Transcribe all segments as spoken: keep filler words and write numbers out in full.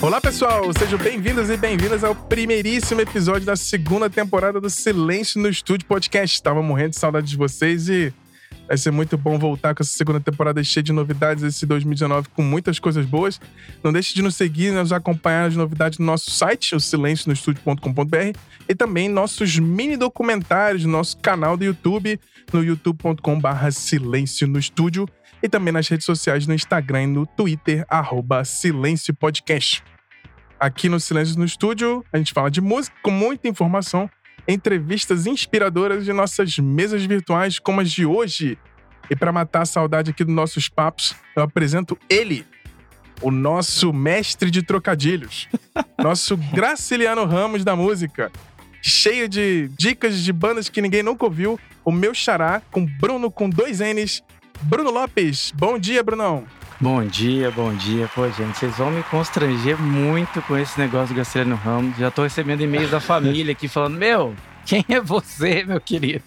Olá, pessoal! Sejam bem-vindos e bem-vindas ao primeiríssimo episódio da segunda temporada do Silêncio no Estúdio Podcast. Tava morrendo de saudade de vocês e vai ser muito bom voltar com essa segunda temporada cheia de novidades esse dois mil e dezenove com muitas coisas boas. Não deixe de nos seguir e nos acompanhar as novidades no nosso site, o silencio no estúdio ponto com ponto b r, e também nossos mini documentários no nosso canal do YouTube, no youtube ponto com barra silêncio no estúdio, e também nas redes sociais, no Instagram e no Twitter, arroba Silêncio Podcast. Aqui no Silêncio no Estúdio, a gente fala de música com muita informação, entrevistas inspiradoras de nossas mesas virtuais, como as de hoje. E para matar a saudade aqui dos nossos papos, eu apresento ele, o nosso mestre de trocadilhos, nosso Graciliano Ramos da música, cheio de dicas de bandas que ninguém nunca ouviu, o meu xará, com Bruno com dois N's, Bruno Lopes. Bom dia, Brunão. Bom dia, bom dia. Pô, gente, vocês vão me constranger muito com esse negócio do Graciliano Ramos. Já tô recebendo e-mails da família aqui falando, meu, quem é você, meu querido?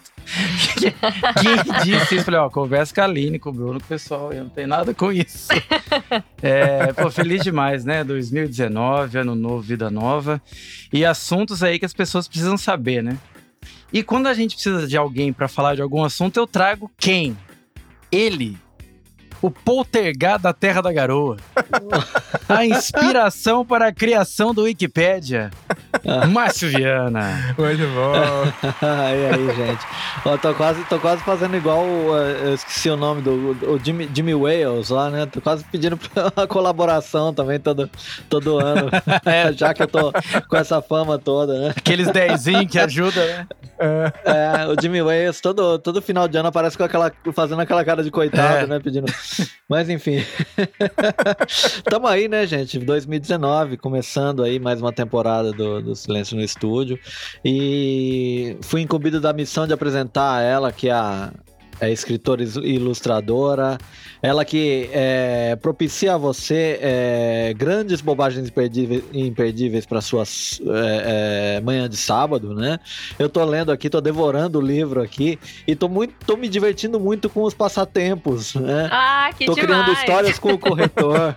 Quem disse isso? Falei, ó, conversa com a Aline, com o Bruno, com o pessoal, eu não tenho nada com isso. É, pô, feliz demais, né? dois mil e dezenove, ano novo, vida nova. E assuntos aí que as pessoas precisam saber, né? E quando a gente precisa de alguém pra falar de algum assunto, eu trago quem? Ele, o poltergar da Terra da Garoa, a inspiração para a criação do Wikipédia, Márcio Viana. Muito bom. E aí, gente? Eu tô quase, tô quase fazendo igual, eu esqueci o nome do o Jimmy, Jimmy Wales lá, né? Tô quase pedindo uma colaboração também todo, todo ano, é. Já que eu tô com essa fama toda, né? Aqueles dezinhos que ajudam, né? É. É, o Jimmy Wales, todo, todo final de ano aparece com aquela, fazendo aquela cara de coitado, é. né? Pedindo... Mas enfim. Tamo aí, né, gente? dois mil e dezenove, começando aí mais uma temporada do, do Silêncio no Estúdio. E fui incumbido da missão de apresentar ela, que é a, é escritora e ilustradora. Ela que é, propicia a você é, grandes bobagens imperdíveis, imperdíveis para suas é, é, manhã de sábado, né? Eu tô lendo aqui, tô devorando o livro aqui e tô, muito, tô me divertindo muito com os passatempos, né? Ah, que tô demais! Tô criando histórias com o corretor.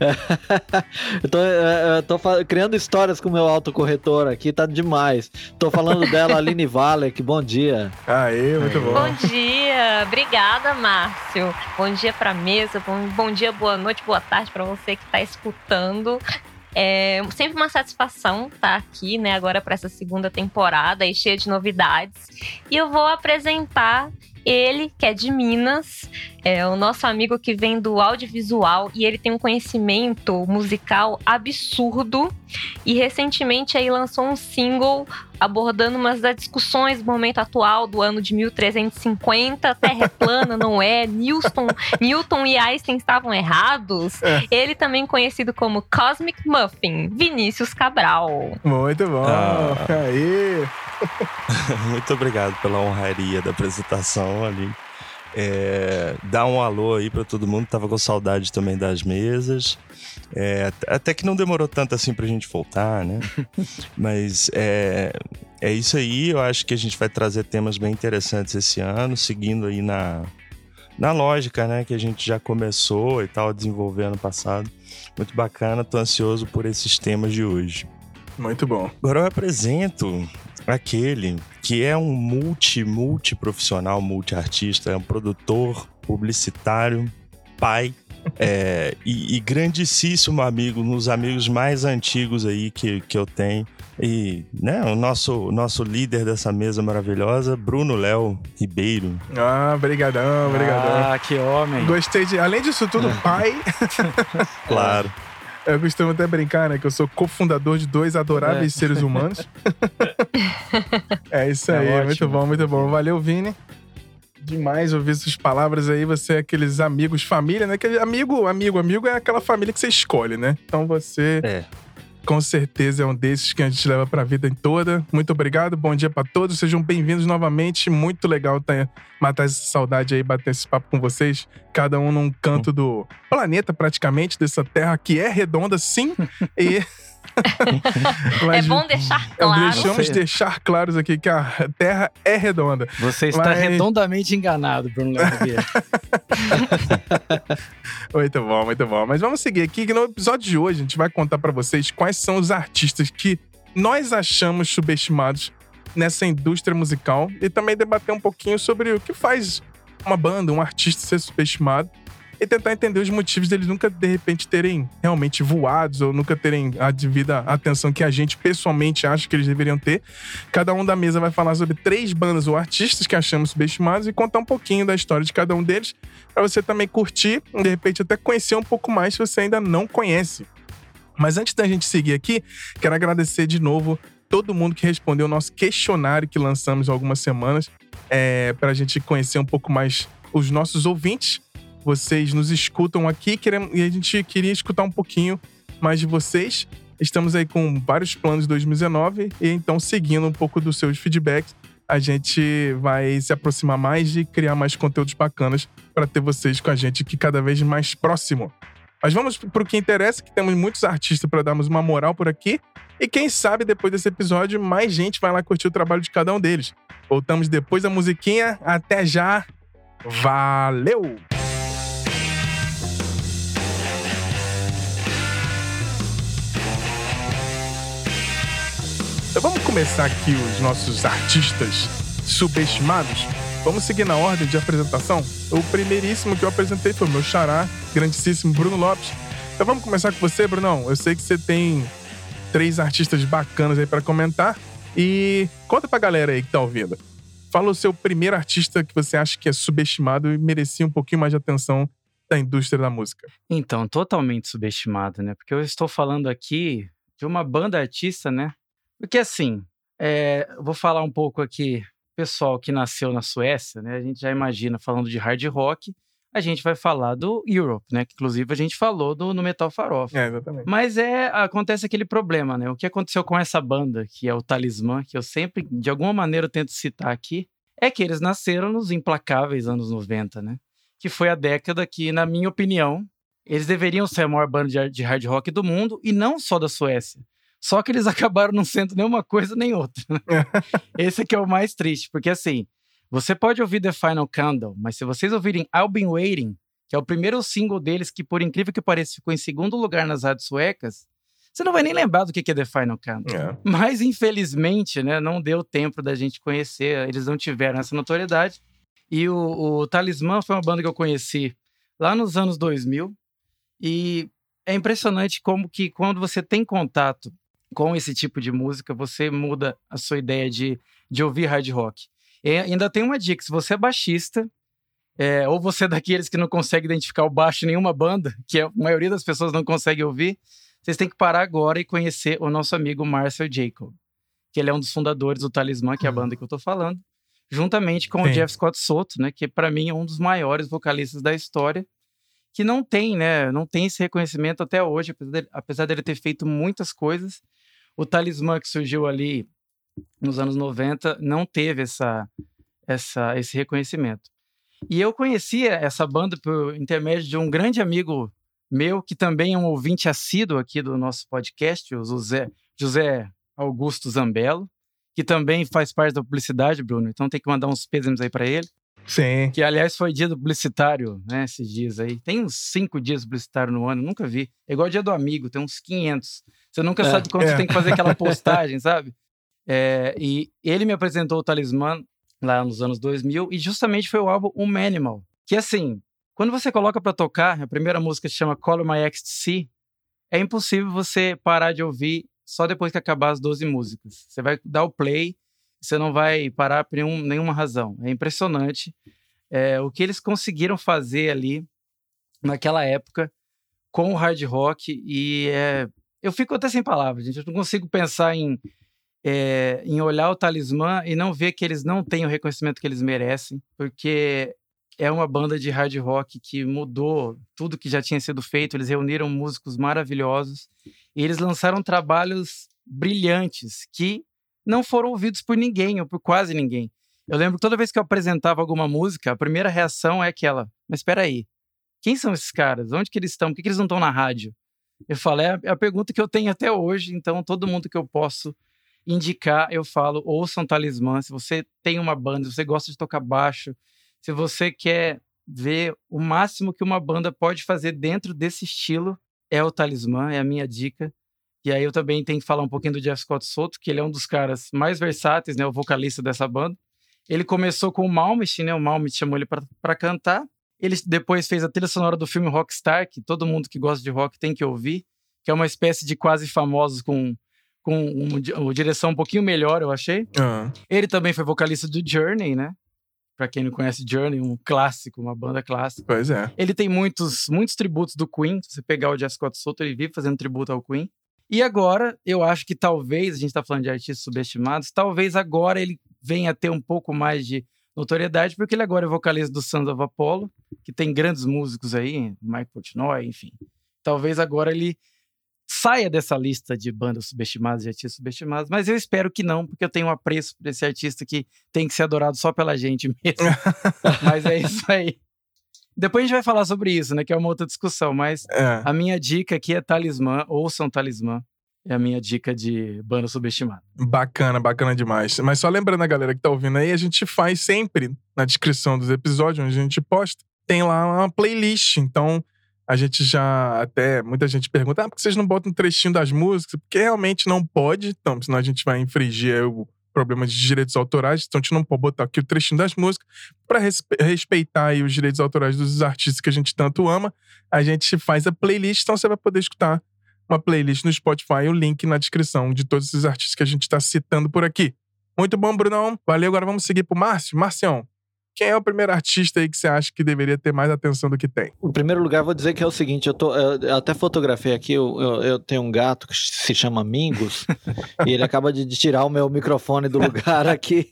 eu tô, é, tô fa- criando histórias com o meu autocorretor aqui, tá demais. Tô falando dela, Aline Valek, bom dia. Aê, muito bom. Bom dia, obrigada, Márcio. Bom dia pra mesa, bom, bom dia, boa noite, boa tarde para você que está escutando. É sempre uma satisfação estar aqui, né, agora para essa segunda temporada e cheia de novidades. E eu vou apresentar ele, que é de Minas, é o nosso amigo que vem do audiovisual e ele tem um conhecimento musical absurdo e recentemente aí lançou um single abordando umas das discussões do momento atual do ano de mil trezentos e cinquenta, Terra é plana, não é, Newton, Newton e Einstein estavam errados. É. Ele também conhecido como Cosmic Muffin, Vinícius Cabral. Muito bom, ah. Aí. Muito obrigado pela honraria da apresentação ali. É, dá um alô aí pra todo mundo, tava com saudade também das mesas. É, até que não demorou tanto assim pra gente voltar, né? Mas é, é isso aí, eu acho que a gente vai trazer temas bem interessantes esse ano, seguindo aí na, na lógica, né, que a gente já começou e tal, a desenvolver ano passado. Muito bacana, tô ansioso por esses temas de hoje. Muito bom. Agora eu apresento aquele que é um multi, multi-profissional, multi-artista, é um produtor, publicitário, pai é, e, e grandíssimo amigo, um dos amigos mais antigos aí que, que eu tenho. E, né, o nosso, nosso líder dessa mesa maravilhosa, Bruno Léo Ribeiro. Ah, brigadão, brigadão. Ah, que homem. Gostei de, além disso tudo, pai. Claro. Eu costumo até brincar, né? Que eu sou cofundador de dois adoráveis é. seres humanos. É isso aí, é muito bom, muito bom. Valeu, Vini. Demais ouvir essas palavras aí. Você é aqueles amigos, família, né? Que amigo, amigo, amigo é aquela família que você escolhe, né? Então você... É. Com certeza é um desses que a gente leva pra vida toda. Muito obrigado, bom dia pra todos. Sejam bem-vindos novamente. Muito legal tá, matar essa saudade aí, bater esse papo com vocês. Cada um num canto do planeta, praticamente, dessa terra que é redonda, sim. E... Mas, é bom deixar claro. Deixamos Você... deixar claros aqui que a Terra é redonda. Você está Mas... redondamente enganado, Bruno Léo Ribeiro. Muito bom, muito bom. Mas vamos seguir aqui, que no episódio de hoje a gente vai contar pra vocês quais são os artistas que nós achamos subestimados nessa indústria musical e também debater um pouquinho sobre o que faz uma banda, um artista ser subestimado e tentar entender os motivos deles nunca, de repente, terem realmente voados ou nunca terem a devida atenção que a gente pessoalmente acha que eles deveriam ter. Cada um da mesa vai falar sobre três bandas ou artistas que achamos subestimados e contar um pouquinho da história de cada um deles para você também curtir e, de repente, até conhecer um pouco mais se você ainda não conhece. Mas antes da gente seguir aqui, quero agradecer de novo todo mundo que respondeu o nosso questionário que lançamos há algumas semanas é, para a gente conhecer um pouco mais os nossos ouvintes. Vocês nos escutam aqui queremos, e a gente queria escutar um pouquinho mais de vocês. Estamos aí com vários planos de dois mil e dezenove e então, seguindo um pouco dos seus feedbacks, a gente vai se aproximar mais e criar mais conteúdos bacanas para ter vocês com a gente aqui cada vez mais próximo. Mas vamos para o que interessa, que temos muitos artistas para darmos uma moral por aqui. E quem sabe, depois desse episódio, mais gente vai lá curtir o trabalho de cada um deles. Voltamos depois da musiquinha. Até já. Valeu! Então vamos começar aqui os nossos artistas subestimados. Vamos seguir na ordem de apresentação. O primeiríssimo que eu apresentei foi o meu xará, grandíssimo Bruno Lopes. Então vamos começar com você, Brunão. Eu sei que você tem três artistas bacanas aí pra comentar. E conta pra galera aí que tá ouvindo. Fala o seu primeiro artista que você acha que é subestimado e merecia um pouquinho mais de atenção da indústria da música. Então, totalmente subestimado, né? Porque eu estou falando aqui de uma banda artista, né? Porque assim, é, eu vou falar um pouco aqui, pessoal que nasceu na Suécia, né? A gente já imagina, falando de hard rock, a gente vai falar do Europe, né? Que inclusive a gente falou do, no Metal Farofa. É, exatamente. Mas é, acontece aquele problema, né? O que aconteceu com essa banda, que é o Talismã, que eu sempre, de alguma maneira, eu tento citar aqui, é que eles nasceram nos implacáveis anos noventa, né? Que foi a década que, na minha opinião, eles deveriam ser a maior banda de, de hard rock do mundo e não só da Suécia. Só que eles acabaram não sendo nenhuma coisa nem outra. Né? Esse aqui é o mais triste, porque assim, você pode ouvir The Final Countdown, mas se vocês ouvirem I've Been Waiting, que é o primeiro single deles que, por incrível que pareça, ficou em segundo lugar nas rádios suecas, você não vai nem lembrar do que é The Final Countdown. É. Mas, infelizmente, né, não deu tempo da gente conhecer, eles não tiveram essa notoriedade. E o, o Talismã foi uma banda que eu conheci lá nos anos dois mil, e é impressionante como que quando você tem contato com esse tipo de música, você muda a sua ideia de, de ouvir hard rock. E ainda tem uma dica, se você é baixista, é, ou você é daqueles que não consegue identificar o baixo em nenhuma banda, que a maioria das pessoas não consegue ouvir, vocês têm que parar agora e conhecer o nosso amigo Marcel Jacob, que ele é um dos fundadores do Talismã, que é a banda que eu tô falando, juntamente com Sim. o Jeff Scott Soto, né, que para mim é um dos maiores vocalistas da história, que não tem, né, não tem esse reconhecimento até hoje, apesar dele, apesar dele ter feito muitas coisas. O Talismã, que surgiu ali nos anos noventa, não teve essa, essa, esse reconhecimento. E eu conhecia essa banda por intermédio de um grande amigo meu, que também é um ouvinte assíduo aqui do nosso podcast, o José, José Augusto Zambello, que também faz parte da publicidade, Bruno. Então tem que mandar uns pêsames aí para ele. Sim. Que, aliás, foi dia do publicitário, né, esses dias aí. Tem uns cinco dias publicitário no ano, nunca vi. É igual dia do amigo, tem uns quinhentos. Você nunca é, sabe quando é. você tem que fazer aquela postagem, sabe? É, e ele me apresentou o Talismã lá nos anos dois mil, e justamente foi o álbum Um Animal. Que, assim, quando você coloca pra tocar, a primeira música se chama Color My Ecstasy, é impossível você parar de ouvir só depois que acabar as doze músicas. Você vai dar o play, você não vai parar por nenhum, nenhuma razão. É impressionante é, o que eles conseguiram fazer ali naquela época com o hard rock, e é, eu fico até sem palavras, gente. Eu não consigo pensar em, é, em olhar o Talismã e não ver que eles não têm o reconhecimento que eles merecem, porque é uma banda de hard rock que mudou tudo que já tinha sido feito. Eles reuniram músicos maravilhosos e eles lançaram trabalhos brilhantes que não foram ouvidos por ninguém, ou por quase ninguém. Eu lembro que toda vez que eu apresentava alguma música, a primeira reação é aquela: mas espera aí, quem são esses caras? Onde que eles estão? Por que que eles não estão na rádio? Eu falo, é a pergunta que eu tenho até hoje. Então, todo mundo que eu posso indicar, eu falo, ouçam Talismã. Se você tem uma banda, se você gosta de tocar baixo, se você quer ver o máximo que uma banda pode fazer dentro desse estilo é o Talismã, é a minha dica. E aí eu também tenho que falar um pouquinho do Jeff Scott Soto, que ele é um dos caras mais versáteis, né, o vocalista dessa banda. Ele começou com o Malmsteen, né, o Malmsteen chamou ele para cantar. Ele depois fez a trilha sonora do filme Rockstar, que todo mundo que gosta de rock tem que ouvir, que é uma espécie de Quase Famosos com, com uma, uma direção um pouquinho melhor, eu achei. Uhum. Ele também foi vocalista do Journey, né? Pra quem não conhece Journey, um clássico, uma banda clássica. Pois é. Ele tem muitos, muitos tributos do Queen. Se você pegar o Jeff Scott Soto, ele vive fazendo tributo ao Queen. E agora, eu acho que talvez, a gente tá falando de artistas subestimados, talvez agora ele venha a ter um pouco mais de notoriedade, porque ele agora é vocalista do Sons of Apollo, que tem grandes músicos aí, Mike Portnoy, enfim. Talvez agora ele saia dessa lista de bandas subestimadas e artistas subestimados, mas eu espero que não, porque eu tenho um apreço por esse artista que tem que ser adorado só pela gente mesmo. Mas é isso aí. Depois a gente vai falar sobre isso, né, que é uma outra discussão, mas É. a minha dica aqui é Talismã, ouçam Talismã, é a minha dica de banda subestimada. Bacana, bacana demais. Mas só lembrando a galera que tá ouvindo aí, a gente faz sempre na descrição dos episódios, onde a gente posta, tem lá uma playlist. Então, a gente já até... Muita gente pergunta, ah, por que vocês não botam um trechinho das músicas? Porque realmente não pode, então, senão a gente vai infringir aí o problema de direitos autorais. Então, a gente não pode botar aqui o trechinho das músicas. Para respe- respeitar aí os direitos autorais dos artistas que a gente tanto ama, a gente faz a playlist. Então, você vai poder escutar uma playlist no Spotify, o link na descrição de todos esses artistas que a gente está citando por aqui. Muito bom, Brunão. Valeu, agora vamos seguir pro Márcio. Marcião, quem é o primeiro artista aí que você acha que deveria ter mais atenção do que tem? Em primeiro lugar, vou dizer que é o seguinte, eu, tô, eu, eu até fotografei aqui, eu, eu, eu tenho um gato que se chama Mingus, e ele acaba de, de tirar o meu microfone do lugar aqui.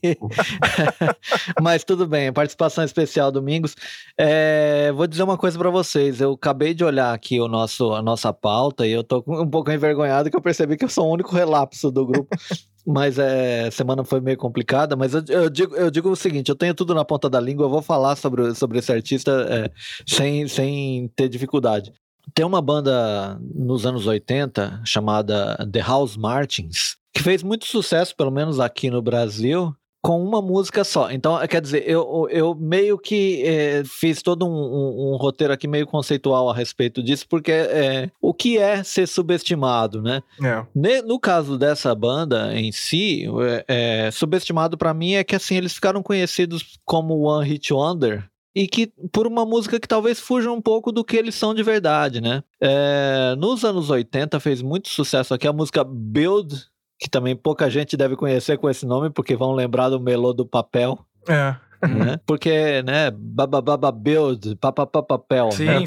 Mas tudo bem, participação especial do Mingus. É, vou dizer uma coisa pra vocês, eu acabei de olhar aqui o nosso, a nossa pauta, e eu tô um pouco envergonhado que eu percebi que eu sou o único relapso do grupo. Mas é, a semana foi meio complicada, mas eu, eu, digo, eu digo o seguinte, eu tenho tudo na ponta da língua, eu vou falar sobre, sobre esse artista é, sem, sem ter dificuldade. Tem uma banda nos anos oitenta chamada The Housemartins, que fez muito sucesso, pelo menos aqui no Brasil, com uma música só. Então, quer dizer, eu, eu meio que é, fiz todo um, um, um roteiro aqui meio conceitual a respeito disso, porque é, o que é ser subestimado, né? É. No caso dessa banda em si, é, é, subestimado pra mim é que assim, eles ficaram conhecidos como One Hit Wonder, e que por uma música que talvez fuja um pouco do que eles são de verdade, né? É, nos anos oitenta fez muito sucesso aqui a música Build, que também pouca gente deve conhecer com esse nome, porque vão lembrar do Melô do Papel. É. Né? Porque, né, babababa build, papapapapel. Sim, né?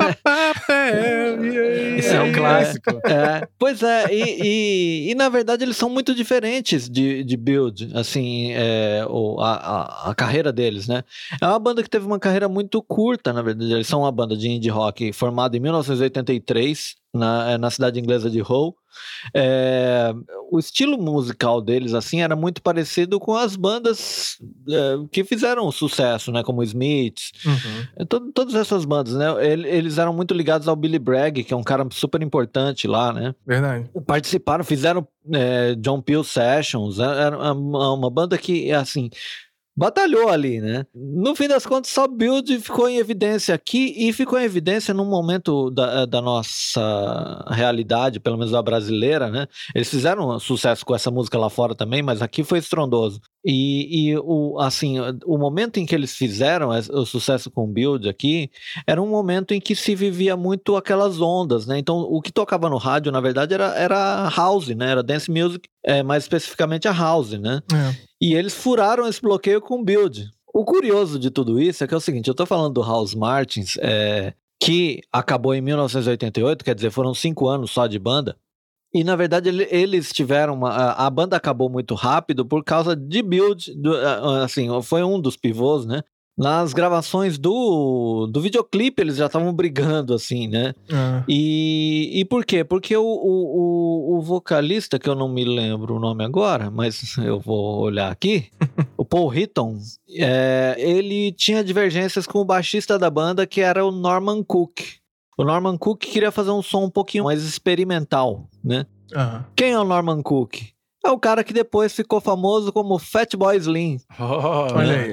sim. Isso é um clássico. É, pois é, e, e, e na verdade eles são muito diferentes de, de Build, assim, é, o, a, a, a carreira deles, né? É uma banda que teve uma carreira muito curta, na verdade. Eles são uma banda de indie rock formada em mil novecentos e oitenta e três, na, na cidade inglesa de Hull. É, o estilo musical deles, assim, era muito parecido com as bandas é, que fizeram sucesso, né? Como Smiths, Uhum. to, todas essas bandas, né? Eles eram muito ligados ao Billy Bragg, que é um cara super importante lá, né? Verdade. Participaram, fizeram é, John Peel Sessions, era uma, uma banda que, assim, batalhou ali, né? No fim das contas, só Build ficou em evidência aqui e ficou em evidência num momento da, da nossa realidade, pelo menos da brasileira, né? Eles fizeram sucesso com essa música lá fora também, mas aqui foi estrondoso. E, e o, assim, o momento em que eles fizeram o sucesso com o Build aqui era um momento em que se vivia muito aquelas ondas, né? Então, o que tocava no rádio, na verdade, era, era house, né? Era dance music, é, mais especificamente a house, né? É. E eles furaram esse bloqueio com o Build. O curioso de tudo isso é que é o seguinte, eu tô falando do Housemartins, é, que acabou em mil novecentos e oitenta e oito, quer dizer, foram cinco anos só de banda. E, na verdade, eles tiveram uma... A banda acabou muito rápido por causa de Build, do, assim, foi um dos pivôs, né? Nas gravações do, do videoclipe, eles já estavam brigando, assim, né? É. E, e por quê? Porque o, o, o vocalista, que eu não me lembro o nome agora, mas eu vou olhar aqui, o Paul Hitton, é, ele tinha divergências com o baixista da banda, que era o Norman Cook. O Norman Cook queria fazer um som um pouquinho mais experimental, né? Uhum. Quem é o Norman Cook? é o cara que depois ficou famoso como Fatboy Slim. Oh, Olha aí.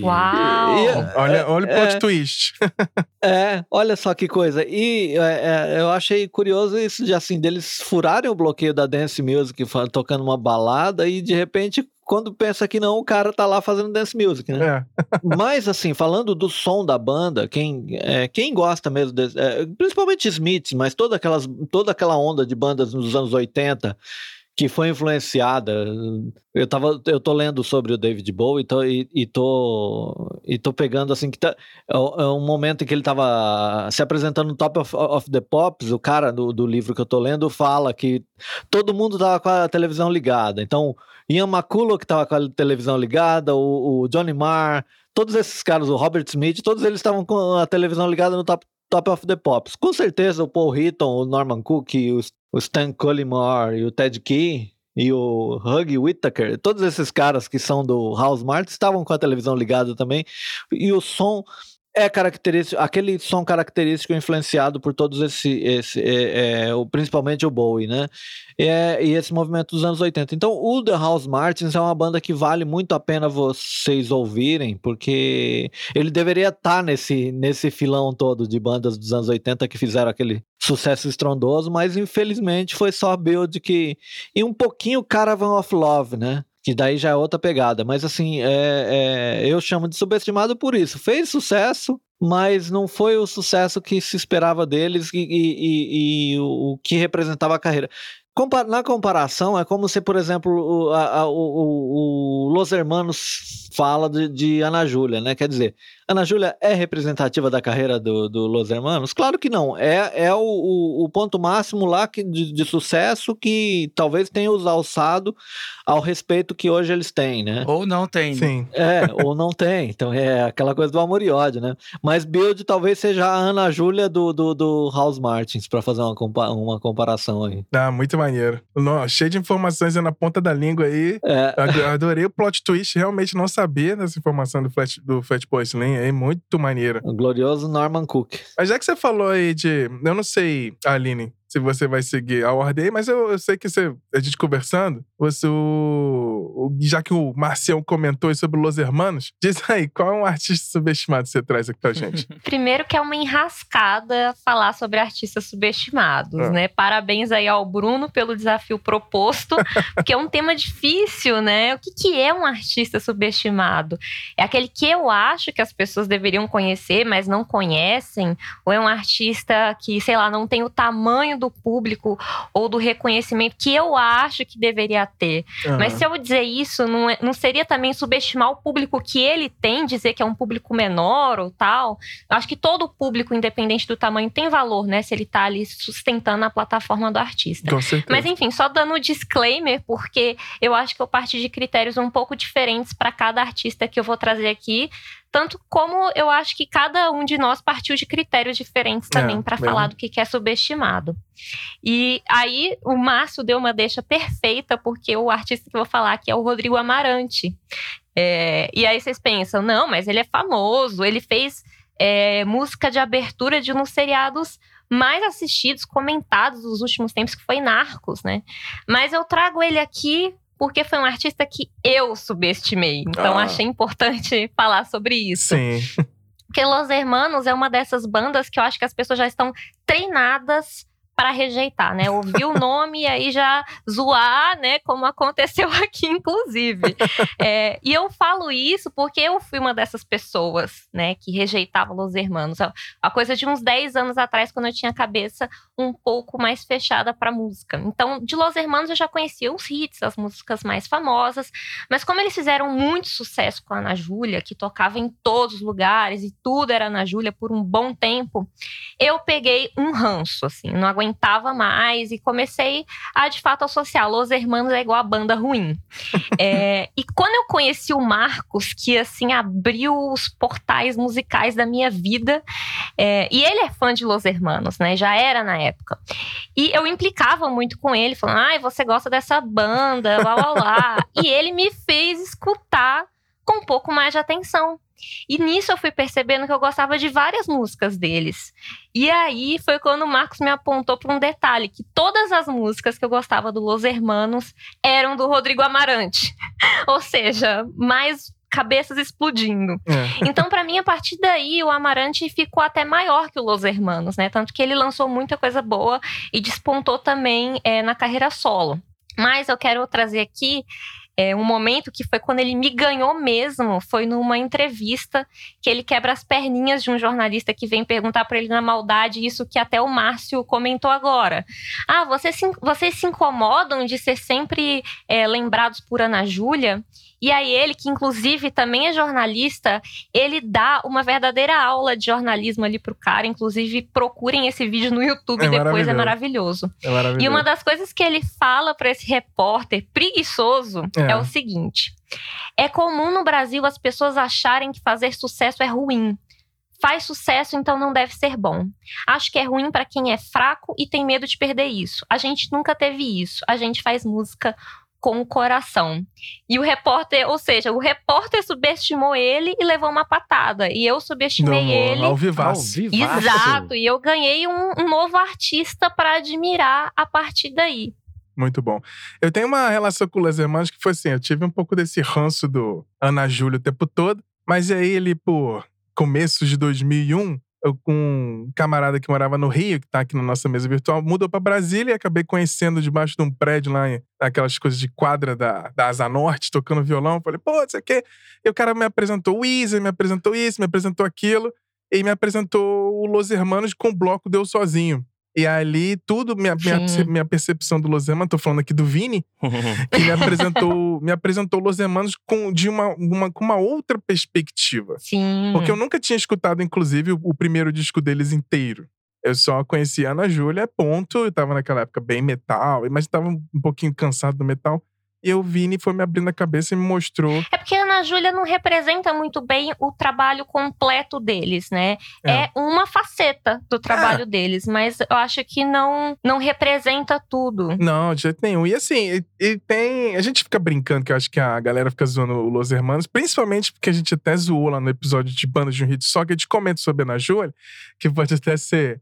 Uau! E- Olha, olha o plot É. twist. É, olha só que coisa. E é, é, eu achei curioso isso de assim, deles furarem o bloqueio da dance music, fa- tocando uma balada, e de repente, quando pensa que não, o cara tá lá fazendo dance music, né? É. Mas assim, falando do som da banda, quem, é, quem gosta mesmo, desse- é, principalmente Smiths, mas toda, aquelas, toda aquela onda de bandas nos anos oitenta que foi influenciada. Eu, tava, eu tô lendo sobre o David Bowie tô, e, e, tô, e tô pegando assim, que tá, é um momento em que ele tava se apresentando no Top of, of the Pops. O cara do, do livro que eu tô lendo fala que todo mundo tava com a televisão ligada. Então, Ian McCulloch que tava com a televisão ligada, o, o Johnny Marr, todos esses caras, o Robert Smith, todos eles estavam com a televisão ligada no Top, top of the Pops. Com certeza o Paul Hitton, o Norman Cook, o, o Stan Collymore e o Ted Key e o Hugh Whittaker, todos esses caras que são do House Martin estavam com a televisão ligada também, e o som é característico, aquele som característico influenciado por todos esse, esse é, é, o, principalmente o Bowie, né? É, e esse movimento dos anos oitenta. Então, o The House Martins é uma banda que vale muito a pena vocês ouvirem, porque ele deveria estar nesse, nesse filão todo de bandas dos anos oitenta que fizeram aquele sucesso estrondoso, mas infelizmente foi só Build que... E um pouquinho Caravan of Love, né? Que daí já é outra pegada. Mas assim, é, é, eu chamo de subestimado por isso. Fez sucesso, mas não foi o sucesso que se esperava deles e, e, e, e o que representava a carreira. Compa- na comparação, é como se, por exemplo, o, a, a, o, o Los Hermanos fala de, de Ana Júlia, né? Quer dizer, Ana Júlia é representativa da carreira do, do Los Hermanos? Claro que não. É, é o, o, o ponto máximo lá que, de, de sucesso que talvez tenha os alçado ao respeito que hoje eles têm, né? Ou não tem. Sim. É, ou não tem. Então é aquela coisa do amor e ódio, né? Mas Build talvez seja a Ana Júlia do, do, do House Martins, pra fazer uma, compa- uma comparação aí. Ah, muito maneiro. Nossa, cheio de informações aí na ponta da língua aí. É, Eu adorei o plot twist. Realmente não sabia dessa informação do, Flat, do Fatboy Slim aí. Muito maneiro. o glorioso Norman Cook. Mas já que você falou aí de... Eu não sei, Aline, se você vai seguir a ordem aí, mas eu, eu sei que você, a gente conversando, você, o, o- já que o Marcião comentou aí sobre Los Hermanos, diz aí, qual é um artista subestimado que você traz aqui pra gente? Primeiro que é uma enrascada falar sobre artistas subestimados, É. né? Parabéns aí ao Bruno pelo desafio proposto, porque é um tema difícil, né? O que, que é um artista subestimado? É aquele que eu acho que as pessoas deveriam conhecer, mas não conhecem? Ou é um artista que, sei lá, não tem o tamanho do público ou do reconhecimento que eu acho que deveria ter? Aham. Mas se eu dizer isso, não, é- não seria também subestimar o público que ele tem, dizer que é um público menor ou tal? Eu acho que todo público, independente do tamanho, tem valor, né? Se ele tá ali sustentando a plataforma do artista. Com certeza. Mas enfim, só dando um disclaimer, porque eu acho que eu parti de critérios um pouco diferentes para cada artista que eu vou trazer aqui. Tanto como eu acho que cada um de nós partiu de critérios diferentes também É, para bem. falar do que que é subestimado. E aí o Márcio deu uma deixa perfeita, porque o artista que eu vou falar aqui é o Rodrigo Amarante. É, e aí vocês pensam, não, mas ele é famoso, ele fez é, música de abertura de um dos seriados mais assistidos, comentados nos últimos tempos, que foi Narcos, né? Mas eu trago ele aqui porque foi um artista que eu subestimei. Então Ah. achei importante falar sobre isso. Sim. Porque Los Hermanos é uma dessas bandas que eu acho que as pessoas já estão treinadas para rejeitar, né? Ouvir o nome e aí já zoar, né? Como aconteceu aqui, inclusive. É, e eu falo isso porque eu fui uma dessas pessoas, né? Que rejeitava Los Hermanos. A coisa de uns dez anos atrás, quando eu tinha a cabeça um pouco mais fechada para música. Então, de Los Hermanos eu já conhecia os hits, as músicas mais famosas. Mas como eles fizeram muito sucesso com a Ana Júlia, que tocava em todos os lugares e tudo era Ana Júlia por um bom tempo, eu peguei um ranço, assim, não aguentava mais e comecei a, de fato, associar Los Hermanos é igual a banda ruim. É, e quando eu conheci o Marcos, que, assim, abriu os portais musicais da minha vida, é, e ele é fã de Los Hermanos, né, já era na época, e eu implicava muito com ele, falando, ai, você gosta dessa banda, blá, blá, blá, e ele me fez escutar com um pouco mais de atenção. E nisso eu fui percebendo que eu gostava de várias músicas deles. E aí foi quando o Marcos me apontou para um detalhe, que todas as músicas que eu gostava do Los Hermanos eram do Rodrigo Amarante. Ou seja, mais cabeças explodindo. É. Então, para mim, a partir daí, o Amarante ficou até maior que o Los Hermanos, né? Tanto que ele lançou muita coisa boa e despontou também é, na carreira solo. Mas eu quero trazer aqui é, um momento que foi quando ele me ganhou mesmo, foi numa entrevista que ele quebra as perninhas de um jornalista que vem perguntar para ele na maldade isso que até o Márcio comentou agora. Ah, vocês se, vocês se incomodam de ser sempre é, lembrados por Ana Júlia? E aí ele, que inclusive também é jornalista, ele dá uma verdadeira aula de jornalismo ali pro cara. Inclusive, procurem esse vídeo no YouTube É depois, é maravilhoso. maravilhoso. É maravilhoso. E uma das coisas que ele fala para esse repórter preguiçoso é. é o seguinte: é comum no Brasil as pessoas acharem que fazer sucesso é ruim. Faz sucesso, então não deve ser bom. Acho que é ruim para quem é fraco e tem medo de perder isso. A gente nunca teve isso. A gente faz música com o coração. E o repórter, ou seja, o repórter subestimou ele e levou uma patada. E eu subestimei No, ele. Ao vivaço. Ao vivaço. Exato. E eu ganhei um, um novo artista para admirar a partir daí. Muito bom. Eu tenho uma relação com o Los Hermanos que foi assim, eu tive um pouco desse ranço do Ana Júlia o tempo todo, mas aí ele, por começo de dois mil e um, eu com um camarada que morava no Rio, que tá aqui na nossa mesa virtual, mudou pra Brasília e acabei conhecendo debaixo de um prédio lá, aquelas coisas de quadra da, da Asa Norte, tocando violão. Falei, pô, isso aqui. E o cara me apresentou o Weezer, me apresentou isso, me apresentou aquilo, e me apresentou o Los Hermanos com o bloco Deu Sozinho. E ali, tudo, minha, minha, minha percepção do Los Hermanos, tô falando aqui do Vini, que me apresentou, me apresentou Los Hermanos com, de uma, uma, com uma outra perspectiva. Sim. Porque eu nunca tinha escutado, inclusive, o, o primeiro disco deles inteiro. Eu só conhecia Ana Júlia, ponto. Eu tava naquela época bem metal, mas tava um pouquinho cansado do metal. E o Vini foi me abrindo a cabeça e me mostrou. É porque a Ana Júlia não representa muito bem o trabalho completo deles, né? É, é uma faceta do trabalho é. deles, mas eu acho que não, não representa tudo. Não, de jeito nenhum. E assim, e, e tem... A gente fica brincando, que eu acho que a galera fica zoando o Los Hermanos, principalmente porque a gente até zoou lá no episódio de Bandas de um Hit Só, que a gente comenta sobre a Ana Júlia, que pode até ser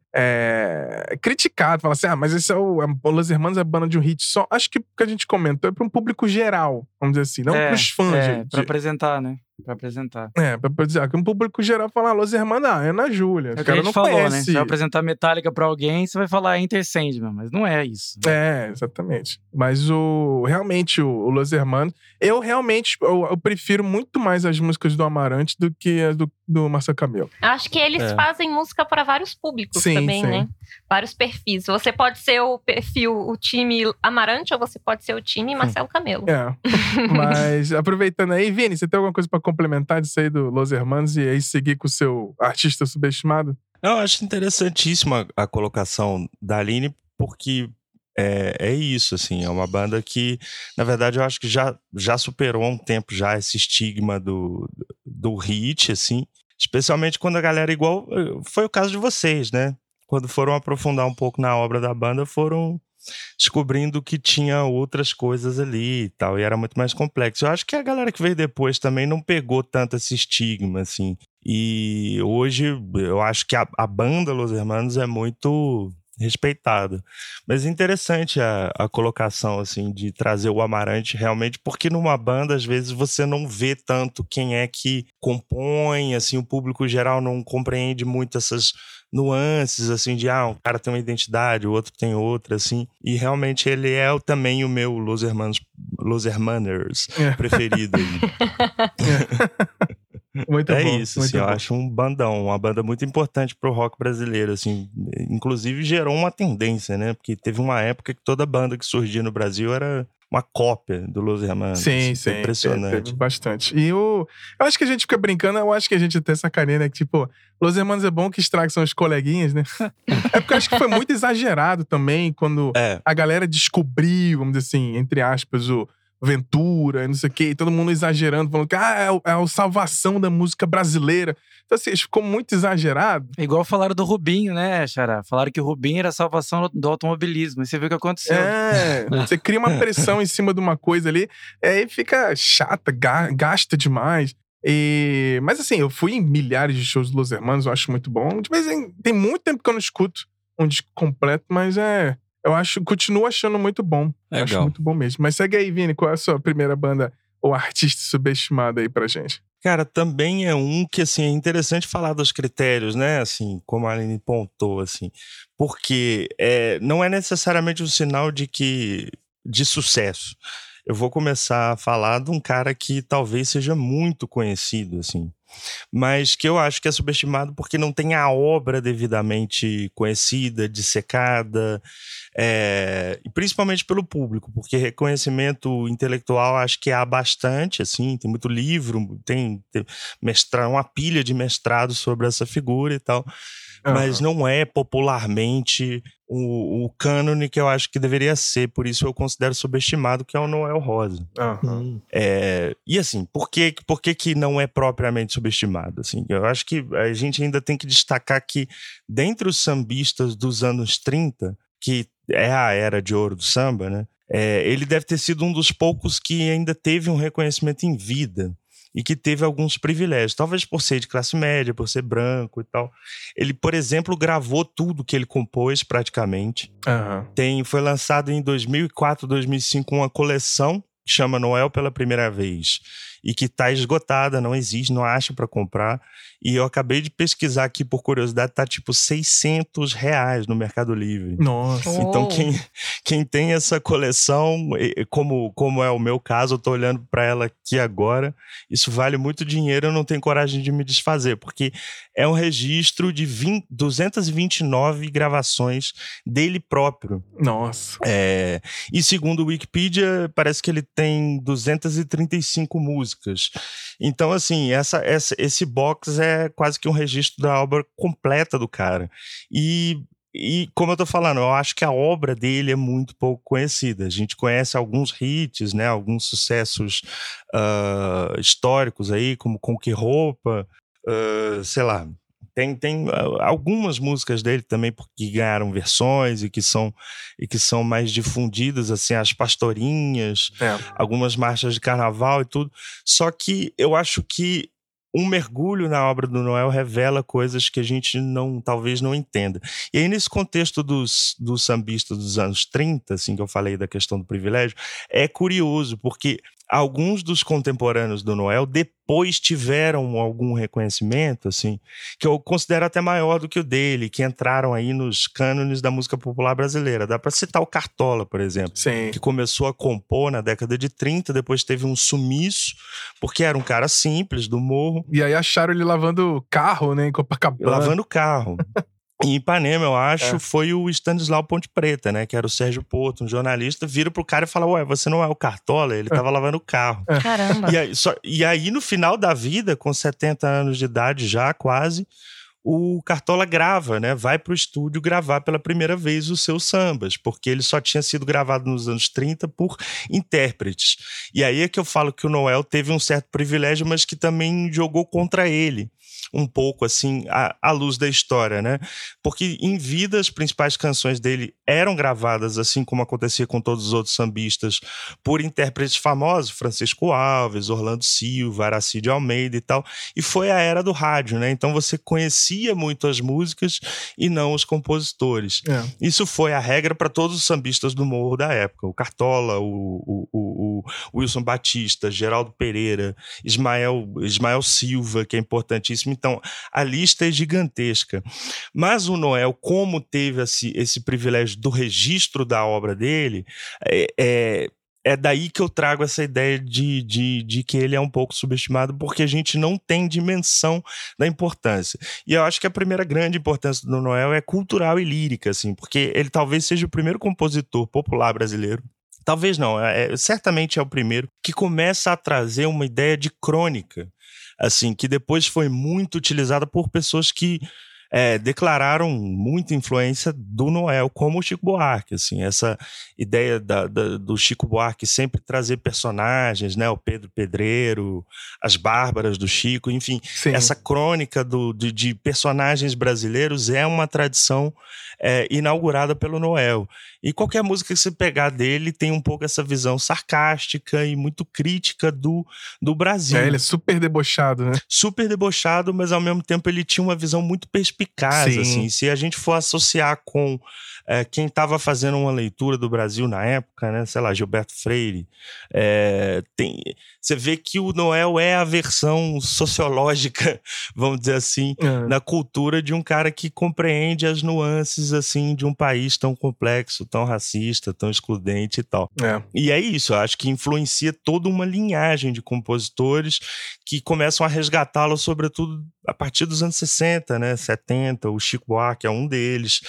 é, criticado, falar assim, ah, mas esse é o, o Los Hermanos é a banda de um hit só. Acho que o que a gente comentou é pra um público geral, vamos dizer assim, não é, pros fãs. É, de, pra apresentar, né? Pra apresentar. É, pra dizer que um público geral fala, ah, Los Hermanos, ah, é Ana Júlia. É o cara não falou, conhece. Né? Você vai apresentar Metallica pra alguém, você vai falar Enter Sandman, mas não é isso. Né? É, exatamente. Mas o realmente, o, o Los Hermanos, eu realmente, eu, eu prefiro muito mais as músicas do Amarante do que as do, do Marcelo Camelo. Acho que eles é. fazem música para vários públicos sim, também, sim. né? Vários perfis. Você pode ser o perfil, o time Amarante, ou você pode ser o time Marcelo Camelo. É. Mas, aproveitando aí, Vini, você tem alguma coisa pra complementar disso aí do Los Hermanos e aí seguir com o seu artista subestimado? Não, eu acho interessantíssima a colocação da Aline, porque é, é isso, assim, é uma banda que, na verdade, eu acho que já, já superou há um tempo já esse estigma do, do hit, assim, especialmente quando a galera, igual foi o caso de vocês, né? Quando foram aprofundar um pouco na obra da banda, foram descobrindo que tinha outras coisas ali e tal, e era muito mais complexo. Eu acho que a galera que veio depois também não pegou tanto esse estigma, assim. E hoje eu acho que a, a banda Los Hermanos é muito respeitada. Mas é interessante a, a colocação, assim, de trazer o Amarante realmente, porque numa banda, às vezes, você não vê tanto quem é que compõe, assim, o público geral não compreende muito essas nuances, assim, de, ah, um cara tem uma identidade, o outro tem outra, assim, e realmente ele é também o meu Los Hermanos, Los Hermaners é. preferido. Muito é bom, isso, muito assim, bom. Eu acho um bandão, uma banda muito importante pro rock brasileiro, assim, inclusive gerou uma tendência, né, porque teve uma época que toda banda que surgia no Brasil era uma cópia do Los Hermanos. Sim, assim, sim. Impressionante. Teve bastante. E o, eu acho que a gente fica brincando, eu acho que a gente até sacaneia, né? Que tipo, Los Hermanos é bom que estraga são os coleguinhas, né? É porque eu acho que foi muito exagerado também quando é. a galera descobriu, vamos dizer assim, entre aspas, o Ventura, não sei o quê, e todo mundo exagerando, falando que ah, é, o, é a salvação da música brasileira. Então, assim, ficou muito exagerado. É igual falaram do Rubinho, né, Xará? Falaram que o Rubinho era a salvação do automobilismo. E você viu o que aconteceu. É, você cria uma pressão em cima de uma coisa ali, aí fica chata, gasta demais. E, mas assim, eu fui em milhares de shows do Los Hermanos, eu acho muito bom. De vez em, tem muito tempo que eu não escuto um disco completo, mas é... Eu acho, continuo achando muito bom. Legal. Acho muito bom mesmo. Mas segue aí, Vini, qual é a sua primeira banda ou artista subestimada aí pra gente? Cara, também é um que, assim, é interessante falar dos critérios, né? Assim, como a Aline pontou, assim. Porque é, não é necessariamente um sinal de que... de sucesso. Eu vou começar a falar de um cara que talvez seja muito conhecido, assim, mas que eu acho que é subestimado porque não tem a obra devidamente conhecida, dissecada, é, e principalmente pelo público, porque reconhecimento intelectual acho que há bastante, assim, tem muito livro, tem, tem mestrado, uma pilha de mestrados sobre essa figura e tal, uhum. Mas não é popularmente o, o cânone que eu acho que deveria ser, por isso eu considero subestimado, que é o Noel Rosa. Uhum. É, e assim, por que, por que que não é propriamente subestimado? Assim, eu acho que a gente ainda tem que destacar que, dentre os sambistas dos anos trinta, que é a era de ouro do samba, né? É, ele deve ter sido um dos poucos que ainda teve um reconhecimento em vida e que teve alguns privilégios, talvez por ser de classe média, por ser branco e tal. Ele, por exemplo, gravou tudo que ele compôs praticamente. Uhum. Tem, foi lançado em dois mil e quatro, dois mil e cinco uma coleção que chama Noel pela Primeira Vez e que está esgotada, não existe, não acha para comprar. E eu acabei de pesquisar aqui, por curiosidade, tá tipo seiscentos reais no Mercado Livre. Nossa. Então quem, quem tem essa coleção, como, como é o meu caso, eu tô olhando para ela aqui agora, isso vale muito dinheiro, eu não tenho coragem de me desfazer, porque é um registro de vinte, duzentas e vinte e nove gravações dele próprio. Nossa. É, e segundo o Wikipedia, parece que ele tem duzentas e trinta e cinco músicas. Então, assim, essa, essa, esse box é quase que um registro da obra completa do cara. E, e, como eu tô falando, eu acho que a obra dele é muito pouco conhecida. A gente conhece alguns hits, né, alguns sucessos uh, históricos aí, como Com Que Roupa, uh, sei lá. Tem, tem algumas músicas dele também que ganharam versões e que são, e que são mais difundidas, assim, as Pastorinhas, é. Algumas marchas de carnaval e tudo. Só que eu acho que um mergulho na obra do Noel revela coisas que a gente não, talvez não entenda. E aí, nesse contexto dos, dos sambistas dos anos trinta, assim, que eu falei da questão do privilégio, é curioso, porque alguns dos contemporâneos do Noel depois tiveram algum reconhecimento, assim, que eu considero até maior do que o dele, que entraram aí nos cânones da música popular brasileira. Dá para citar o Cartola, por exemplo, Sim. Que começou a compor na década de trinta, depois teve um sumiço, porque era um cara simples, do morro. E aí acharam ele lavando carro, né, em Copacabana. Lavando carro. Em Ipanema, eu acho, é. foi o Stanislau Ponte Preta, né? Que era o Sérgio Porto, um jornalista, vira pro cara e fala, ué, você não é o Cartola? Ele tava é. lavando o carro. É. Caramba! E aí, só, e aí, no final da vida, com setenta anos de idade já, quase, o Cartola grava, né? Vai pro estúdio gravar pela primeira vez os seus sambas, porque ele só tinha sido gravado nos anos trinta por intérpretes. E aí é que eu falo que o Noel teve um certo privilégio, mas que também jogou contra ele. Um pouco, assim, à, à luz da história, né? Porque em vida as principais canções dele eram gravadas, assim como acontecia com todos os outros sambistas, por intérpretes famosos, Francisco Alves, Orlando Silva, Aracide Almeida e tal, e foi a era do rádio, né? Então você conhecia muito as músicas e não os compositores. É. Isso foi a regra para todos os sambistas do morro da época, o Cartola, o, o, o, o Wilson Batista, Geraldo Pereira, Ismael, Ismael Silva, que é importantíssimo. Então, a lista é gigantesca. Mas o Noel, como teve esse, esse privilégio do registro da obra dele, é, é, é daí que eu trago essa ideia de, de, de que ele é um pouco subestimado, porque a gente não tem dimensão da importância. E eu acho que a primeira grande importância do Noel é cultural e lírica, assim, porque ele talvez seja o primeiro compositor popular brasileiro, talvez não, é, certamente é o primeiro, que começa a trazer uma ideia de crônica, assim, que depois foi muito utilizada por pessoas que é, declararam muita influência do Noel, como o Chico Buarque, assim, essa ideia da, da, do Chico Buarque sempre trazer personagens, né, o Pedro Pedreiro, as Bárbaras do Chico, enfim, Sim. essa crônica do, de, de personagens brasileiros é uma tradição é, inaugurada pelo Noel. E qualquer música que você pegar dele tem um pouco essa visão sarcástica e muito crítica do, do Brasil. É, ele é super debochado, né? Super debochado, mas ao mesmo tempo ele tinha uma visão muito perspicaz, Sim. assim. Se a gente for associar com é, quem estava fazendo uma leitura do Brasil na época, né, sei lá, Gilberto Freire, é, tem, você vê que o Noel é a versão sociológica, vamos dizer assim, Uhum. da cultura de um cara que compreende as nuances, assim, de um país tão complexo, tão racista, tão excludente e tal. É. E é isso, eu acho que influencia toda uma linhagem de compositores que começam a resgatá-lo, sobretudo a partir dos anos sessenta, né, setenta, o Chico Buarque é um deles.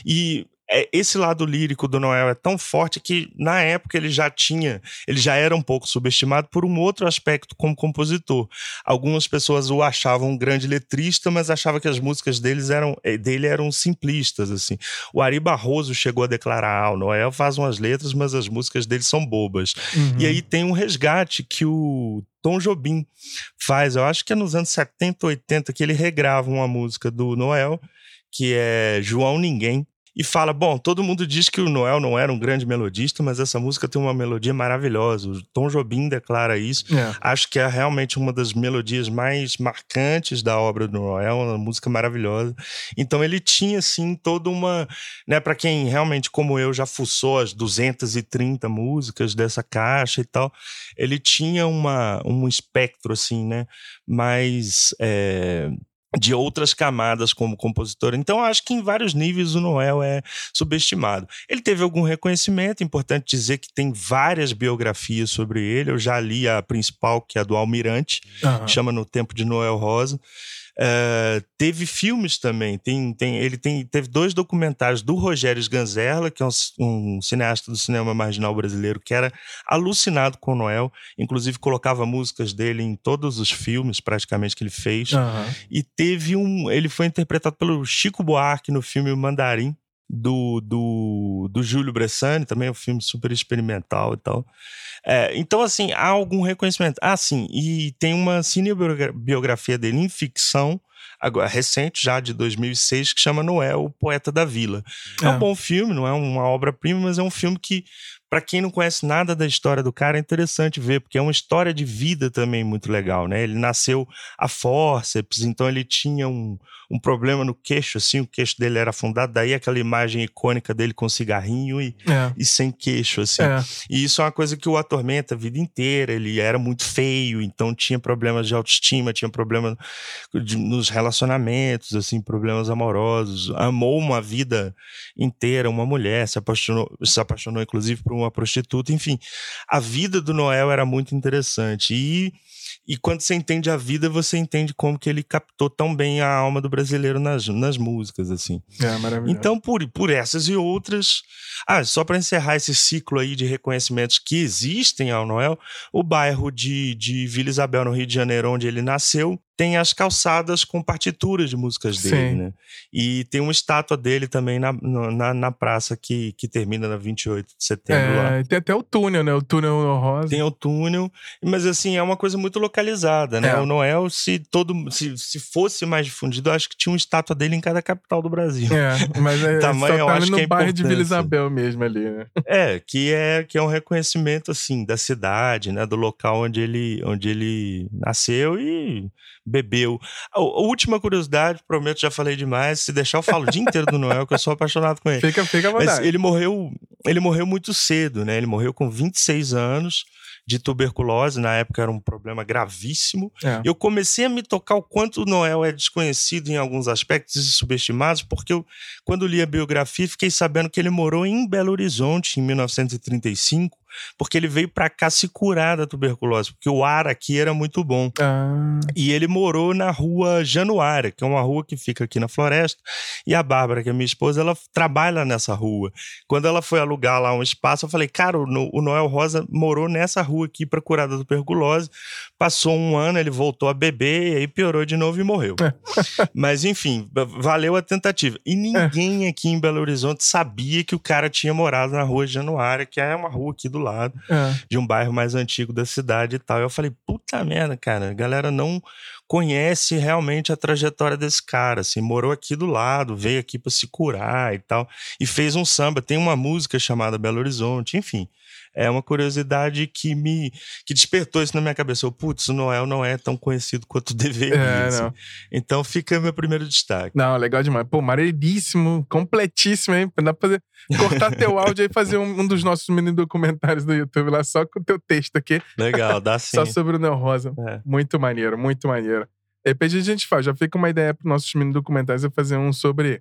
E é, esse lado lírico do Noel é tão forte que, na época, ele já tinha, ele já era um pouco subestimado por um outro aspecto como compositor. Algumas pessoas o achavam um grande letrista, mas achavam que as músicas deles eram, dele eram simplistas, assim. O Ari Barroso chegou a declarar, ah, o Noel faz umas letras, mas as músicas dele são bobas. Uhum. E aí tem um resgate que o Tom Jobim faz, eu acho que é nos anos setenta, oitenta, que ele regrava uma música do Noel, que é João Ninguém, e fala, bom, todo mundo diz que o Noel não era um grande melodista, mas essa música tem uma melodia maravilhosa. O Tom Jobim declara isso. É. Acho que é realmente uma das melodias mais marcantes da obra do Noel, uma música maravilhosa. Então ele tinha, assim, toda uma... né, para quem realmente, como eu, já fuçou as duzentas e trinta músicas dessa caixa e tal, ele tinha uma, um espectro, assim, né, mais... É... de outras camadas como compositor. Então, acho que em vários níveis o Noel é subestimado. Ele teve algum reconhecimento, importante dizer que tem várias biografias sobre ele. Eu já li a principal, que é a do Almirante, Uhum. chama No Tempo de Noel Rosa. Uh, teve filmes também, tem, tem, ele tem, teve dois documentários do Rogério Sganzerla, que é um, um cineasta do cinema marginal brasileiro, que era alucinado com o Noel, inclusive colocava músicas dele em todos os filmes praticamente que ele fez. Uhum. E teve um, ele foi interpretado pelo Chico Buarque no filme Mandarim, do, do, do Júlio Bressani, também é um filme super experimental e tal. É, então, assim, há algum reconhecimento. Ah, sim, e tem uma cinebiografia dele em ficção, agora, recente, já de dois mil e seis, que chama Noel, o Poeta da Vila. É, é um bom filme, não é uma obra-prima, mas é um filme que, para quem não conhece nada da história do cara, é interessante ver, porque é uma história de vida também muito legal, né? Ele nasceu a fórceps, então ele tinha um, um problema no queixo, assim, o queixo dele era afundado, daí aquela imagem icônica dele com cigarrinho e, é. e sem queixo, assim. É. E isso é uma coisa que o atormenta a vida inteira, ele era muito feio, então tinha problemas de autoestima, tinha problemas de, nos relacionamentos, assim, problemas amorosos, amou uma vida inteira, uma mulher, se apaixonou, se apaixonou inclusive por uma prostituta, enfim, a vida do Noel era muito interessante e, e quando você entende a vida, você entende como que ele captou tão bem a alma do brasileiro nas, nas músicas, assim. É, maravilhoso. Então, por, por essas e outras, ah, só para encerrar esse ciclo aí de reconhecimentos que existem ao Noel, o bairro de, de Vila Isabel, no Rio de Janeiro, onde ele nasceu, tem as calçadas com partituras de músicas dele, Sim. né? E tem uma estátua dele também na, na, na praça que, que termina na vinte e oito de setembro é, lá. Tem até o túnel, né? O túnel rosa. Tem o túnel, mas assim, é uma coisa muito localizada, né? É. O Noel, se todo se, se fosse mais difundido, eu acho que tinha uma estátua dele em cada capital do Brasil. É, mas é, Tamanho, só eu tá acho ali no que é bairro de Vila importância. Isabel mesmo ali, né? É, que é, que é um reconhecimento, assim, da cidade, né? Do local onde ele, onde ele nasceu e bebeu. A, a última curiosidade, prometo, já falei demais, se deixar eu falo o dia inteiro do Noel, que eu sou apaixonado com ele. Fica, fica à vontade. Mas ele morreu, ele morreu muito cedo, né? Ele morreu com vinte e seis anos de tuberculose, na época era um problema gravíssimo. É. Eu comecei a me tocar o quanto o Noel é desconhecido em alguns aspectos e subestimado, porque eu, quando li a biografia, fiquei sabendo que ele morou em Belo Horizonte em mil novecentos e trinta e cinco, porque ele veio pra cá se curar da tuberculose, porque o ar aqui era muito bom. Ah. E ele morou na rua Januária, que é uma rua que fica aqui na Floresta, e a Bárbara, que é minha esposa, ela trabalha nessa rua. Quando ela foi alugar lá um espaço, eu falei, cara, o, o Noel Rosa morou nessa rua aqui pra curar da tuberculose, passou um ano, ele voltou a beber, e aí piorou de novo e morreu. Mas enfim, valeu a tentativa. E ninguém aqui em Belo Horizonte sabia que o cara tinha morado na rua Januária, que é uma rua aqui do lado, É. de um bairro mais antigo da cidade e tal. Eu falei, puta merda, cara, a galera não conhece realmente a trajetória desse cara, assim, morou aqui do lado, veio aqui pra se curar e tal, e fez um samba, tem uma música chamada Belo Horizonte, enfim. É uma curiosidade que me que despertou isso na minha cabeça. Eu, putz, o Noel não é tão conhecido quanto deveria. É, assim. não. Então fica meu primeiro destaque. Não, legal demais. Pô, maneiríssimo, completíssimo, hein? Dá pra fazer, cortar teu áudio e fazer um, um dos nossos mini documentários do YouTube lá, só com o teu texto aqui. Legal, dá sim. Só sobre o Noel Rosa. É. Muito maneiro, muito maneiro. De repente a gente faz, já fica uma ideia para nossos mini documentários é fazer um sobre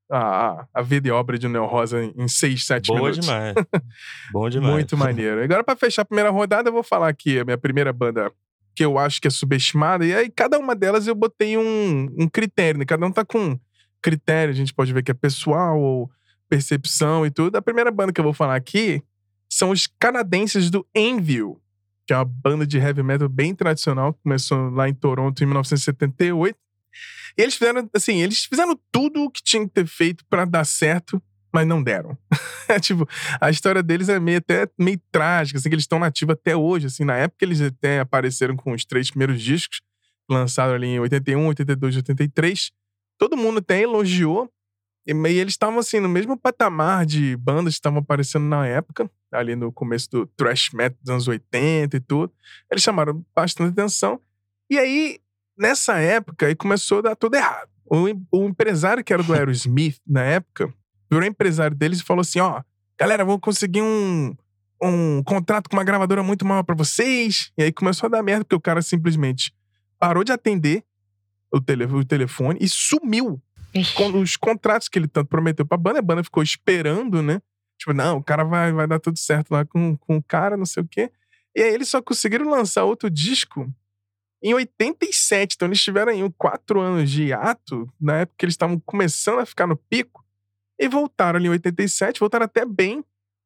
a, a vida e obra de Noel Rosa em seis, sete Boa minutos. demais. Bom demais. Muito maneiro. Agora, pra fechar a primeira rodada, eu vou falar aqui a minha primeira banda que eu acho que é subestimada. E aí, cada uma delas eu botei um, um critério, né? Cada um tá com um critério, a gente pode ver que é pessoal ou percepção e tudo. A primeira banda que eu vou falar aqui são os canadenses do Anvil, que é uma banda de heavy metal bem tradicional, que começou lá em Toronto em mil novecentos e setenta e oito. E eles fizeram, assim, eles fizeram tudo o que tinham que ter feito pra dar certo, mas não deram. Tipo, a história deles é meio, até meio trágica, assim, que eles estão nativos até hoje, assim, na época eles até apareceram com os três primeiros discos, lançados ali em oitenta e um, oitenta e dois, oitenta e três. Todo mundo até elogiou, e, e eles estavam, assim, no mesmo patamar de bandas que estavam aparecendo na época, ali no começo do thrash metal dos anos oitenta e tudo. Eles chamaram bastante atenção, e aí, nessa época, aí começou a dar tudo errado. O, o empresário que era do Aerosmith, na época, virou empresário deles e falou assim, ó, galera, vou conseguir um, um contrato com uma gravadora muito maior pra vocês. E aí começou a dar merda, porque o cara simplesmente parou de atender o, tele, o telefone e sumiu com os contratos que ele tanto prometeu pra banda. A banda ficou esperando, né? Tipo, não, o cara vai, vai dar tudo certo lá com, com o cara, não sei o quê. E aí eles só conseguiram lançar outro disco em oitenta e sete. Então eles tiveram aí quatro anos de hiato, na época que eles estavam começando a ficar no pico. E voltaram ali em oitenta e sete, voltaram até bem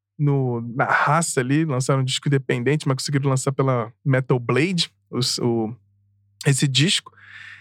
no, na raça ali, lançaram um disco independente, mas conseguiram lançar pela Metal Blade, os, o, esse disco.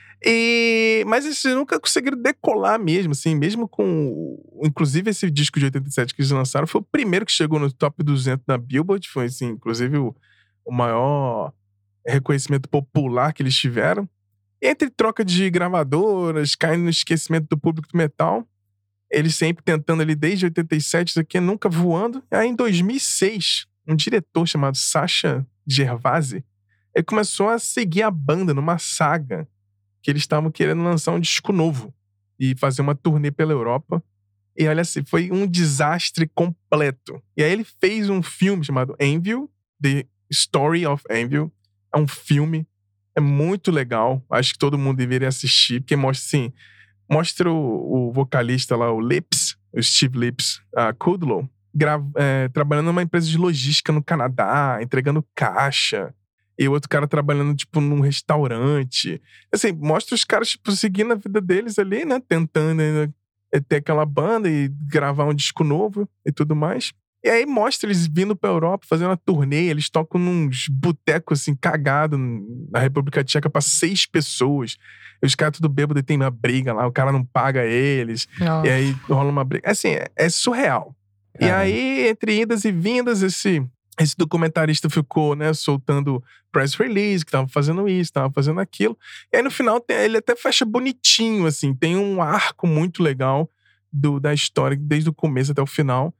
E, mas eles nunca conseguiram decolar mesmo, assim, mesmo com... Inclusive esse disco de oitenta e sete que eles lançaram foi o primeiro que chegou no top duzentos da Billboard, foi assim, inclusive o, o maior reconhecimento popular que eles tiveram. Entre troca de gravadoras, caindo no esquecimento do público do metal, eles sempre tentando ali desde oitenta e sete, isso aqui nunca voando. Aí em dois mil e seis, um diretor chamado Sacha Gervasi, ele começou a seguir a banda numa saga que eles estavam querendo lançar um disco novo e fazer uma turnê pela Europa. E olha assim, foi um desastre completo. E aí ele fez um filme chamado Anvil, The Story of Anvil. É um filme, é muito legal. Acho que todo mundo deveria assistir, porque mostra assim... Mostra o, o vocalista lá, o Lips, o Steve Lips, a Kudlow, gra- é, trabalhando numa empresa de logística no Canadá, entregando caixa. E o outro cara trabalhando, tipo, num restaurante. Assim, mostra os caras, tipo, seguindo a vida deles ali, né? Tentando né, ter aquela banda e gravar um disco novo e tudo mais. E aí mostra eles vindo pra Europa, fazendo uma turnê. Eles tocam nos botecos, assim, cagados na República Tcheca pra seis pessoas. E os caras tudo bêbado e tem uma briga lá. O cara não paga eles. Nossa. E aí rola uma briga. Assim, é, é surreal. Caramba. E aí, entre idas e vindas, esse, esse documentarista ficou, né, soltando press release, que tava fazendo isso, tava fazendo aquilo. E aí, no final, tem, ele até fecha bonitinho, assim. Tem um arco muito legal do, da história, desde o começo até o final.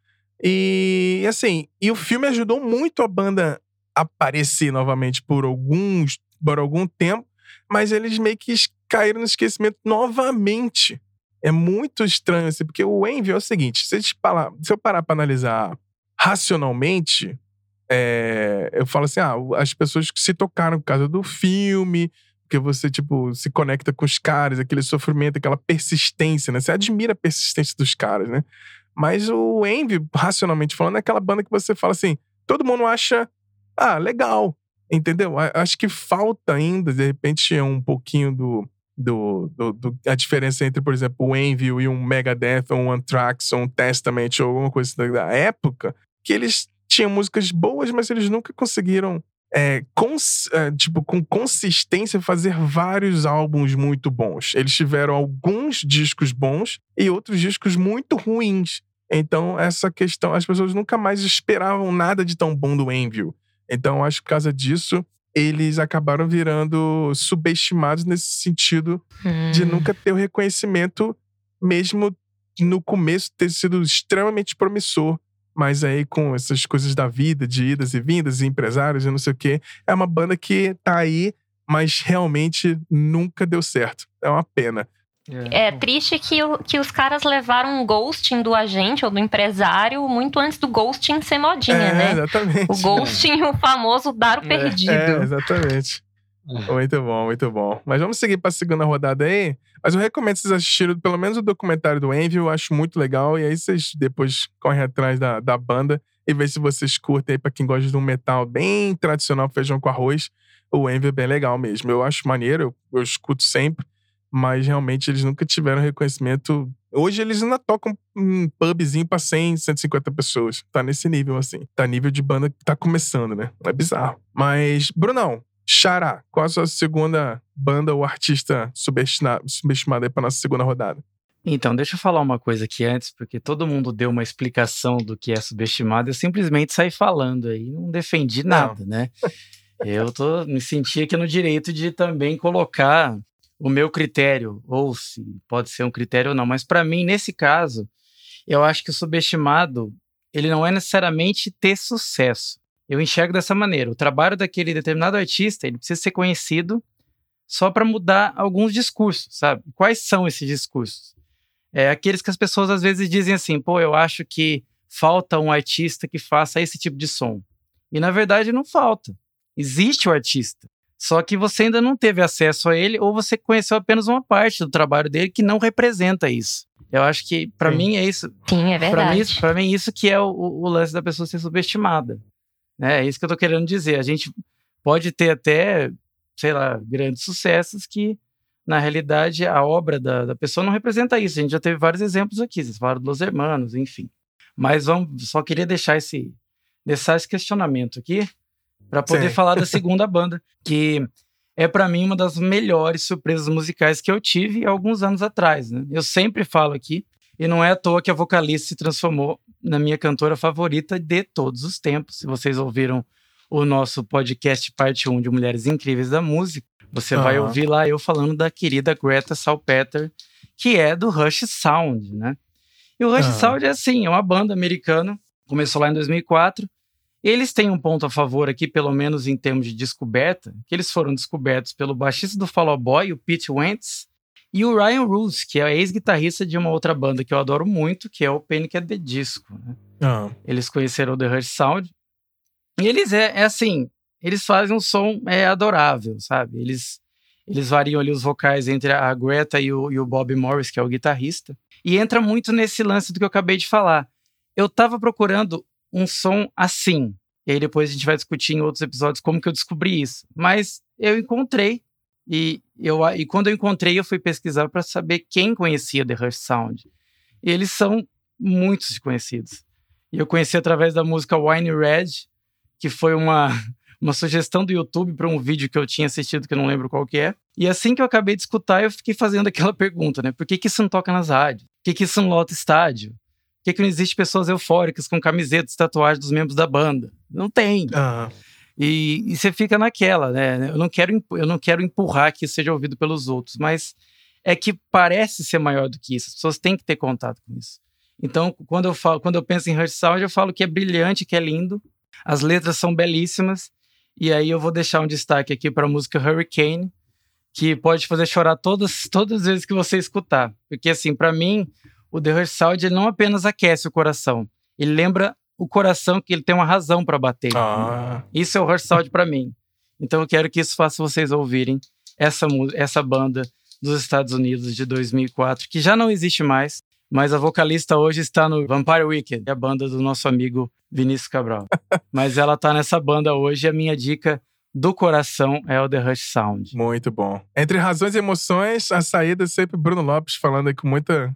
E, assim, e o filme ajudou muito a banda a aparecer novamente por alguns, por algum tempo, mas eles meio que caíram no esquecimento novamente. É muito estranho, assim, porque o Anvil é o seguinte, se, se eu parar pra analisar racionalmente, é, eu falo assim, ah, as pessoas que se tocaram por causa do filme, porque você, tipo, se conecta com os caras, aquele sofrimento, aquela persistência, né? Você admira a persistência dos caras, né? Mas o Anvil, racionalmente falando, é aquela banda que você fala assim, todo mundo acha, ah, legal, entendeu? Acho que falta ainda, de repente, um pouquinho do... Do, do, do, a diferença entre, por exemplo, o Anvil e um Megadeth, ou um Anthrax, ou um Testament, ou alguma coisa da época, que eles tinham músicas boas, mas eles nunca conseguiram, é, cons, é, tipo, com consistência, fazer vários álbuns muito bons. Eles tiveram alguns discos bons e outros discos muito ruins. Então, essa questão, as pessoas nunca mais esperavam nada de tão bom do Anvil. Então, acho que por causa disso, eles acabaram virando subestimados nesse sentido hum. de nunca ter o reconhecimento, mesmo no começo ter sido extremamente promissor. Mas aí, com essas coisas da vida, de idas e vindas, e empresários e não sei o quê, é uma banda que tá aí, mas realmente nunca deu certo. É uma pena. É triste que, o, que os caras levaram um ghosting do agente ou do empresário muito antes do ghosting ser modinha, é, né? Exatamente. O ghosting, o famoso dar o é, perdido. É, exatamente. Muito bom, muito bom. Mas vamos seguir pra segunda rodada aí. Mas eu recomendo vocês assistirem pelo menos o documentário do Anvil, eu acho muito legal. E aí vocês depois correm atrás da, da banda e vê se vocês curtem aí, pra quem gosta de um metal bem tradicional, feijão com arroz. O Anvil é bem legal mesmo. Eu acho maneiro, eu, eu escuto sempre. Mas realmente eles nunca tiveram reconhecimento. Hoje eles ainda tocam um pubzinho pra cem, cento e cinquenta pessoas. Tá nesse nível, assim. Tá nível de banda que tá começando, né? É bizarro. Mas, Brunão, Xará, qual a sua segunda banda ou artista subestimada, subestimada aí pra nossa segunda rodada? Então, deixa eu falar uma coisa aqui antes, porque todo mundo deu uma explicação do que é subestimado. Eu simplesmente saí falando aí, não defendi nada, não. né? Eu tô, me senti aqui no direito de também colocar o meu critério, ou se pode ser um critério ou não, mas para mim, nesse caso, eu acho que o subestimado, ele não é necessariamente ter sucesso. Eu enxergo dessa maneira, o trabalho daquele determinado artista, ele precisa ser conhecido só para mudar alguns discursos, sabe? Quais são esses discursos? É aqueles que as pessoas às vezes dizem assim, pô, eu acho que falta um artista que faça esse tipo de som. E na verdade não falta, existe o artista. Só que você ainda não teve acesso a ele ou você conheceu apenas uma parte do trabalho dele que não representa isso. Eu acho que, pra Sim. mim, é isso. Sim, é verdade. Pra mim, pra mim isso que é o, o lance da pessoa ser subestimada. É, é isso que eu tô querendo dizer. A gente pode ter até, sei lá, grandes sucessos que, na realidade, a obra da, da pessoa não representa isso. A gente já teve vários exemplos aqui. Vocês falaram dos Los Hermanos, enfim. Mas vamos, só queria deixar esse, deixar esse questionamento aqui, para poder Sim. falar da segunda banda, que é para mim uma das melhores surpresas musicais que eu tive há alguns anos atrás, né? Eu sempre falo aqui, e não é à toa que a vocalista se transformou na minha cantora favorita de todos os tempos. Se vocês ouviram o nosso podcast parte um de Mulheres Incríveis da Música, você uhum. vai ouvir lá eu falando da querida Greta Salpeter, que é do Rush Sound, né? E o Rush uhum. Sound é assim, é uma banda americana, começou lá em dois mil e quatro. Eles têm um ponto a favor aqui, pelo menos em termos de descoberta, que eles foram descobertos pelo baixista do Fall Out Boy, o Pete Wentz, e o Ryan Roos, que é ex-guitarrista de uma outra banda que eu adoro muito, que é o Panic! At the Disco. Né? Ah. Eles conheceram o The Rush Sound. E eles, é, é assim, eles fazem um som é, adorável, sabe? Eles, eles variam ali os vocais entre a Greta e o, e o Bob Morris, que é o guitarrista. E entra muito nesse lance do que eu acabei de falar. Eu tava procurando um som assim. E aí depois a gente vai discutir em outros episódios como que eu descobri isso. Mas eu encontrei. E, eu, e quando eu encontrei, eu fui pesquisar para saber quem conhecia The Rush Sound. E eles são muitos desconhecidos. E eu conheci através da música Wine Red, que foi uma, uma sugestão do YouTube para um vídeo que eu tinha assistido, que eu não lembro qual que é. E assim que eu acabei de escutar, eu fiquei fazendo aquela pergunta, né? Por que que isso não toca nas rádios? Por que que isso não lota estádio? Por que que não existe pessoas eufóricas com camisetas, tatuagens dos membros da banda? Não tem. Uhum. E, e você fica naquela, né? Eu não, quero, eu não quero empurrar que isso seja ouvido pelos outros, mas é que parece ser maior do que isso. As pessoas têm que ter contato com isso. Então, quando eu, falo, quando eu penso em Rush Sound, eu falo que é brilhante, que é lindo. As letras são belíssimas. E aí eu vou deixar um destaque aqui para a música Hurricane, que pode fazer chorar todas, todas as vezes que você escutar. Porque, assim, para mim, o The Rush Sound ele não apenas aquece o coração. Ele lembra o coração que ele tem uma razão para bater. Ah. Isso é o Rush Sound para mim. Então eu quero que isso faça vocês ouvirem essa, essa banda dos Estados Unidos de dois mil e quatro, que já não existe mais, Mas a vocalista hoje está no Vampire Weekend, a banda do nosso amigo Vinícius Cabral. Mas ela tá nessa banda hoje e a minha dica do coração é o The Rush Sound. Muito bom. Entre razões e emoções, a saída é sempre Bruno Lopes falando aí com muita...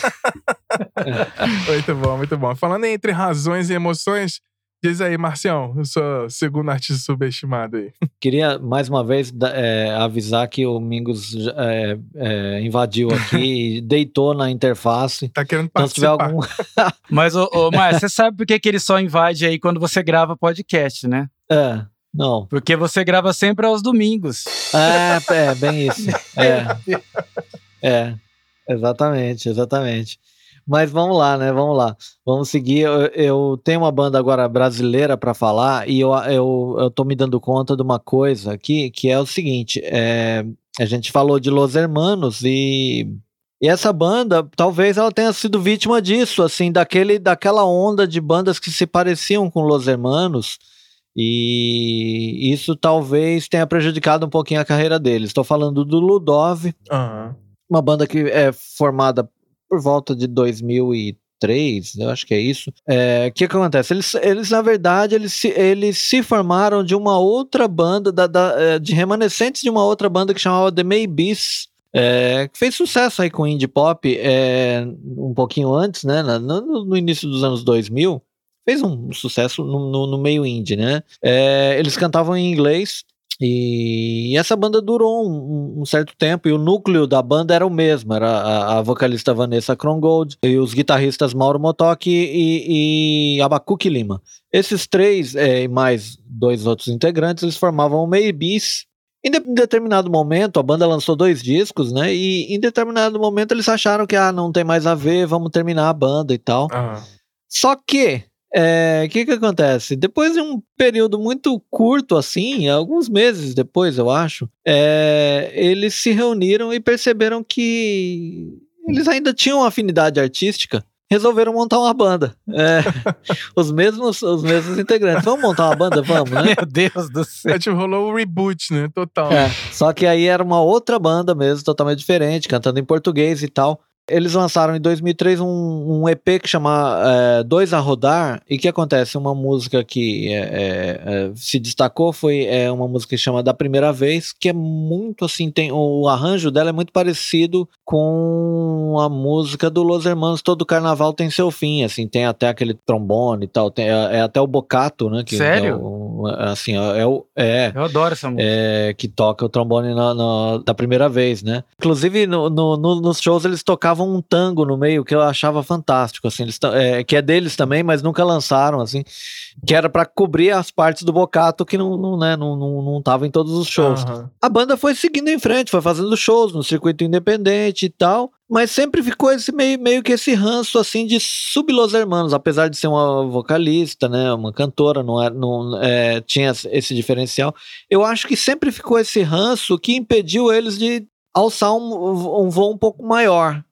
Muito bom, muito bom. Falando em entre razões e emoções, diz aí, Marcião, eu sou o segundo artista subestimado aí. Queria, mais uma vez, é, avisar que o Mingus é, é, invadiu aqui e deitou na interface. Tá querendo então, se tiver participar. algum... Mas, ô, ô Mar, você sabe por que, que ele só invade aí quando você grava podcast, né? É, não. Porque você grava sempre aos domingos. É, é bem isso. É, é, exatamente, exatamente. Mas vamos lá, né? Vamos lá. Vamos seguir. Eu, eu tenho uma banda agora brasileira para falar e eu, eu, eu tô me dando conta de uma coisa aqui, que é o seguinte. É, a gente falou de Los Hermanos e, e essa banda, talvez ela tenha sido vítima disso, assim, daquele, daquela onda de bandas que se pareciam com Los Hermanos e isso talvez tenha prejudicado um pouquinho a carreira deles. Estou falando do Ludov, Uhum. uma banda que é formada por volta de dois mil e três, eu acho que é isso. É, o que, que acontece? Eles, eles na verdade, eles se, eles se formaram de uma outra banda, da, da, de remanescentes de uma outra banda que chamava The Maybes, é, que fez sucesso aí com indie pop é, um pouquinho antes, né, no, no início dos anos dois mil. Fez um sucesso no, no, no meio indie, né? É, eles cantavam em inglês. E essa banda durou um, um certo tempo e o núcleo da banda era o mesmo, era a, a vocalista Vanessa Krongold e os guitarristas Mauro Motoki e, e Abacuque Lima. Esses três é, e mais dois outros integrantes, eles formavam o Maybes. Em, de, em determinado momento, a banda lançou dois discos, né? E em determinado momento eles acharam que ah, não tem mais a ver, vamos terminar a banda e tal. Uhum. Só que o é, que que acontece? Depois de um período muito curto, assim, alguns meses depois, eu acho, é, eles se reuniram e perceberam que eles ainda tinham afinidade artística. Resolveram montar uma banda. É, os, mesmos, os mesmos integrantes. Vamos montar uma banda? Vamos, né? Meu Deus do céu. É, tipo, rolou o reboot, né? Total. É, só que aí era uma outra banda mesmo, totalmente diferente, cantando em português e tal. Eles lançaram em dois mil e três um, um E P que chama é, Dois a Rodar. E o que acontece? Uma música que é, é, se destacou foi é, uma música que chama Da Primeira Vez, que é muito assim, tem, o arranjo dela é muito parecido com a música do Los Hermanos, Todo Carnaval Tem Seu Fim, assim, tem até aquele trombone e tal, tem, é, é até o Boccato, né? Que Sério? É o, assim, é, o, é, Eu adoro essa música. É, que toca o trombone na, na, da primeira vez, né? Inclusive, no, no, no, nos shows eles tocavam um tango no meio que eu achava fantástico, assim, eles, é, que é deles também, mas nunca lançaram, assim, que era pra cobrir as partes do Boccato que não, não, né, não, não, não tava em todos os shows. Uhum. A banda foi seguindo em frente, foi fazendo shows no circuito independente e tal, mas sempre ficou esse meio, meio que esse ranço, assim, de sub-Los Hermanos, apesar de ser uma vocalista, né, uma cantora, não, era, não é, tinha esse diferencial. Eu acho que sempre ficou esse ranço que impediu eles de alçar um, um voo um pouco maior.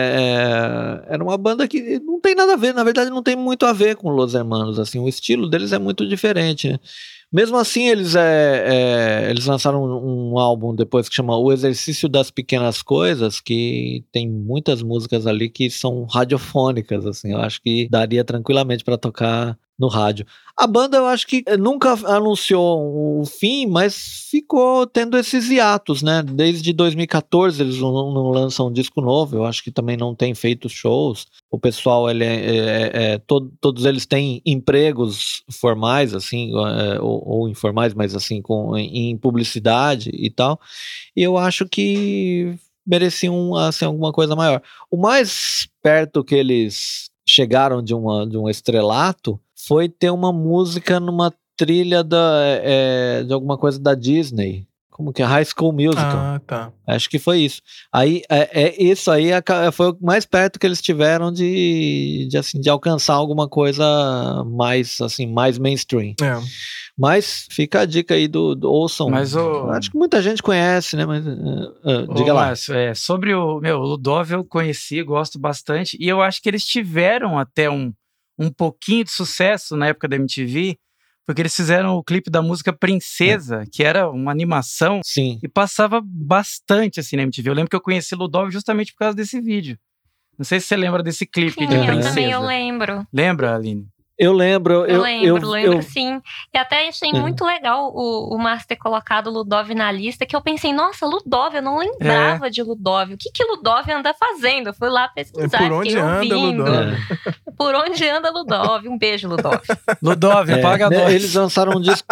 É, era uma banda que não tem nada a ver, na verdade não tem muito a ver com Los Hermanos, assim, o estilo deles é muito diferente, né? Mesmo assim, eles, é, é, eles lançaram um, um álbum depois que chama O Exercício das Pequenas Coisas, que tem muitas músicas ali que são radiofônicas, assim, eu acho que daria tranquilamente para tocar no rádio. A banda, eu acho que nunca anunciou o fim, mas ficou tendo esses hiatos, né? Desde dois mil e catorze eles não, não lançam um disco novo, eu acho que também não tem feito shows. O pessoal, ele é, é, é, todo, todos eles têm empregos formais, assim, é, ou, ou informais, mas assim, com, em publicidade e tal. E eu acho que mereciam assim, alguma coisa maior. O mais perto que eles chegaram de, uma, de um estrelato foi ter uma música numa trilha da, é, de alguma coisa da Disney. Como que é? High School Musical. Ah, tá. Acho que foi isso. Aí, é, é isso aí é, foi o mais perto que eles tiveram de, de, assim, de alcançar alguma coisa mais, assim, mais mainstream. É. Mas fica a dica aí do, do ouçam. Mas o... Acho que muita gente conhece, né? Mas, uh, uh, diga Ô, lá. Márcio, é, sobre o meu, o Ludov eu conheci, gosto bastante, e eu acho que eles tiveram até um, um pouquinho de sucesso na época da M T V, porque eles fizeram o clipe da música Princesa, é. que era uma animação, Sim. E passava bastante assim na M T V. Eu lembro que eu conheci Ludov justamente por causa desse vídeo. Não sei se você lembra desse clipe Sim, de eu Princesa. também eu lembro. Lembra, Aline? Eu lembro. Eu, Eu lembro, eu, lembro eu, sim. E até achei É. muito legal o, o Márcio ter colocado Ludov na lista, que eu pensei, nossa, Ludov, eu não lembrava de Ludov. O que que Ludov anda fazendo? Eu fui lá pesquisar, Por onde fiquei anda ouvindo. Ludov? Por onde anda Ludov? Um beijo, Ludov. Ludov, É, paga né, nós. eles lançaram um disco.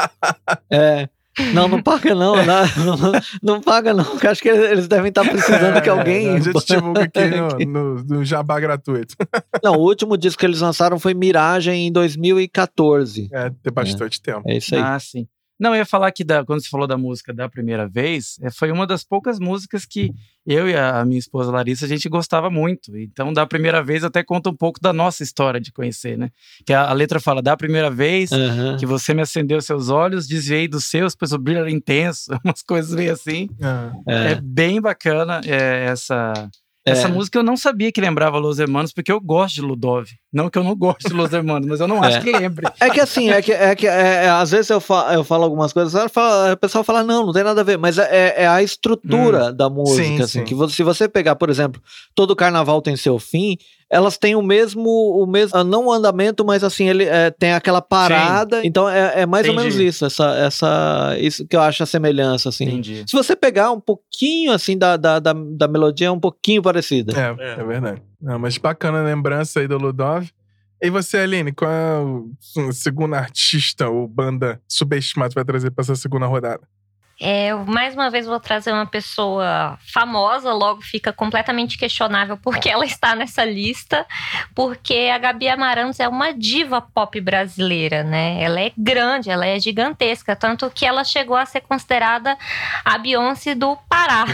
É. Não, não paga não, não, não, não paga não, porque acho que eles devem estar precisando que alguém... A gente divulga aqui no, no, no jabá gratuito. Não, o último disco que eles lançaram foi Miragem em dois mil e quatorze. É, tem bastante tempo. É isso aí. Ah, sim. Não, eu ia falar que da, quando você falou da música da primeira vez, é, foi uma das poucas músicas que eu e a, a minha esposa Larissa, a gente gostava muito. Então, da primeira vez, até conta um pouco da nossa história de conhecer, né? Que a, a letra fala, da primeira vez Uhum. que você me acendeu seus olhos, desviei dos seus, pois o brilho era intenso, umas coisas meio assim. Ah. É, É. bem bacana é, essa... É. Essa música eu não sabia que lembrava Los Hermanos, porque eu gosto de Ludov. Não que eu não gosto de Los Hermanos, mas eu não acho É. que lembre. É que assim, é que, é que é, é, às vezes eu falo, eu falo algumas coisas, ela fala- o pessoal fala, não, não tem nada a ver, mas é, é a estrutura da música, Sim, assim, sim. que você- se você pegar, por exemplo, todo carnaval tem seu fim, elas têm o mesmo, o mesmo, não o andamento, mas assim, ele é, tem aquela parada, então é, é mais Entendi. ou menos isso, essa, essa, isso que eu acho a semelhança, assim. Entendi. Se você pegar um pouquinho, assim, da, da, da, da melodia, é um pouquinho parecida. É, é, verdade. Não, mas bacana a lembrança aí do Ludov. E você, Aline, qual é o hum, segundo artista ou banda subestimada que vai trazer pra essa segunda rodada? É, eu, mais uma vez vou trazer uma pessoa famosa, logo fica completamente questionável porque ela está nessa lista, porque a Gabi Amarantos é uma diva pop brasileira, né? Ela é grande, ela é gigantesca, tanto que ela chegou a ser considerada a Beyoncé do Pará.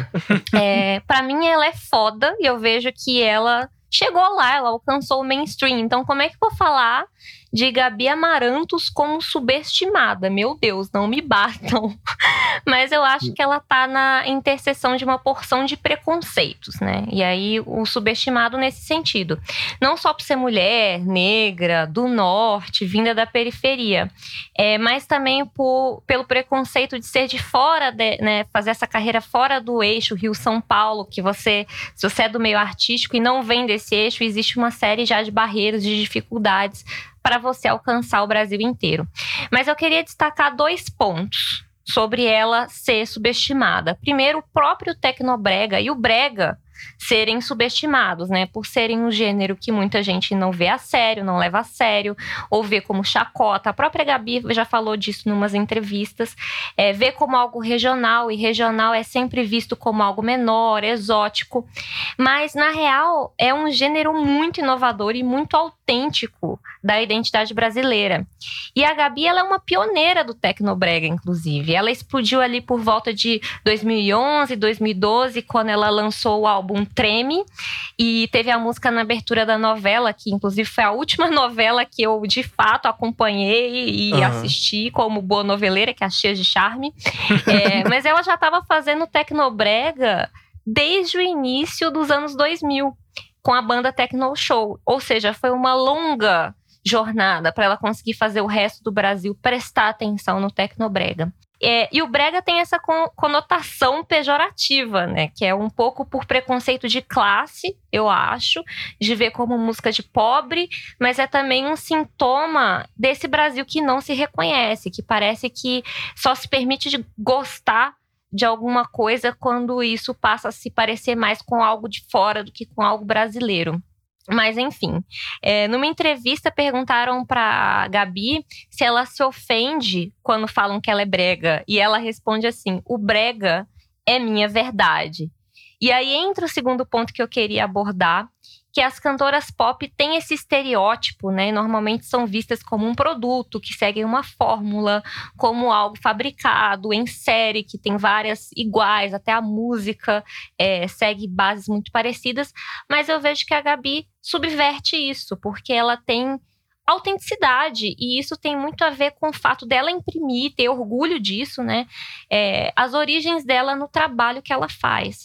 É, para mim ela é foda e eu vejo que ela chegou lá, ela alcançou o mainstream. Então como é que eu vou falar de Gabi Amarantos como subestimada? Meu Deus, não me batam. Mas eu acho que ela tá na interseção de uma porção de preconceitos, né? E aí o subestimado nesse sentido. Não só por ser mulher, negra, do norte, vinda da periferia, é, mas também por, pelo preconceito de ser de fora, de, né? Fazer essa carreira fora do eixo Rio-São Paulo, que você, se você é do meio artístico e não vem desse eixo, existe uma série já de barreiras, de dificuldades para você alcançar o Brasil inteiro. Mas eu queria destacar dois pontos sobre ela ser subestimada. Primeiro, o próprio tecnobrega e o brega serem subestimados, né? Por serem um gênero que muita gente não vê a sério, não leva a sério, ou vê como chacota. A própria Gabi já falou disso em umas entrevistas. É, vê como algo regional, e regional é sempre visto como algo menor, exótico. Mas, na real, é um gênero muito inovador e muito autêntico da identidade brasileira. E a Gabi, ela é uma pioneira do tecnobrega, inclusive. Ela explodiu ali por volta de dois mil e onze, dois mil e doze, quando ela lançou o álbum Treme, e teve a música na abertura da novela, que inclusive foi a última novela que eu, de fato, acompanhei e Uhum. assisti como boa noveleira, que é a Cheia de Charme. É, mas ela já estava fazendo tecnobrega desde o início dos anos dois mil, com a banda Tecno Show. Ou seja, foi uma longa jornada para ela conseguir fazer o resto do Brasil prestar atenção no tecnobrega. É, e o brega tem essa con- conotação pejorativa, né? Que é um pouco por preconceito de classe, eu acho, de ver como música de pobre, mas é também um sintoma desse Brasil que não se reconhece, que parece que só se permite de gostar de alguma coisa quando isso passa a se parecer mais com algo de fora do que com algo brasileiro. Mas, enfim, é, numa entrevista perguntaram pra Gabi se ela se ofende quando falam que ela é brega. E ela responde assim: o brega é minha verdade. E aí entra o segundo ponto que eu queria abordar, que as cantoras pop têm esse estereótipo, né? Normalmente são vistas como um produto, que seguem uma fórmula, como algo fabricado em série, que tem várias iguais, até a música é, segue bases muito parecidas. Mas eu vejo que a Gabi subverte isso, porque ela tem autenticidade, e isso tem muito a ver com o fato dela imprimir, ter orgulho disso, né? É, as origens dela no trabalho que ela faz.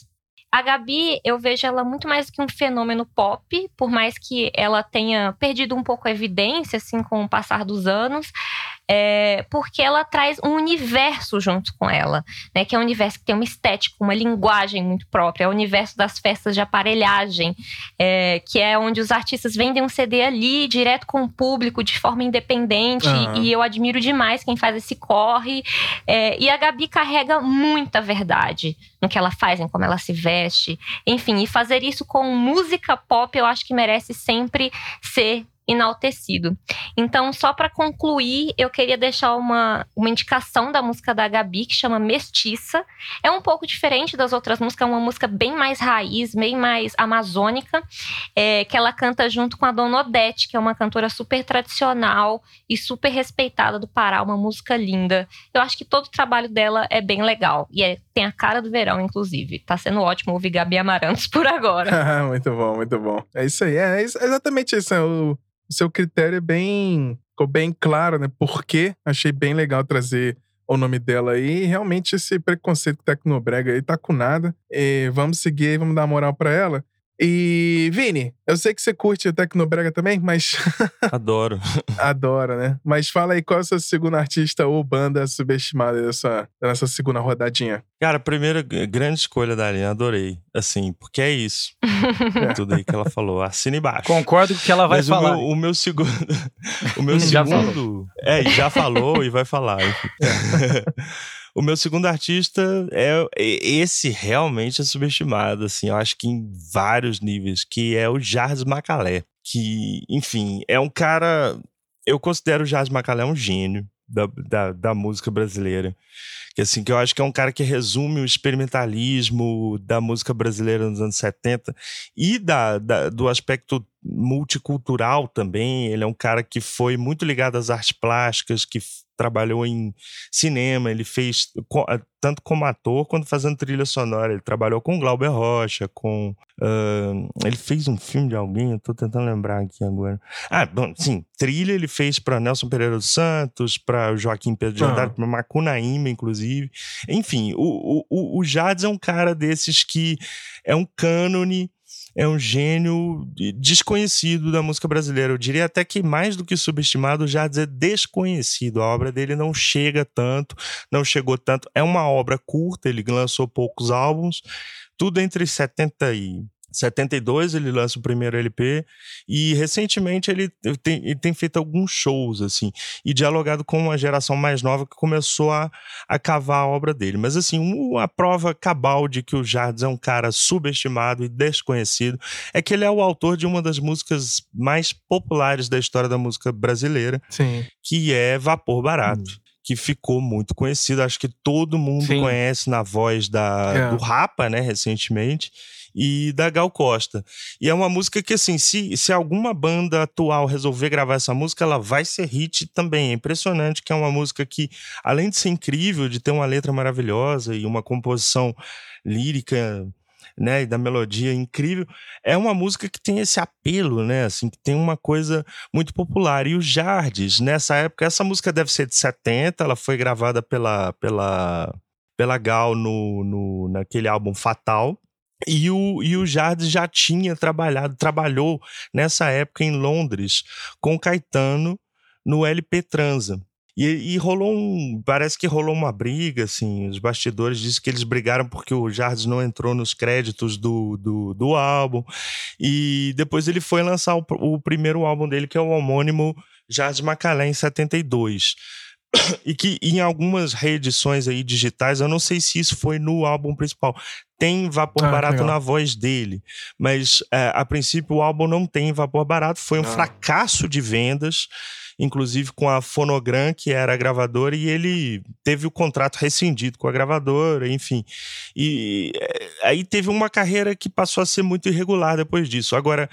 A Gabi, eu vejo ela muito mais do que um fenômeno pop, por mais que ela tenha perdido um pouco a evidência, assim, com o passar dos anos, é, porque ela traz um universo junto com ela, né? Que é um universo que tem uma estética, uma linguagem muito própria, é o universo das festas de aparelhagem, é, que é onde os artistas vendem um C D ali, direto com o público, de forma independente, uhum. E eu admiro demais quem faz esse corre, é, e a Gabi carrega muita verdade no que ela faz, em como ela se veste, enfim, e fazer isso com música pop eu acho que merece sempre ser enaltecido. Então, só para concluir, eu queria deixar uma, uma indicação da música da Gabi, que chama Mestiça. É um pouco diferente das outras músicas, é uma música bem mais raiz, bem mais amazônica, é, que ela canta junto com a Dona Odete, que é uma cantora super tradicional e super respeitada do Pará, uma música linda. Eu acho que todo o trabalho dela é bem legal, e é, tem a cara do verão, inclusive. Tá sendo ótimo ouvir Gabi Amarantos por agora. Muito bom, muito bom. É isso aí, é, é exatamente isso, é o O seu critério é bem, ficou bem claro, né? Porque achei bem legal trazer o nome dela aí. E realmente esse preconceito tecnobrega aí tá com nada. E vamos seguir aí, vamos dar moral pra ela. E, Vini, eu sei que você curte o tecnobrega também, mas... Adoro. Adora, né? Mas fala aí, qual é a sua segunda artista ou banda subestimada dessa, dessa segunda rodadinha? Cara, a primeira grande escolha da Aline, adorei. Assim, porque é isso. É. Tudo aí que ela falou, assina embaixo. Concordo com o que ela vai Mas falar. O meu, o meu segundo... O meu segundo... É, já falou e vai falar. O meu segundo artista é esse realmente é subestimado, assim, eu acho que em vários níveis, que é o Jardim Macalé, que, enfim, é um cara, eu considero o Jardim Macalé um gênio da, da, da música brasileira, que assim, que eu acho que é um cara que resume o experimentalismo da música brasileira nos anos setenta e da, da, do aspecto multicultural também. Ele é um cara que foi muito ligado às artes plásticas, que trabalhou em cinema, ele fez tanto como ator quanto fazendo trilha sonora. Ele trabalhou com Glauber Rocha, com... Uh, ele fez um filme de alguém, eu tô tentando lembrar aqui agora. Ah, bom, sim, trilha ele fez para Nelson Pereira dos Santos, para Joaquim Pedro de Andrade, para Macunaíma, inclusive. Enfim, o, o, o Jardim é um cara desses que é um cânone, é um gênio desconhecido da música brasileira. Eu diria até que mais do que subestimado, o Jardim é desconhecido. A obra dele não chega tanto, não chegou tanto. É uma obra curta, ele lançou poucos álbuns, tudo entre setenta e setenta e dois ele lança o primeiro L P e recentemente ele tem, ele tem feito alguns shows assim, e dialogado com uma geração mais nova que começou a, a cavar a obra dele. Mas assim, uma prova cabal de que o Jardim é um cara subestimado e desconhecido é que ele é o autor de uma das músicas mais populares da história da música brasileira. Sim. Que é Vapor Barato. Hum. Que ficou muito conhecido, acho que todo mundo Sim. conhece na voz da, é. do Rapa, né, recentemente, e da Gal Costa. E é uma música que, assim, se, se alguma banda atual resolver gravar essa música, ela vai ser hit também. É impressionante que é uma música que, além de ser incrível, de ter uma letra maravilhosa e uma composição lírica, né, e da melodia incrível, é uma música que tem esse apelo, né, assim, que tem uma coisa muito popular. E o Jardim, nessa época, essa música deve ser de setenta, ela foi gravada pela, pela, pela Gal no, no, naquele álbum Fatal, e o, e o Jardim já tinha trabalhado, trabalhou nessa época em Londres com o Caetano no L P Transa. E, e rolou um... Parece que rolou uma briga, assim. Os bastidores dizem que eles brigaram porque o Jardim não entrou nos créditos do, do, do álbum. E depois ele foi lançar o, o primeiro álbum dele, que é o homônimo Jardim Macalé, em setenta e dois. E que em algumas reedições aí digitais, eu não sei se isso foi no álbum principal, tem Vapor ah, Barato legal. Na voz dele. Mas, é, a princípio, o álbum não tem Vapor Barato. Foi um ah. fracasso de vendas, inclusive com a Fonogram, que era a gravadora, e ele teve o contrato rescindido com a gravadora, enfim. E aí teve uma carreira que passou a ser muito irregular depois disso. Agora,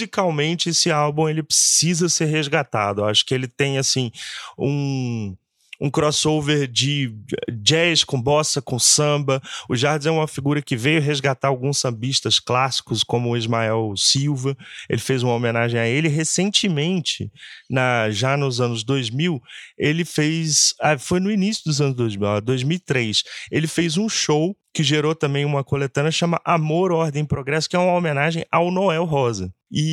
musicalmente, esse álbum ele precisa ser resgatado. Eu acho que ele tem, assim, um... um crossover de jazz com bossa, com samba. O Jardes é uma figura que veio resgatar alguns sambistas clássicos, como o Ismael Silva. Ele fez uma homenagem a ele. Recentemente, na, já nos anos dois mil, ele fez... Ah, foi no início dos anos dois mil, dois mil e três. Ele fez um show que gerou também uma coletânea, chama Amor, Ordem e Progresso, que é uma homenagem ao Noel Rosa.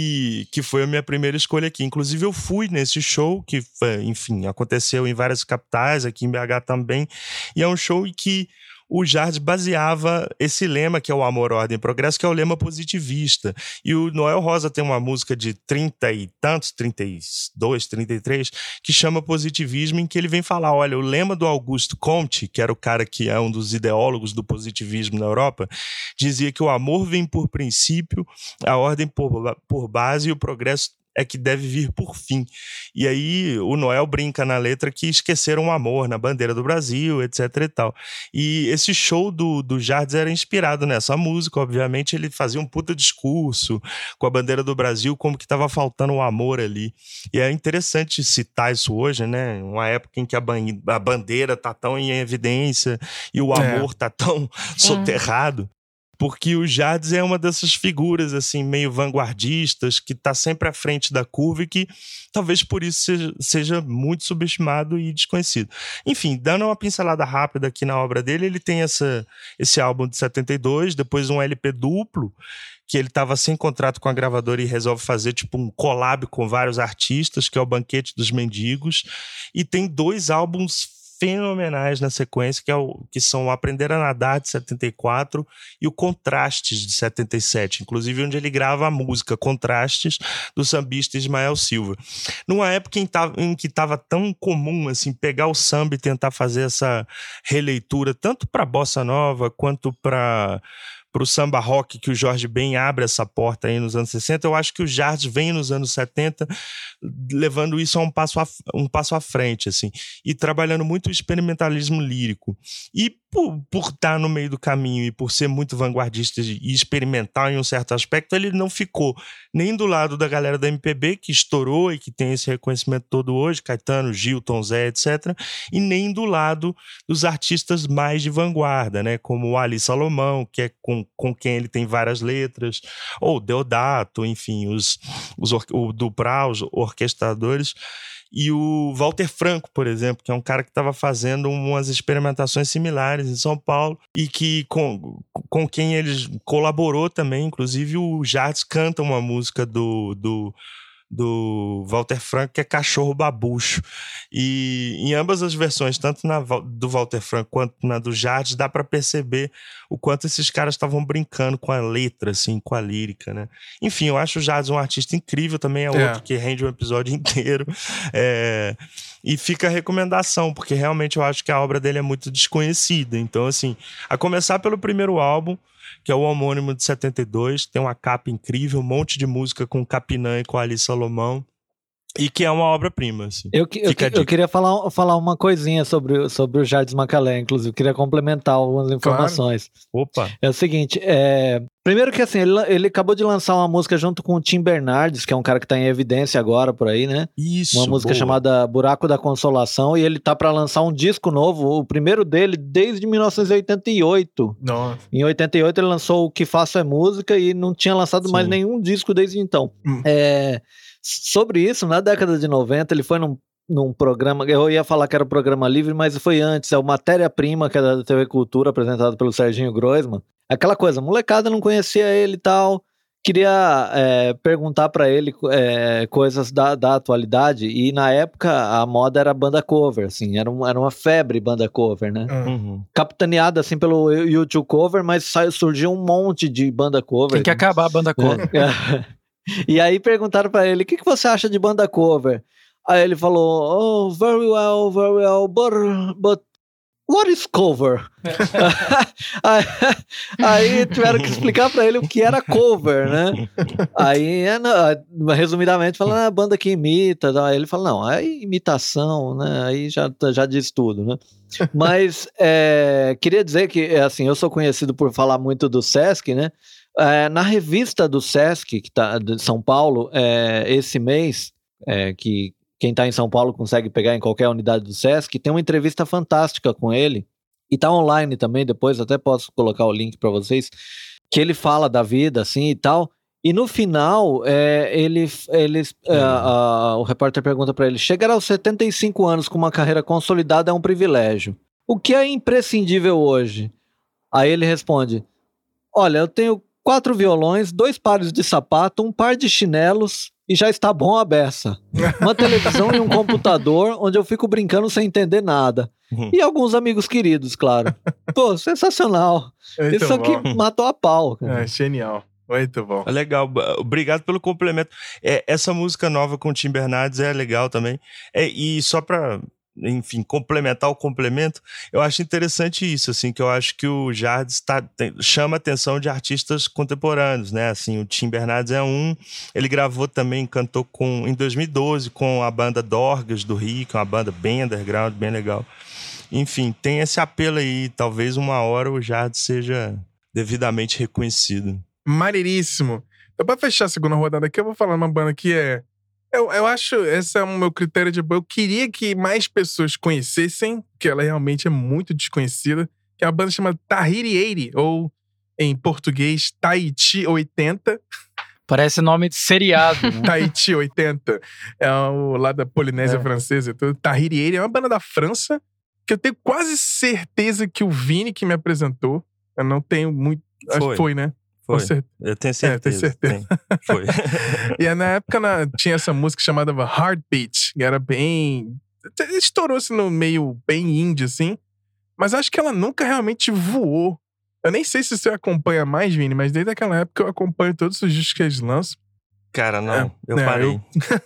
E que foi a minha primeira escolha aqui. Inclusive, eu fui nesse show, que, enfim, aconteceu em várias capitais, aqui em B H também. E é um show em que o Jardes baseava esse lema, que é o Amor, Ordem e Progresso, que é o lema positivista. E o Noel Rosa tem uma música de trinta e tantos, trinta e dois, trinta e três, que chama Positivismo, em que ele vem falar, olha, o lema do Auguste Comte, que era o cara que é um dos ideólogos do positivismo na Europa, dizia que o amor vem por princípio, a ordem por, por base e o progresso é que deve vir por fim. E aí o Noel brinca na letra que esqueceram o amor na bandeira do Brasil, etc e tal. E esse show do, do Jardes era inspirado nessa música, obviamente ele fazia um puta discurso com a bandeira do Brasil, como que estava faltando o amor ali. E é interessante citar isso hoje, né? Uma época em que a, ban- a bandeira tá tão em evidência e o amor é. tá tão soterrado. Porque o Jardes é uma dessas figuras, assim, meio vanguardistas, que está sempre à frente da curva e que talvez por isso seja, seja muito subestimado e desconhecido. Enfim, dando uma pincelada rápida aqui na obra dele, ele tem essa, esse álbum de setenta e dois, depois um L P duplo, que ele estava sem contrato com a gravadora e resolve fazer tipo um collab com vários artistas, que é o Banquete dos Mendigos, e tem dois álbuns fenomenais na sequência, que, é o, que são o Aprender a Nadar, de setenta e quatro, e o Contrastes, de setenta e sete, inclusive onde ele grava a música Contrastes, do sambista Ismael Silva. Numa época em, tava, em que estava tão comum assim, pegar o samba e tentar fazer essa releitura, tanto para bossa nova, quanto para para o samba rock, que o Jorge Ben abre essa porta aí nos anos sessenta, eu acho que o Jardes vem nos anos setenta levando isso a um passo à, um passo à frente, assim, e trabalhando muito o experimentalismo lírico. E por, por estar no meio do caminho e por ser muito vanguardista e experimental em um certo aspecto, ele não ficou nem do lado da galera da M P B, que estourou e que tem esse reconhecimento todo hoje, Caetano, Gil, Tom Zé, etcétera, e nem do lado dos artistas mais de vanguarda, né, como o Ali Salomão, que é com com quem ele tem várias letras, ou Deodato, enfim, os, os or, o Duprat, os orquestradores, e o Walter Franco, por exemplo, que é um cara que estava fazendo umas experimentações similares em São Paulo e que com, com quem ele colaborou também, inclusive o Jardes canta uma música do... do do Walter Franco, que é Cachorro Babucho. E em ambas as versões, tanto na do Walter Franco quanto na do Jardes, dá para perceber o quanto esses caras estavam brincando com a letra, assim, com a lírica, né? Enfim, eu acho o Jardes um artista incrível, também é, é. outro que rende um episódio inteiro. É... E fica a recomendação, porque realmente eu acho que a obra dele é muito desconhecida. Então, assim, a começar pelo primeiro álbum, que é o homônimo de setenta e dois, tem uma capa incrível, um monte de música com Capinã e com Ali Salomão, e que é uma obra-prima, assim. Eu, eu, eu queria falar, falar uma coisinha sobre, sobre o Jardes Macalé, inclusive, eu queria complementar algumas informações. Claro. Opa! É o seguinte, é... primeiro que assim, ele, ele acabou de lançar uma música junto com o Tim Bernardes, que é um cara que tá em evidência agora por aí, né? Isso, uma música boa. chamada Buraco da Consolação, e ele tá pra lançar um disco novo, o primeiro dele desde mil novecentos e oitenta e oito. Nossa. Em oitenta e oito ele lançou O Que Faço é Música e não tinha lançado Sim. mais nenhum disco desde então. Hum. É... Sobre isso, na década de noventa, ele foi num, num programa, eu ia falar que era o Programa Livre, mas foi antes, é o Matéria-Prima, que era da T V Cultura, apresentado pelo Serginho Groisman. Aquela coisa, molecada não conhecia ele e tal, queria é, perguntar pra ele é, coisas da, da atualidade, e na época a moda era banda cover, assim, era, um, era uma febre banda cover, né? Uhum. Capitaneada, assim, pelo YouTube Cover, mas saiu, surgiu um monte de banda cover. Tem que acabar a banda cover. É. E aí perguntaram pra ele, o que, que você acha de banda cover? Aí ele falou, oh, very well, very well, but, but what is cover? aí, aí tiveram que explicar pra ele o que era cover, né? Aí, resumidamente, falaram, ah, banda que imita. Aí ele falou, não, é imitação, né? Aí já, já diz tudo, né? Mas é, queria dizer que, assim, eu sou conhecido por falar muito do Sesc, né? É, na revista do Sesc, que tá, de São Paulo, é, esse mês, é, que quem tá em São Paulo consegue pegar em qualquer unidade do Sesc, tem uma entrevista fantástica com ele, e tá online também, depois até posso colocar o link para vocês, que ele fala da vida, assim, e tal, e no final, é, ele, ele, é, a, o repórter pergunta para ele, chegar aos setenta e cinco anos com uma carreira consolidada é um privilégio. O que é imprescindível hoje? Aí ele responde, olha, eu tenho quatro violões, dois pares de sapato, um par de chinelos e já está bom a beça. Uma televisão e um computador onde eu fico brincando sem entender nada. E alguns amigos queridos, claro. Pô, sensacional. Muito Isso aqui bom. matou a pau. Cara. É, genial. Muito bom. Legal, obrigado pelo complemento. É, essa música nova com o Tim Bernardes é legal também. É, e só pra, enfim, complementar o complemento, eu acho interessante isso, assim, que eu acho que o Jardes tá, tem, chama a atenção de artistas contemporâneos, né? Assim, o Tim Bernardes é um, ele gravou também, cantou com, em dois mil e doze com a banda Dorgas do Rio, que é uma banda bem underground, bem legal. Enfim, tem esse apelo aí, talvez uma hora o Jardes seja devidamente reconhecido. Maneiríssimo. Então, pra fechar a segunda rodada aqui, eu vou falar uma banda que é... Eu, eu acho, esse é o meu critério de... Eu queria que mais pessoas conhecessem, que ela realmente é muito desconhecida, que é uma banda chamada Tahiti oitenta, ou em português, Tahiti oitenta. Parece nome de seriado, né? Tahiti oitenta. É o, lá da Polinésia É. Francesa. Então, Tahiti oitenta é uma banda da França, que eu tenho quase certeza que o Vini que me apresentou. Eu não tenho muito... Acho que Foi. foi, né? Foi. Com certeza. Eu tenho certeza. É, tenho certeza. Tem. Foi. E aí, na época na, tinha essa música chamada Heartbeat, que era bem... Estourou-se no meio bem indie, assim. Mas acho que ela nunca realmente voou. Eu nem sei se você acompanha mais, Vini, mas desde aquela época eu acompanho todos os discos que eles lançam. Cara, não. É, eu é, parei. Eu,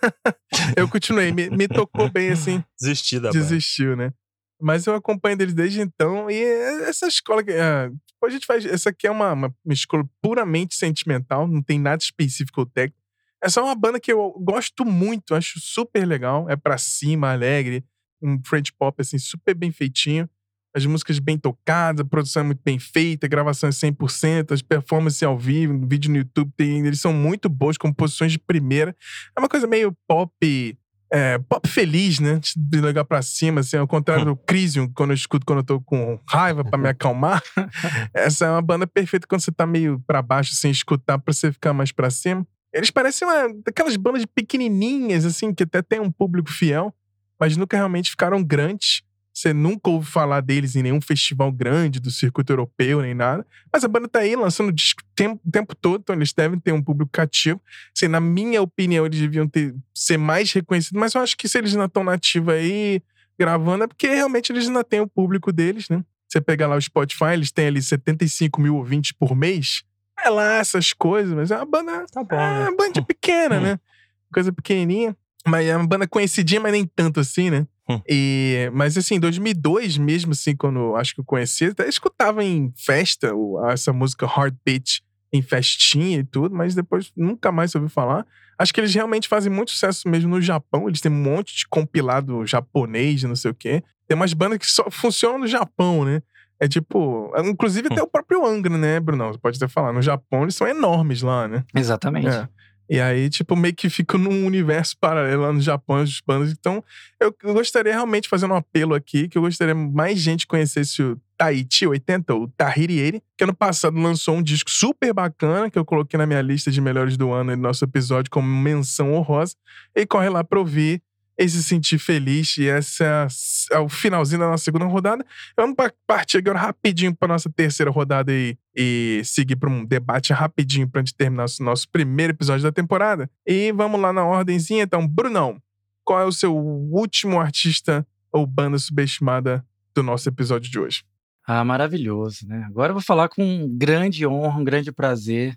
eu continuei. Me, me tocou bem, assim. Desisti da banda. Desistiu, né? Mas eu acompanho deles desde então. E essa escola... É, a gente faz... Essa aqui é uma, uma escola puramente sentimental. Não tem nada específico ou técnico. É só uma banda que eu gosto muito. Acho super legal. É pra cima, alegre. Um French pop, assim, super bem feitinho. As músicas bem tocadas. A produção é muito bem feita. A gravação é cem por cento. As performances ao vivo. Vídeo no YouTube. Tem, eles são muito bons. Composições de primeira. É uma coisa meio pop... É, pop feliz, né? De legal pra cima, assim, ao contrário do Crisium, quando eu escuto quando eu tô com raiva pra me acalmar. Essa é uma banda perfeita quando você tá meio pra baixo, sem escutar, pra você ficar mais pra cima. Eles parecem uma daquelas bandas pequenininhas, assim, que até tem um público fiel, mas nunca realmente ficaram grandes. Você nunca ouve falar deles em nenhum festival grande do circuito europeu, nem nada. Mas a banda tá aí lançando disco o tempo, tempo todo, então eles devem ter um público cativo. Assim, na minha opinião, eles deviam ter, ser mais reconhecidos, mas eu acho que se eles ainda estão nativos aí, gravando, é porque realmente eles ainda têm o público deles, né? Você pegar lá o Spotify, eles têm ali setenta e cinco mil ouvintes por mês. É lá essas coisas, mas é uma banda... Tá bom, é né? uma banda pequena, né? Coisa pequenininha. Mas é uma banda conhecidinha, mas nem tanto assim, né? Hum. E, mas assim, em dois mil e dois mesmo, assim, quando acho que eu conheci, até escutava em festa o- essa música Heartbeat em festinha e tudo, mas depois nunca mais ouvi falar. Acho que eles realmente fazem muito sucesso mesmo no Japão. Eles têm um monte de compilado japonês, não sei o quê. Tem umas bandas que só funcionam no Japão, né? É tipo... Inclusive até o próprio Angra, né, Brunão? Você pode até falar. No Japão eles são enormes lá, né? Exatamente. É. E aí, tipo, meio que fica num universo paralelo lá no Japão, as bandas. Então, eu, eu gostaria realmente, fazendo um apelo aqui, que eu gostaria mais gente conhecesse o Tahiti oitenta, ou Tahiti oitenta, que ano passado lançou um disco super bacana, que eu coloquei na minha lista de melhores do ano no nosso episódio como menção honrosa. E corre lá pra ouvir e se sentir feliz. E esse é, é o finalzinho da nossa segunda rodada. Vamos partir agora rapidinho pra nossa terceira rodada e, e seguir pra um debate rapidinho pra gente terminar o nosso primeiro episódio da temporada. E vamos lá na ordemzinha. Então, Brunão, qual é o seu último artista ou banda subestimada do nosso episódio de hoje? Ah, maravilhoso, né? Agora eu vou falar com grande honra, um grande prazer.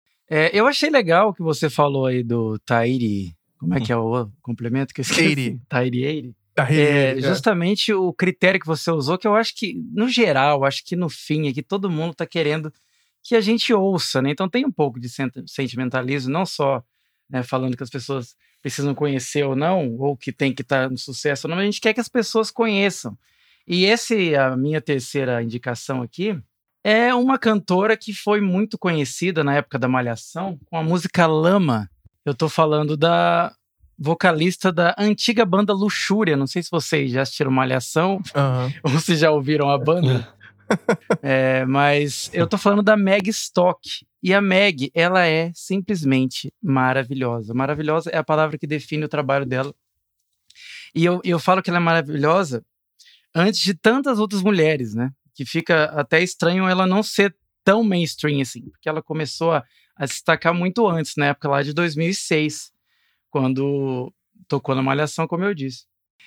É, eu achei legal o que você falou aí do Tahiti. Como é que é o complemento que eu esqueci? oitenta. Tahiti oitenta. Tahiti É, oitenta. justamente o critério que você usou, que eu acho que, no geral, acho que no fim aqui, todo mundo tá querendo que a gente ouça, né? Então tem um pouco de sent- sentimentalismo, não só, né, falando que as pessoas precisam conhecer ou não, ou que tem que estar no sucesso ou não, mas a gente quer que as pessoas conheçam. E esse, a minha terceira indicação aqui, é uma cantora que foi muito conhecida na época da Malhação, com a música Lama. Eu tô falando da vocalista da antiga banda Luxúria. Não sei se vocês já assistiram Malhação Uhum. ou se já ouviram a banda. É, mas eu tô falando da Meg Stock. E a Meg, ela é simplesmente maravilhosa. Maravilhosa é a palavra que define o trabalho dela. E eu, eu falo que ela é maravilhosa antes de tantas outras mulheres, né? Que fica até estranho ela não ser tão mainstream assim. Porque ela começou a, a se destacar muito antes, na época lá de dois mil e seis. Quando tocou na Malhação, como eu disse.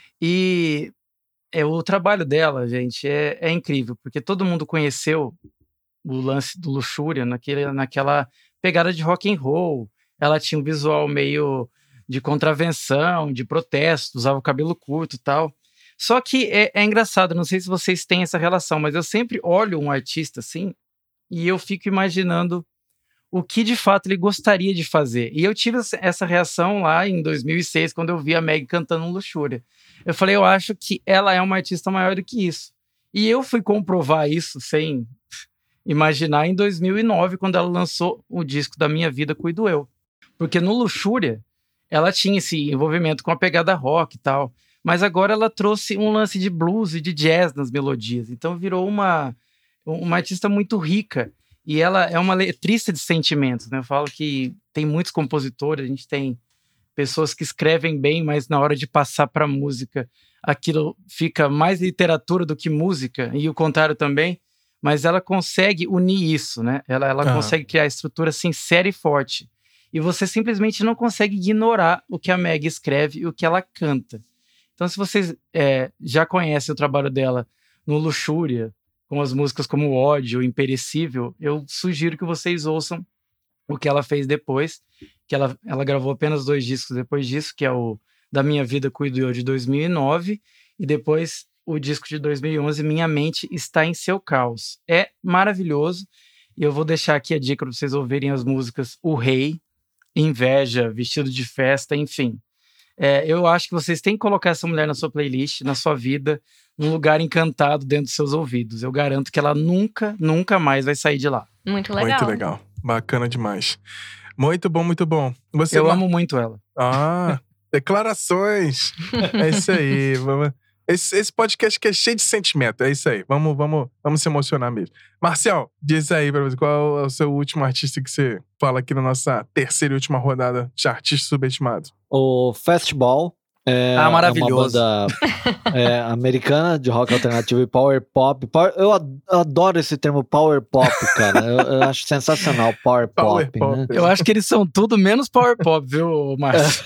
E é, o trabalho dela, gente, é, é incrível. Porque todo mundo conheceu o lance do Luxúria naquele, naquela pegada de rock and roll. Ela tinha um visual meio de contravenção, de protesto, usava o cabelo curto e tal. Só que é, é engraçado, não sei se vocês têm essa relação, mas eu sempre olho um artista assim e eu fico imaginando o que de fato ele gostaria de fazer. E eu tive essa reação lá em dois mil e seis, quando eu vi a Meg cantando Luxúria. Eu falei, eu acho que ela é uma artista maior do que isso. E eu fui comprovar isso sem imaginar em dois mil e nove, quando ela lançou o disco Da Minha Vida Cuido Eu. Porque no Luxúria, ela tinha esse envolvimento com a pegada rock e tal. Mas agora ela trouxe um lance de blues e de jazz nas melodias. Então virou uma, uma artista muito rica. E ela é uma letrista de sentimentos, né? Eu falo que tem muitos compositores, a gente tem pessoas que escrevem bem, mas na hora de passar para música, aquilo fica mais literatura do que música, e o contrário também. Mas ela consegue unir isso, né? Ela, ela Ah. consegue criar estrutura sincera e forte. E você simplesmente não consegue ignorar o que a Meg escreve e o que ela canta. Então, se vocês é, já conhecem o trabalho dela no Luxúria, com as músicas como Ódio, Imperecível, eu sugiro que vocês ouçam o que ela fez depois, que ela, ela gravou apenas dois discos depois disso, que é o Da Minha Vida Cuido Eu, de dois mil e nove, e depois o disco de dois mil e onze, Minha Mente Está em Seu Caos. É maravilhoso, e eu vou deixar aqui a dica para vocês ouvirem as músicas O Rei, Inveja, Vestido de Festa, enfim. É, eu acho que vocês têm que colocar essa mulher na sua playlist, na sua vida, num lugar encantado dentro dos seus ouvidos. Eu garanto que ela nunca, nunca mais vai sair de lá. Muito legal. Muito legal. Bacana demais. Muito bom, muito bom. Você Eu Mar- amo muito ela. Ah, declarações. É isso aí. Vamos... Esse, esse podcast que é cheio de sentimento. É isso aí. Vamos, vamos, vamos se emocionar mesmo. Marcial, diz aí pra você, qual é o seu último artista que você fala aqui na nossa terceira e última rodada de artistas subestimados? O Fastball é, Ah, maravilhoso. é uma banda é, americana de rock alternativo e power pop. Power- eu ad- adoro esse termo power pop, cara. Eu, eu acho sensacional power, Power pop, pop. né? Eu acho que eles são tudo menos power pop, viu, Márcio?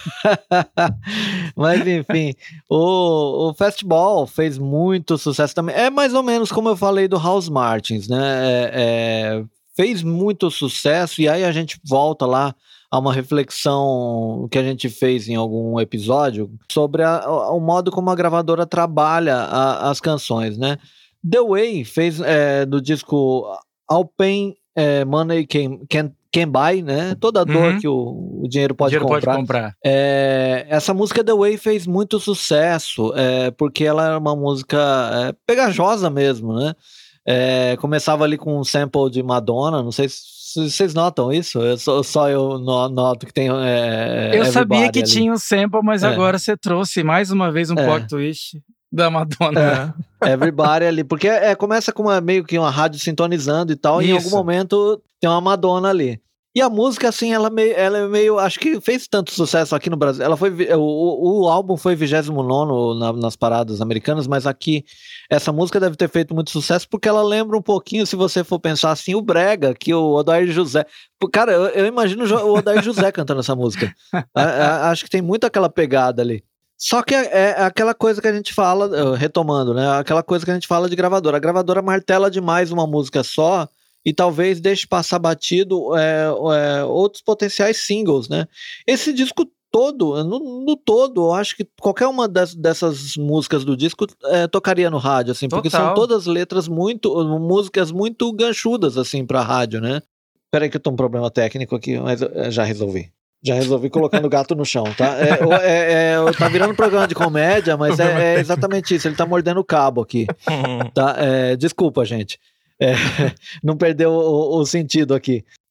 Mas enfim, o, o Fastball fez muito sucesso também. É mais ou menos como eu falei do House Martins, né? É, é, fez muito sucesso, e aí a gente volta lá a uma reflexão que a gente fez em algum episódio sobre a- o modo como a gravadora trabalha a- as canções, né? The Way fez é, do disco All Pain é, Money Can, Can, Can Buy, né? Toda a dor Uhum. que o, o dinheiro O pode dinheiro comprar. pode comprar. É, essa música The Way fez muito sucesso, é, porque ela era uma música é, pegajosa mesmo, né? É, começava ali com um sample de Madonna, não sei se se vocês notam isso, eu só, só eu no- noto que tem é, Eu sabia Everybody que ali. tinha um sample, mas É. agora você trouxe mais uma vez um É. plot twist da Madonna. É. Everybody ali, porque é, começa com uma, meio que uma rádio sintonizando e tal, e em Isso. algum momento tem uma Madonna ali. E a música, assim, ela, meio, ela é meio. Acho que fez tanto sucesso aqui no Brasil. Ela foi, vi- o, o álbum foi vigésimo nono na, nas paradas americanas, mas aqui essa música deve ter feito muito sucesso porque ela lembra um pouquinho, se você for pensar assim, o Brega, que o Odair José. Pô, cara, eu, eu imagino o Jo- o Odair José cantando essa música. A- a- acho que tem muito aquela pegada ali. Só que é, é aquela coisa que a gente fala, eh, retomando, né? Aquela coisa que a gente fala de gravadora. A gravadora martela demais uma música só e talvez deixe passar batido é, é, outros potenciais singles, né? Esse disco todo, no, no todo, eu acho que qualquer uma das, dessas músicas do disco é, tocaria no rádio, assim, porque Total. são todas letras muito, músicas muito ganchudas, assim, pra rádio, né? Peraí que eu tô um problema técnico aqui, mas eu, eu já resolvi. Já resolvi colocando o gato no chão, tá? É, o- é, é, tá virando um programa de comédia, mas é, é exatamente isso. Ele tá mordendo o cabo aqui, tá? É, desculpa, gente. É, não perdeu o, o sentido aqui.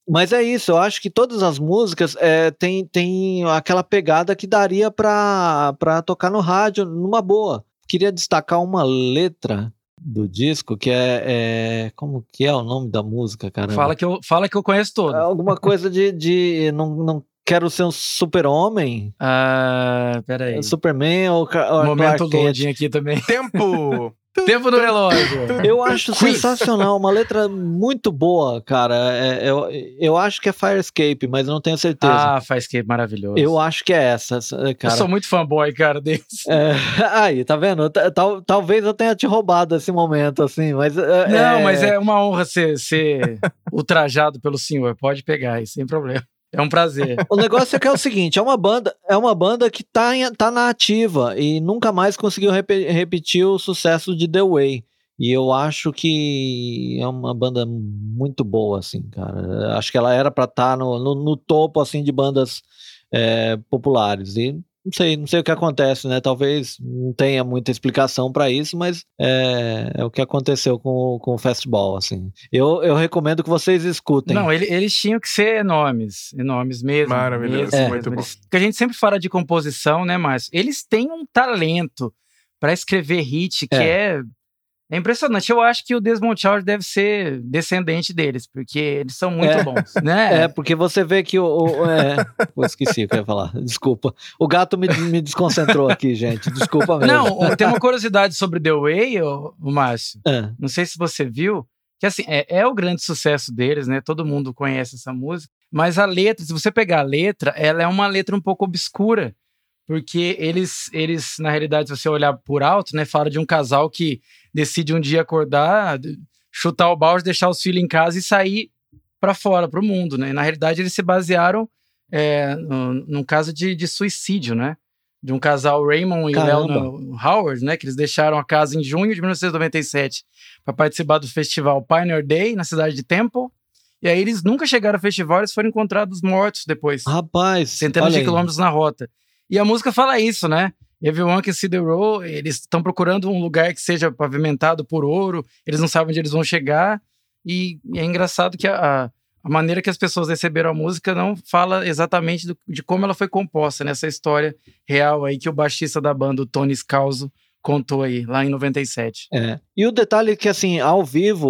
Mas é isso, eu acho que todas as músicas é, tem, tem aquela pegada que daria pra, pra tocar no rádio numa boa. Queria destacar uma letra do disco que é, é... Como que é o nome da música, cara? Fala que eu, fala que eu conheço todo. É alguma coisa de... de não, não quero ser um super-homem. Ah, peraí. Superman ou, ou Momento Clark Kent. loading aqui também. Tempo! Tempo do relógio. Eu acho Quiz. sensacional, uma letra muito boa, cara. É, eu, eu acho que é Fire Escape, mas eu não tenho certeza. Ah, Fire Escape, maravilhoso. Eu acho que é essa, cara. Eu sou muito fanboy, cara, desse. É, aí, tá vendo? Tal, talvez eu tenha te roubado esse momento, assim, mas... É, não, mas é uma honra ser, ser ultrajado pelo senhor. Pode pegar aí, sem problema. É um prazer. O negócio é que é o seguinte, é uma banda, é uma banda que tá, em, tá na ativa e nunca mais conseguiu rep, repetir o sucesso de The Way. E eu acho que é uma banda muito boa, assim, cara. Acho que ela era pra estar no, no, no topo, assim, de bandas é, populares. E não sei, não sei o que acontece, né? Talvez não tenha muita explicação pra isso, mas é, é o que aconteceu com, com o Fastball, assim. Eu, eu recomendo que vocês escutem. Não, ele, eles tinham que ser enormes, enormes mesmo. Maravilhoso, mesmo, é, muito eles, bom. Porque a gente sempre fala de composição, né, Márcio? Eles têm um talento pra escrever hit que é. é É impressionante. Eu acho que o Desmond Child deve ser descendente deles, porque eles são muito é. bons, né? É, porque você vê que o... o é... Eu esqueci o que eu ia falar. Desculpa. O gato me, me desconcentrou aqui, gente. Desculpa mesmo. Não, tem uma curiosidade sobre The Way, o, o Márcio. É. Não sei se você viu, que assim, é, é o grande sucesso deles, né? Todo mundo conhece essa música. Mas a letra, se você pegar a letra, ela é uma letra um pouco obscura. Porque eles, eles, na realidade, se você olhar por alto, né? Fala de um casal que decide um dia acordar, chutar o balde, deixar os filhos em casa e sair para fora, para o mundo, né? E, na realidade, eles se basearam é, no, num caso de, de suicídio, né? De um casal, Raymond e Leonard Howard, né? Que eles deixaram a casa em junho de mil novecentos e noventa e sete para participar do festival Pioneer Day, na cidade de Temple. E aí eles nunca chegaram ao festival, eles foram encontrados mortos depois. Rapaz, centenas de quilômetros na rota. E a música fala isso, né? Everyone can see the road. Eles estão procurando um lugar que seja pavimentado por ouro. Eles não sabem onde eles vão chegar. E, e é engraçado que a, a maneira que as pessoas receberam a música não fala exatamente do, de como ela foi composta, nessa história real aí que o baixista da banda, o Tony Scalzo, contou aí, lá em noventa e sete. É. E o detalhe é que, assim, ao vivo,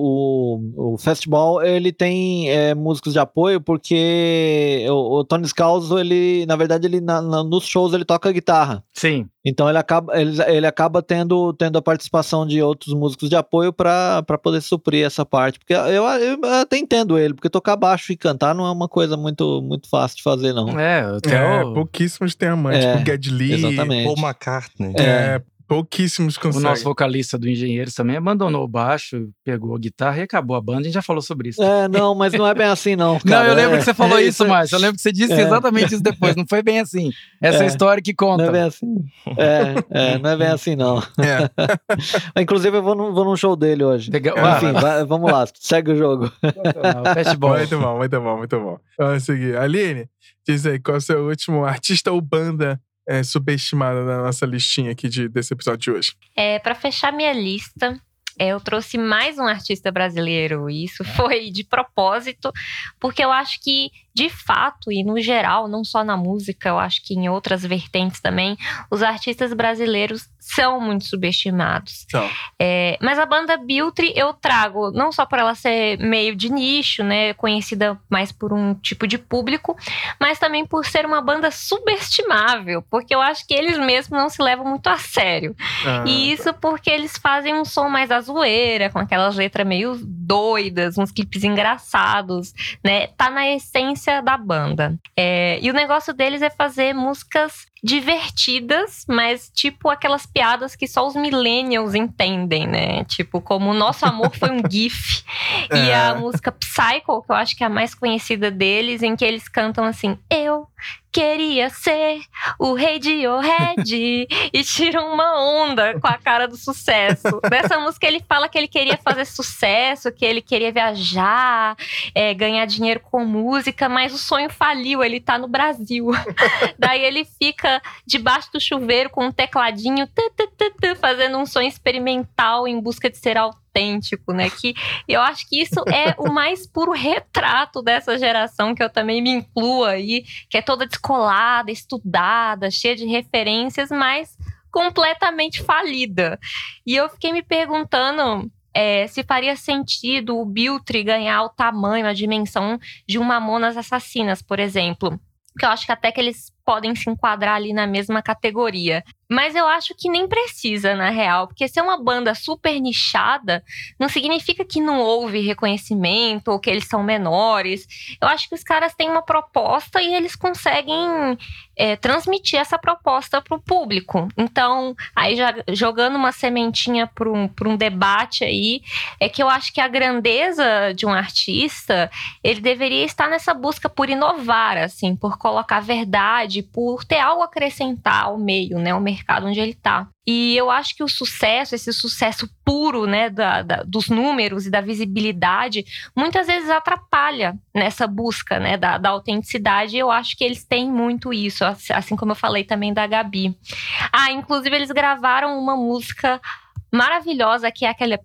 o, o, o Fastball, ele tem é, músicos de apoio, porque o, o Tony Scalzo, ele, na verdade, ele na, na, nos shows ele toca guitarra. Sim. Então ele acaba, ele, ele acaba tendo, tendo a participação de outros músicos de apoio para poder suprir essa parte. Porque eu, eu até entendo ele, porque tocar baixo e cantar não é uma coisa muito, muito fácil de fazer, não. É, até É, o... pouquíssimos têm a mãe, É, tipo Geddy Lee, exatamente. Paul McCartney. É, pouquíssimos O conseguem. nosso vocalista do Engenheiros também abandonou o baixo, pegou a guitarra e acabou a banda. A gente já falou sobre isso. É, não, mas não é bem assim, não, cara. Não, eu lembro é, que você falou é, isso, Márcio. Eu lembro que você disse é. exatamente isso depois. Não foi bem assim. Essa é a É. história que conta. Não é bem assim. É, é, não é bem assim, não. É. Inclusive, eu vou num, vou num show dele hoje. Legal. Enfim, vai, vamos lá, segue o jogo. Fastball. Muito bom, muito bom, muito bom. Vamos seguir. Aline, diz aí, qual é o seu último artista ou banda é, subestimada na nossa listinha aqui de, desse episódio de hoje? É, para fechar minha lista, é, eu trouxe mais um artista brasileiro. E isso foi de propósito, porque eu acho que, de fato, e no geral, não só na música, eu acho que em outras vertentes também, os artistas brasileiros são muito subestimados. Então. É, mas a banda Biltre eu trago, não só por ela ser meio de nicho, né, conhecida mais por um tipo de público, mas também por ser uma banda subestimável, porque eu acho que eles mesmos não se levam muito a sério. Ah, E isso porque eles fazem um som mais da zoeira, com aquelas letras meio doidas, uns clipes engraçados, né? Tá na essência da banda. É, e o negócio deles é fazer músicas divertidas, mas tipo aquelas piadas que só os millennials entendem, né? Tipo, como o Nosso Amor Foi um GIF. E a música Psycho, que eu acho que é a mais conhecida deles, em que eles cantam assim: eu queria ser o Radiohead, e tiram uma onda com a cara do sucesso. Nessa música ele fala que ele queria fazer sucesso, que ele queria viajar, é, ganhar dinheiro com música, mas o sonho faliu, ele tá no Brasil. Daí ele fica debaixo do chuveiro com um tecladinho, tu, tu, tu, tu, fazendo um som experimental em busca de ser autêntico. autêntico, né? Que eu acho que isso é o mais puro retrato dessa geração, que eu também me incluo aí, que é toda descolada, estudada, cheia de referências, mas completamente falida. E eu fiquei me perguntando é, se faria sentido o Biltre ganhar o tamanho, a dimensão de um Mamonas Assassinas, por exemplo. Porque eu acho que até que eles podem se enquadrar ali na mesma categoria. Mas eu acho que nem precisa, na real. Porque ser uma banda super nichada não significa que não houve reconhecimento ou que eles são menores. Eu acho que os caras têm uma proposta e eles conseguem é, transmitir essa proposta para o público. Então, aí já jogando uma sementinha para um, para um debate aí, é que eu acho que a grandeza de um artista, ele deveria estar nessa busca por inovar, assim, por colocar verdade, por ter algo a acrescentar ao meio, né, ao mercado onde ele está. E eu acho que o sucesso, esse sucesso puro, né, da, da, dos números e da visibilidade, muitas vezes atrapalha nessa busca, né, da, da autenticidade. E eu acho que eles têm muito isso, assim como eu falei também da Gabi. Ah, inclusive eles gravaram uma música maravilhosa, que é aquela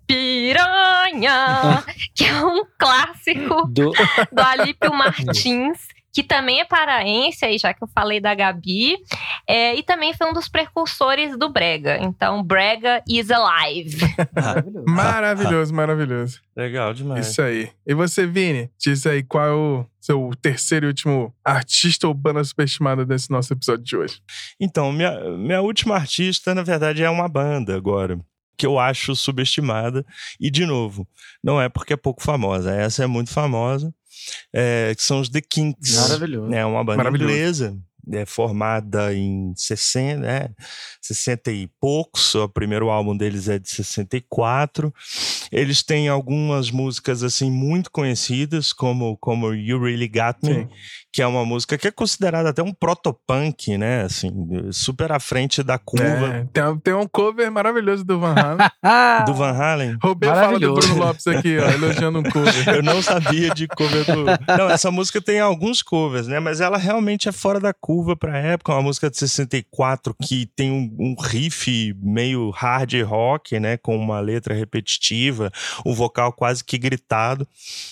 Piranha, que é um clássico do, do Alípio Martins, que também é paraense, aí já que eu falei da Gabi, é, e também foi um dos precursores do Brega. Então, Brega is alive. Maravilhoso. Maravilhoso, maravilhoso. Legal demais. Isso aí. E você, Vini, diz aí qual é o seu terceiro e último artista ou banda superestimada desse nosso episódio de hoje. Então, minha, minha última artista, na verdade, é uma banda agora, que eu acho subestimada. E, de novo, não é porque é pouco famosa. Essa é muito famosa. É, que são os The Kinks. Maravilhoso. É uma banda inglesa, é formada em sessenta, né, sessenta e poucos. O primeiro álbum deles é de sessenta e quatro. Eles têm algumas músicas assim muito conhecidas, como, como You Really Got Me, sim, que é uma música que é considerada até um protopunk, né? Assim, super à frente da curva. É, tem, tem um cover maravilhoso do Van Halen. Do Van Halen? Roubei a fala do Bruno Lopes aqui, ó, elogiando um cover. Eu não sabia de cover do... Não, essa música tem alguns covers, né? Mas ela realmente é fora da curva pra época. É uma música de sessenta e quatro que tem um, um riff meio hard rock, né? Com uma letra repetitiva, um vocal quase que gritado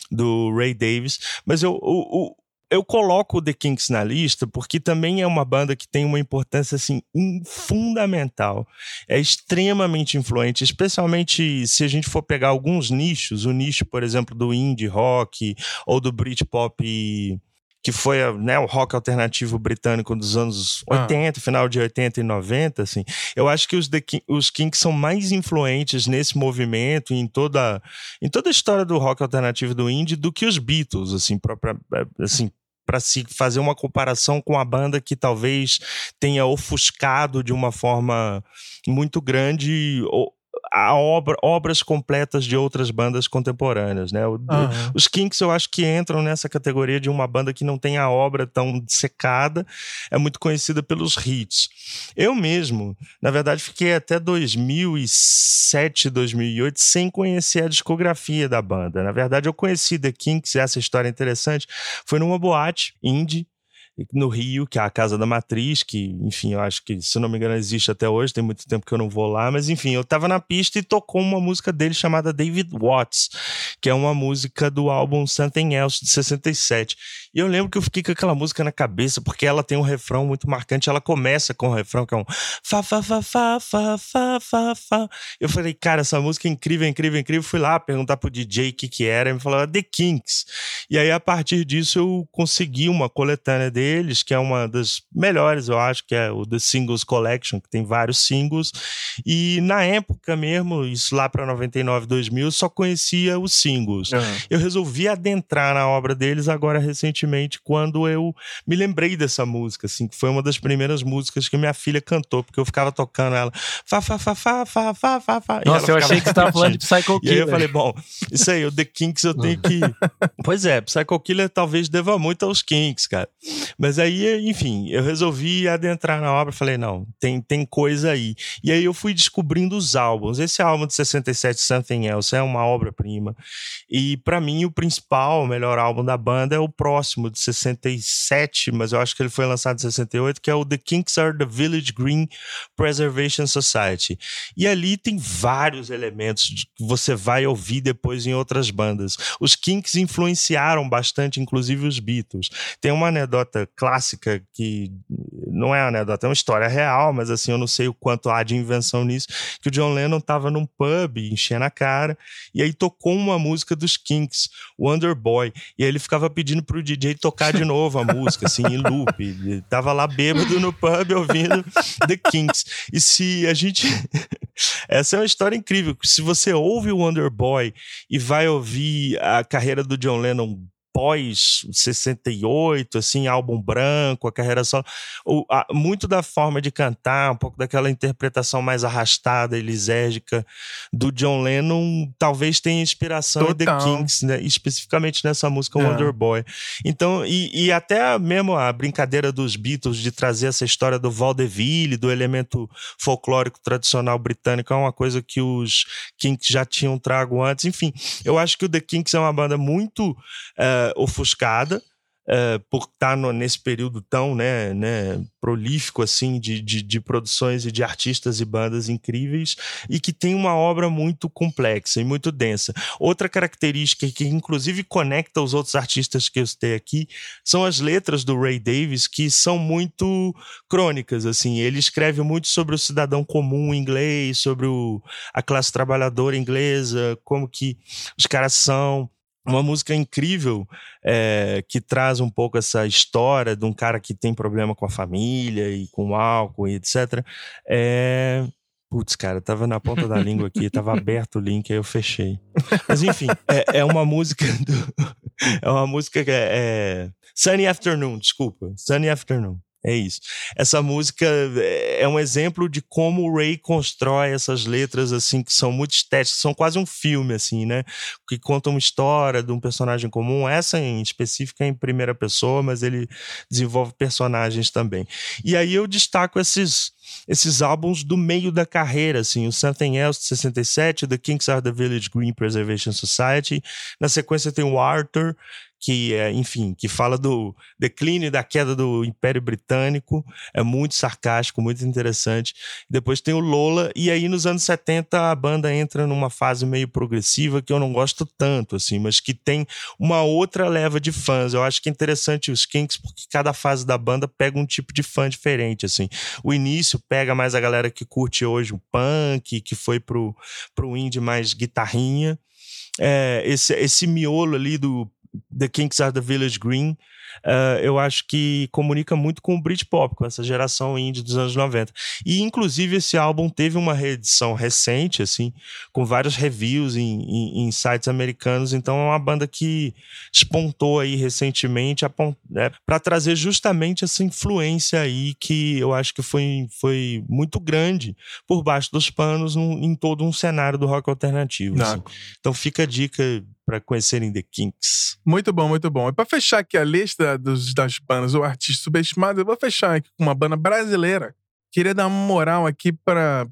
do Ray Davies. Mas eu... o, o Eu coloco o The Kinks na lista porque também é uma banda que tem uma importância assim, fundamental. É extremamente influente, especialmente se a gente for pegar alguns nichos. O nicho, por exemplo, do indie rock ou do Britpop, que foi, né, o rock alternativo britânico dos anos oitenta, ah. final de oitenta e noventa, assim. Eu acho que os, The King, os Kinks são mais influentes nesse movimento e em toda, em toda a história do rock alternativo do indie do que os Beatles, assim, pra, pra, assim, para se fazer uma comparação com a banda que talvez tenha ofuscado de uma forma muito grande a obra, obras completas de outras bandas contemporâneas, né? O, uhum. Os Kinks eu acho que entram nessa categoria de uma banda que não tem a obra tão secada, é muito conhecida pelos hits. Eu mesmo, na verdade, fiquei até dois mil e sete, dois mil e oito sem conhecer a discografia da banda. Na verdade, eu conheci The Kinks, e essa história é interessante, foi numa boate indie no Rio, que é a Casa da Matriz, que, enfim, eu acho que, se não me engano, existe até hoje, tem muito tempo que eu não vou lá, mas, enfim, eu tava na pista e tocou uma música dele chamada David Watts, que é uma música do álbum Something Else, de sessenta e sete. E eu lembro que eu fiquei com aquela música na cabeça, porque ela tem um refrão muito marcante, ela começa com um refrão que é um fa, fa, fa, fa, fa, fa, fa, fa. Eu falei, cara, essa música é incrível, incrível, incrível. Fui lá perguntar pro D J o que que era, e me falou, The Kinks. E aí, a partir disso, eu consegui uma coletânea dele, deles, que é uma das melhores, eu acho, que é o The Singles Collection, que tem vários singles, e na época mesmo, isso lá para noventa e nove, dois mil, eu só conhecia os singles. Uhum. Eu resolvi adentrar na obra deles agora recentemente, quando eu me lembrei dessa música, assim, que foi uma das primeiras músicas que minha filha cantou, porque eu ficava tocando ela, fa, fa, fa, fa, fa, fa, fa, fa. Nossa, eu achei que você tava falando de Psycho Killer. E aí eu falei, bom, isso aí, o The Kinks eu tenho que... Pois é, Psycho Killer talvez deva muito aos Kinks, cara. Mas aí, enfim, eu resolvi adentrar na obra, falei, não, tem, tem coisa aí. E aí eu fui descobrindo os álbuns. Esse álbum de sessenta e sete, Something Else, é uma obra-prima. E pra mim, o principal, o melhor álbum da banda é o próximo, de sessenta e sete, mas eu acho que ele foi lançado em sessenta e oito, que é o The Kinks Are the Village Green Preservation Society. E ali tem vários elementos que você vai ouvir depois em outras bandas. Os Kinks influenciaram bastante, inclusive os Beatles. Tem uma anedota clássica que não é anedota, é uma história real, mas assim, eu não sei o quanto há de invenção nisso, que o John Lennon estava num pub, enchendo a cara, e aí tocou uma música dos Kinks, Wonder Boy, e aí ele ficava pedindo pro D J tocar de novo a música, assim, em loop. Ele tava lá bêbado no pub ouvindo The Kinks. E se a gente... Essa é uma história incrível. Se você ouve o Wonder Boy e vai ouvir a carreira do John Lennon pós sessenta e oito, assim, álbum branco, a carreira solo, o, a, muito da forma de cantar, um pouco daquela interpretação mais arrastada e lisérgica do John Lennon, talvez tenha inspiração em The Kinks, né? Especificamente nessa música é. Wonder Boy. Então, e, e até mesmo a brincadeira dos Beatles de trazer essa história do vaudeville, do elemento folclórico tradicional britânico, é uma coisa que os Kinks já tinham trago antes. Enfim, eu acho que o The Kinks é uma banda muito... Uh, ofuscada uh, por estar no, nesse período tão né, né, prolífico assim, de, de, de produções e de artistas e bandas incríveis e que tem uma obra muito complexa e muito densa. Outra característica que inclusive conecta os outros artistas que eu citei aqui são as letras do Ray Davies, que são muito crônicas. Assim. Ele escreve muito sobre o cidadão comum inglês, sobre o, a classe trabalhadora inglesa, como que os caras são. Uma música incrível é, que traz um pouco essa história de um cara que tem problema com a família e com o álcool e etcétera. É... Putz, cara, tava na ponta da língua aqui, tava aberto o link, aí eu fechei. Mas enfim, é, é uma música do... É uma música que é, é... Sunny Afternoon, desculpa. Sunny Afternoon. É isso. Essa música é um exemplo de como o Ray constrói essas letras, assim, que são muito estéticas, são quase um filme, assim, né? Que conta uma história de um personagem comum. Essa em específica é em primeira pessoa, mas ele desenvolve personagens também. E aí eu destaco esses, esses álbuns do meio da carreira, assim, o Something Else de sessenta e sete, The Kinks Are the Village Green Preservation Society. Na sequência tem o Arthur, que é, enfim, que fala do declínio e da queda do Império Britânico, é muito sarcástico, muito interessante. Depois tem o Lola, e aí nos anos setenta a banda entra numa fase meio progressiva que eu não gosto tanto, assim, mas que tem uma outra leva de fãs. Eu acho que é interessante os Kinks, porque cada fase da banda pega um tipo de fã diferente, assim. O início pega mais a galera que curte hoje o punk, que foi pro, pro indie mais guitarrinha. É, esse, esse miolo ali do The Kinks Are the Village Green, uh, eu acho que comunica muito com o Britpop, com essa geração indie dos anos noventa. E, inclusive, esse álbum teve uma reedição recente, assim, com vários reviews em, em, em sites americanos. Então, é uma banda que despontou aí recentemente é, para trazer justamente essa influência aí que eu acho que foi, foi muito grande por baixo dos panos num, em todo um cenário do rock alternativo. Assim. Então, fica a dica para conhecerem The Kinks. Muito bom, muito bom. E para fechar aqui a lista dos, das bandas ou artistas subestimados, eu vou fechar aqui com uma banda brasileira. Queria dar uma moral aqui para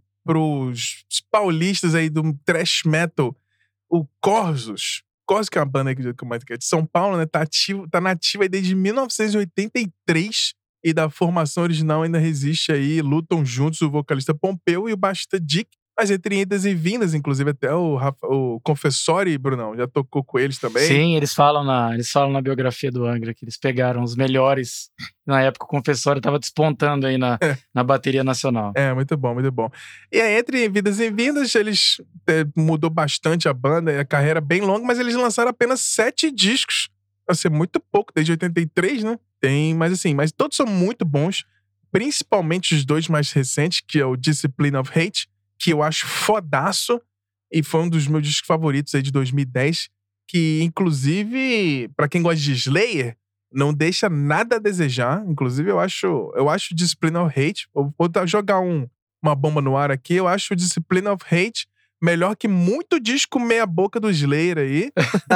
os paulistas aí do thrash metal, o Corsos. Corsos, que é uma banda aqui de, de São Paulo, né? Tá, ativo, tá nativa aí desde mil novecentos e oitenta e três e da formação original ainda resiste aí, lutam juntos o vocalista Pompeu e o baixista Dick. Mas entre idas e vindas, inclusive até o, Rafa, o Confessori, Brunão, já tocou com eles também. Sim, eles falam na, eles falam na biografia do Angra que eles pegaram os melhores. Na época o Confessori estava despontando aí na, é. na bateria nacional. É, muito bom, muito bom. E aí, entre vidas e vindas, eles é, mudou bastante a banda, a carreira bem longa, mas eles lançaram apenas sete discos. Vai ser muito pouco, desde oitenta e três, né? Tem, mas assim, mas todos são muito bons, principalmente os dois mais recentes, que é o Discipline of Hate, que eu acho fodaço, e foi um dos meus discos favoritos aí de dois mil e dez, que inclusive, pra quem gosta de Slayer, não deixa nada a desejar. Inclusive, eu acho eu acho Discipline of Hate, vou jogar um, uma bomba no ar aqui, eu acho o Discipline of Hate melhor que muito disco meia boca do Slayer aí.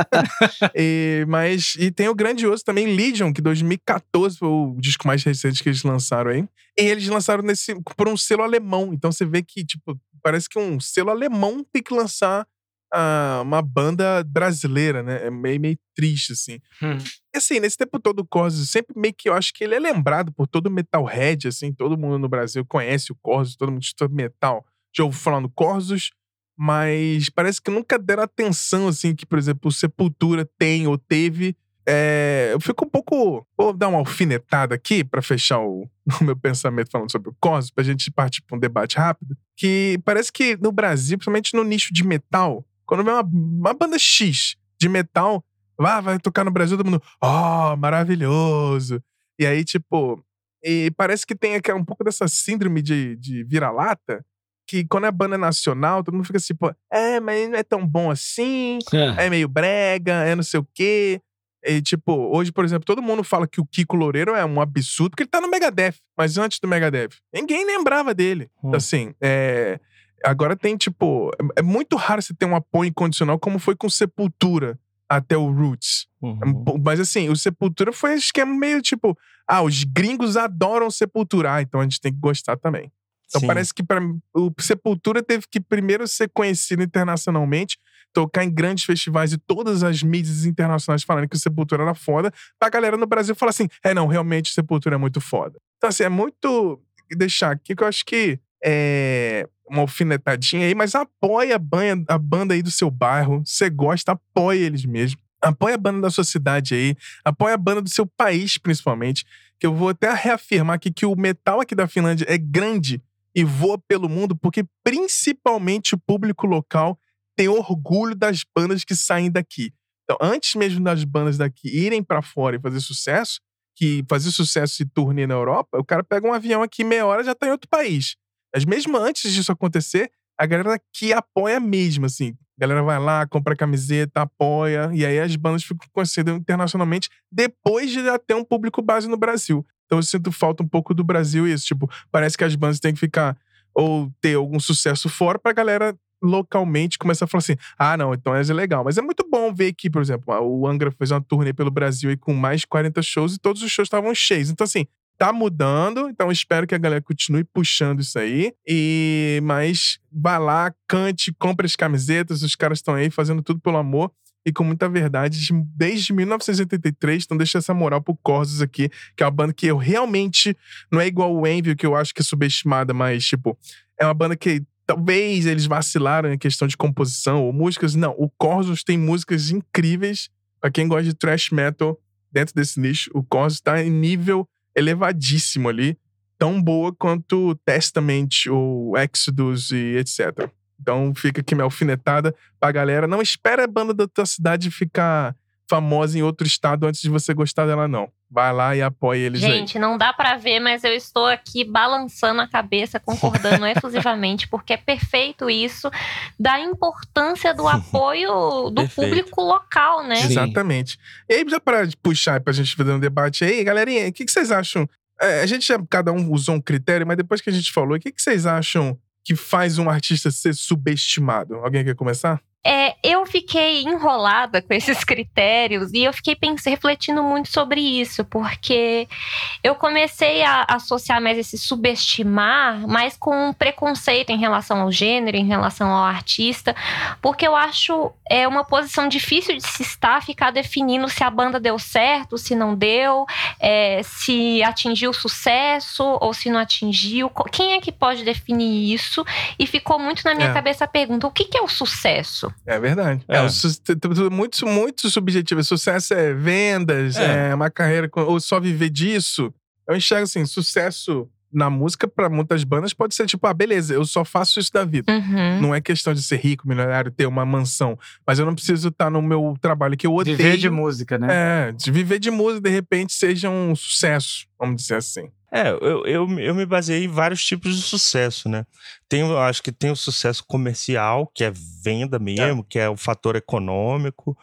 e, mas, e tem o grandioso também, Legion, que dois mil e catorze foi o disco mais recente que eles lançaram aí. E eles lançaram nesse, por um selo alemão. Então você vê que, tipo, parece que um selo alemão tem que lançar uh, uma banda brasileira, né? É meio, meio triste, assim. Hum. E assim, nesse tempo todo o Corsos, sempre meio que eu acho que ele é lembrado por todo metalhead, assim. Todo mundo no Brasil conhece o Corsos, todo mundo estuda metal. Já ouviu falar no Corsos, mas parece que nunca deram atenção, assim, que, por exemplo, o Sepultura tem ou teve. É, eu fico um pouco... Vou dar uma alfinetada aqui pra fechar o, o meu pensamento falando sobre o Corsos, pra gente partir pra um debate rápido. Que parece que no Brasil, principalmente no nicho de metal, quando vem uma, uma banda X de metal, ah, vai tocar no Brasil, todo mundo, oh, maravilhoso. E aí, tipo... E parece que tem aqui um pouco dessa síndrome de, de vira-lata, que quando é banda nacional, todo mundo fica assim, pô, é, mas não é tão bom assim, é, é meio brega, é não sei o quê. E, tipo, hoje, por exemplo, todo mundo fala que o Kiko Loureiro é um absurdo, porque ele tá no Megadeth. Mas antes do Megadeth, ninguém lembrava dele. Hum. Então, assim, é... agora tem, tipo... É muito raro você ter um apoio incondicional, como foi com Sepultura até o Roots. Uhum. Mas, assim, o Sepultura foi um esquema meio, tipo... Ah, os gringos adoram Sepultura, ah, então a gente tem que gostar também. Então, sim, parece que pra, o Sepultura teve que primeiro ser conhecido internacionalmente, tocar em grandes festivais e todas as mídias internacionais falando que o Sepultura era foda, pra galera no Brasil falar assim, é não, realmente o Sepultura é muito foda. Então assim, é muito... Deixar aqui que eu acho que é uma alfinetadinha aí, mas apoia a banda, a banda aí do seu bairro, você gosta, apoia eles mesmo. Apoia a banda da sua cidade aí, apoia a banda do seu país principalmente, que eu vou até reafirmar aqui que o metal aqui da Finlândia é grande e voa pelo mundo, porque principalmente o público local tem orgulho das bandas que saem daqui. Então, antes mesmo das bandas daqui irem pra fora e fazer sucesso, que fazer sucesso e turnê na Europa, o cara pega um avião aqui meia hora e já tá em outro país. Mas mesmo antes disso acontecer, a galera aqui apoia mesmo, assim. A galera vai lá, compra camiseta, apoia, e aí as bandas ficam conhecidas internacionalmente depois de já ter um público base no Brasil. Então eu sinto falta um pouco do Brasil isso. Tipo, parece que as bandas têm que ficar ou ter algum sucesso fora pra galera localmente começar a falar assim, ah, não, então é legal. Mas é muito bom ver aqui, por exemplo, o Angra fez uma turnê pelo Brasil aí com mais de quarenta shows e todos os shows estavam cheios. Então, assim, tá mudando, então espero que a galera continue puxando isso aí. E, mas vá lá, cante, compre as camisetas, os caras estão aí fazendo tudo pelo amor e com muita verdade desde mil novecentos e oitenta e três, então deixa essa moral pro Corsos aqui, que é uma banda que eu realmente, não é igual o Envy, que eu acho que é subestimada, mas, tipo, é uma banda que talvez eles vacilaram em questão de composição ou músicas. Não, o Corsos tem músicas incríveis. Pra quem gosta de thrash metal, dentro desse nicho, o Corsos tá em nível elevadíssimo ali. Tão boa quanto o Testament, o Exodus e etcétera. Então fica aqui minha alfinetada pra galera. Não espera a banda da tua cidade ficar famosa em outro estado antes de você gostar dela, não. Vai lá e apoia eles. Gente, aí. Gente, não dá pra ver, mas eu estou aqui balançando a cabeça, concordando efusivamente, porque é perfeito isso, da importância do apoio do público local, né? Sim. Exatamente. E aí, já pra puxar pra gente fazer um debate aí, galerinha, o que, que vocês acham? É, a gente já, cada um usou um critério, mas depois que a gente falou, o que, que vocês acham que faz um artista ser subestimado? Alguém quer começar? É, eu fiquei enrolada com esses critérios e eu fiquei pensando, refletindo muito sobre isso, porque eu comecei a associar mais esse subestimar, mais com um preconceito em relação ao gênero, em relação ao artista, porque eu acho é uma posição difícil de se estar, ficar definindo se a banda deu certo, se não deu, é, se atingiu sucesso ou se não atingiu. Quem é que pode definir isso? E ficou muito na minha é. cabeça a pergunta, o que, que é o sucesso? É verdade. É, é muito, muito subjetivo. Sucesso é vendas, é. é uma carreira, ou só viver disso. Eu enxergo assim, sucesso na música, pra muitas bandas, pode ser tipo, ah, beleza, eu só faço isso da vida. Uhum. Não é questão de ser rico, milionário, ter uma mansão. Mas eu não preciso estar no meu trabalho que eu odeio. Viver de música, né? É, de viver de música, de repente, seja um sucesso, vamos dizer assim. É, eu, eu, eu me baseei em vários tipos de sucesso, né? Tem, eu acho que tem o sucesso comercial, que é venda mesmo, é. que é o fator econômico.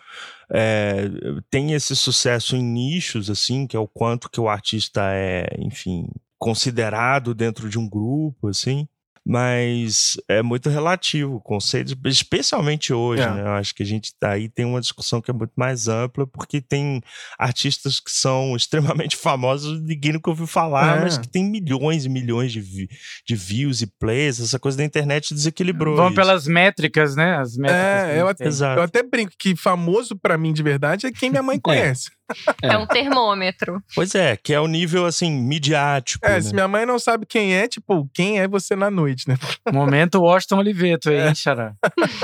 É, tem esse sucesso em nichos, assim, que é o quanto que o artista é, enfim, considerado dentro de um grupo, assim. Mas é muito relativo o conceito, especialmente hoje, É. né? Eu acho que a gente aí tem uma discussão que é muito mais ampla, porque tem artistas que são extremamente famosos, ninguém nunca ouviu falar, É. mas que tem milhões e milhões de, vi- de views e plays. Essa coisa da internet desequilibrou Vão isso. pelas métricas, né? As métricas. que a É, gente eu, tem. Exato. eu até brinco que famoso pra mim de verdade é quem minha mãe conhece. É um termômetro. Pois é, que é o nível, assim, midiático, É, né? se minha mãe não sabe quem é, tipo, quem é você na noite, né? Momento Washington Oliveto aí, hein, Xará?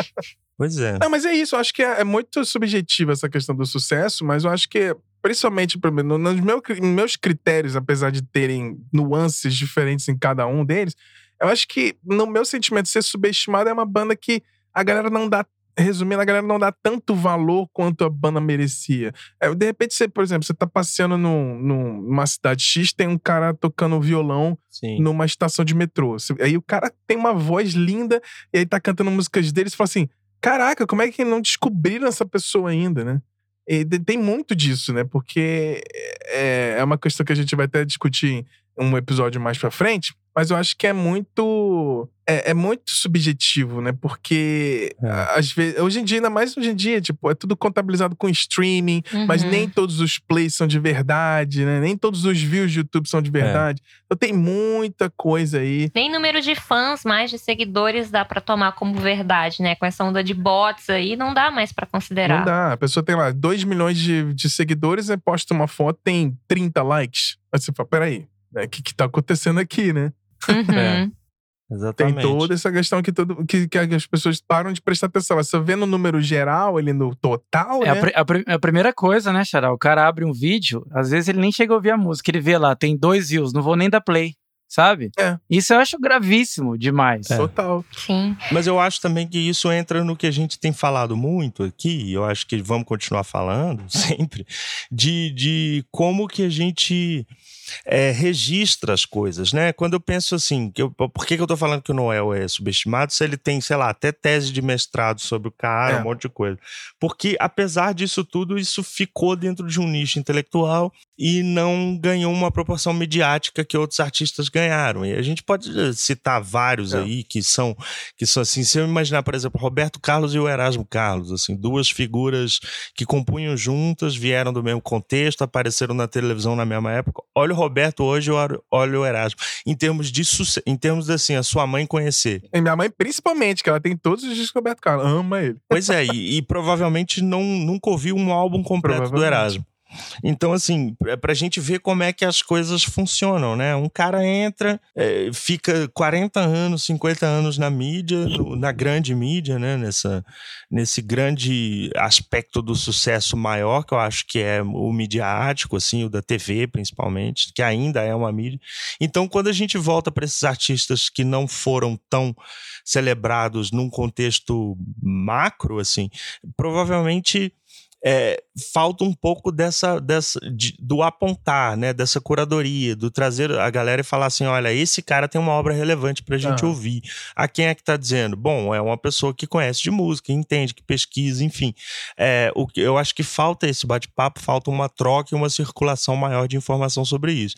Pois é. Não, mas é isso, eu acho que é, é muito subjetiva essa questão do sucesso, mas eu acho que, principalmente pra mim, no- nos meu- nos meus critérios, apesar de terem nuances diferentes em cada um deles, eu acho que, no meu sentimento, ser subestimado é uma banda que a galera não dá. Resumindo, a galera não dá tanto valor quanto a banda merecia. É, de repente, você, por exemplo, você tá passeando num- num- numa cidade X, tem um cara tocando violão Sim. numa estação de metrô. Você- Aí o cara tem uma voz linda e aí tá cantando músicas dele e você fala assim: caraca, como é que não descobriram essa pessoa ainda, né? E de- tem muito disso, né? Porque é, é uma questão que a gente vai até discutir em um episódio mais pra frente, mas eu acho que é muito. É, é muito subjetivo, né? Porque É. a- às vezes. Hoje em dia, ainda mais hoje em dia, tipo, é tudo contabilizado com streaming, mas Uhum. nem todos os plays são de verdade, né? Nem todos os views de YouTube são de verdade. Então tem muita coisa aí. Nem número de fãs, mais de seguidores dá pra tomar como verdade, né? Com essa onda de bots aí, não dá mais pra considerar. Não dá. A pessoa tem lá dois milhões de, de seguidores, aí posta uma foto, tem trinta likes. Aí você fala, peraí, o que, que tá acontecendo aqui, né? Uhum. É. Tem Exatamente. toda essa questão que, todo, que, que as pessoas param de prestar atenção. Você vê no número geral, ali no total, É a, né? pri- a pri- a primeira coisa, né, Xará? O cara abre um vídeo, às vezes ele nem chega a ouvir a música, ele vê lá, tem dois views, não vou nem dar play, sabe? É. Isso eu acho gravíssimo demais. Total. Sim. Mas eu acho também que isso entra no que a gente tem falado muito aqui, eu acho que vamos continuar falando sempre, de, de como que a gente é, registra as coisas, né? Quando eu penso assim, que eu, por que, que eu tô falando que o Noel é subestimado se ele tem, sei lá, até tese de mestrado sobre o cara, É. um monte de coisa. Porque apesar disso tudo, isso ficou dentro de um nicho intelectual e não ganhou uma proporção midiática que outros artistas ganharam. E a gente pode citar vários É. aí que são, que são assim, se eu imaginar, por exemplo, Roberto Carlos e o Erasmo Carlos, assim, duas figuras que compunham juntas, vieram do mesmo contexto, apareceram na televisão na mesma época. Olha o Roberto hoje, olha o Erasmo. Em termos de sucesso, em termos de, assim, a sua mãe conhecer. E minha mãe, principalmente, que ela tem todos os discos do Roberto Carlos. Ama ele. Pois é, e, e provavelmente não, nunca ouviu um álbum completo do Provavelmente. Erasmo. Então, assim, é pra gente ver como é que as coisas funcionam, né? Um cara entra, é, fica quarenta anos, cinquenta anos na mídia, no- na grande mídia, né? Nessa, nesse grande aspecto do sucesso maior, que eu acho que é o midiático, assim, o da T V, principalmente, que ainda é uma mídia. Então, quando a gente volta para esses artistas que não foram tão celebrados num contexto macro, assim, provavelmente é, falta um pouco dessa, dessa de- do apontar, né, dessa curadoria, do trazer a galera e falar assim, olha, esse cara tem uma obra relevante pra gente Aham. ouvir. A quem é que tá dizendo? Bom, é uma pessoa que conhece de música, entende, que pesquisa, enfim. É, o que eu acho que falta esse bate-papo, falta uma troca e uma circulação maior de informação sobre isso.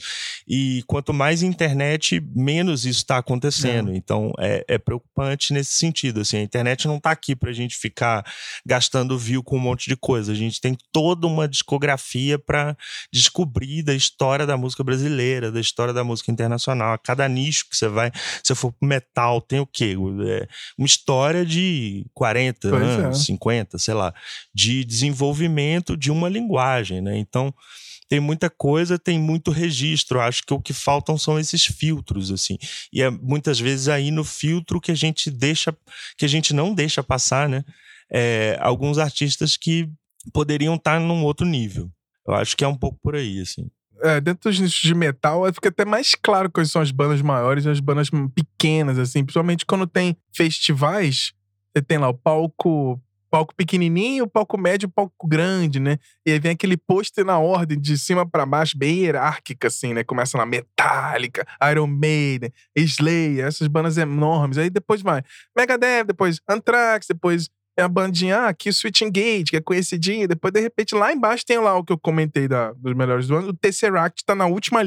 E quanto mais internet, menos isso está acontecendo. Então, é, é preocupante nesse sentido. Assim, a internet não tá aqui pra gente ficar gastando view com um monte de coisa. A gente tem toda uma discografia para descobrir da história da música brasileira, da história da música internacional. A cada nicho que você vai, se você for pro metal, tem o quê? É uma história de quarenta Pois anos, é. cinquenta, sei lá, de desenvolvimento de uma linguagem, né? Então, tem muita coisa, tem muito registro. Acho que o que faltam são esses filtros, assim. E é muitas vezes aí no filtro que a gente deixa, que a gente não deixa passar, né? É, alguns artistas que poderiam estar num outro nível. Eu acho que é um pouco por aí, assim. É, dentro dos nichos de metal, aí fica até mais claro quais são as bandas maiores e as bandas pequenas, assim. Principalmente quando tem festivais, você tem lá o palco, palco pequenininho, o palco médio e o palco grande, né? E aí vem aquele pôster na ordem, de cima pra baixo, bem hierárquica, assim, né? Começa lá Metallica, Iron Maiden, Slayer, essas bandas enormes. Aí depois vai Megadeth, depois Anthrax, depois é a bandinha, ah, aqui o Switching Gate, que é conhecidinha. Depois, de repente, lá embaixo tem lá o que eu comentei da, dos melhores do ano. O Tesseract tá na última linha.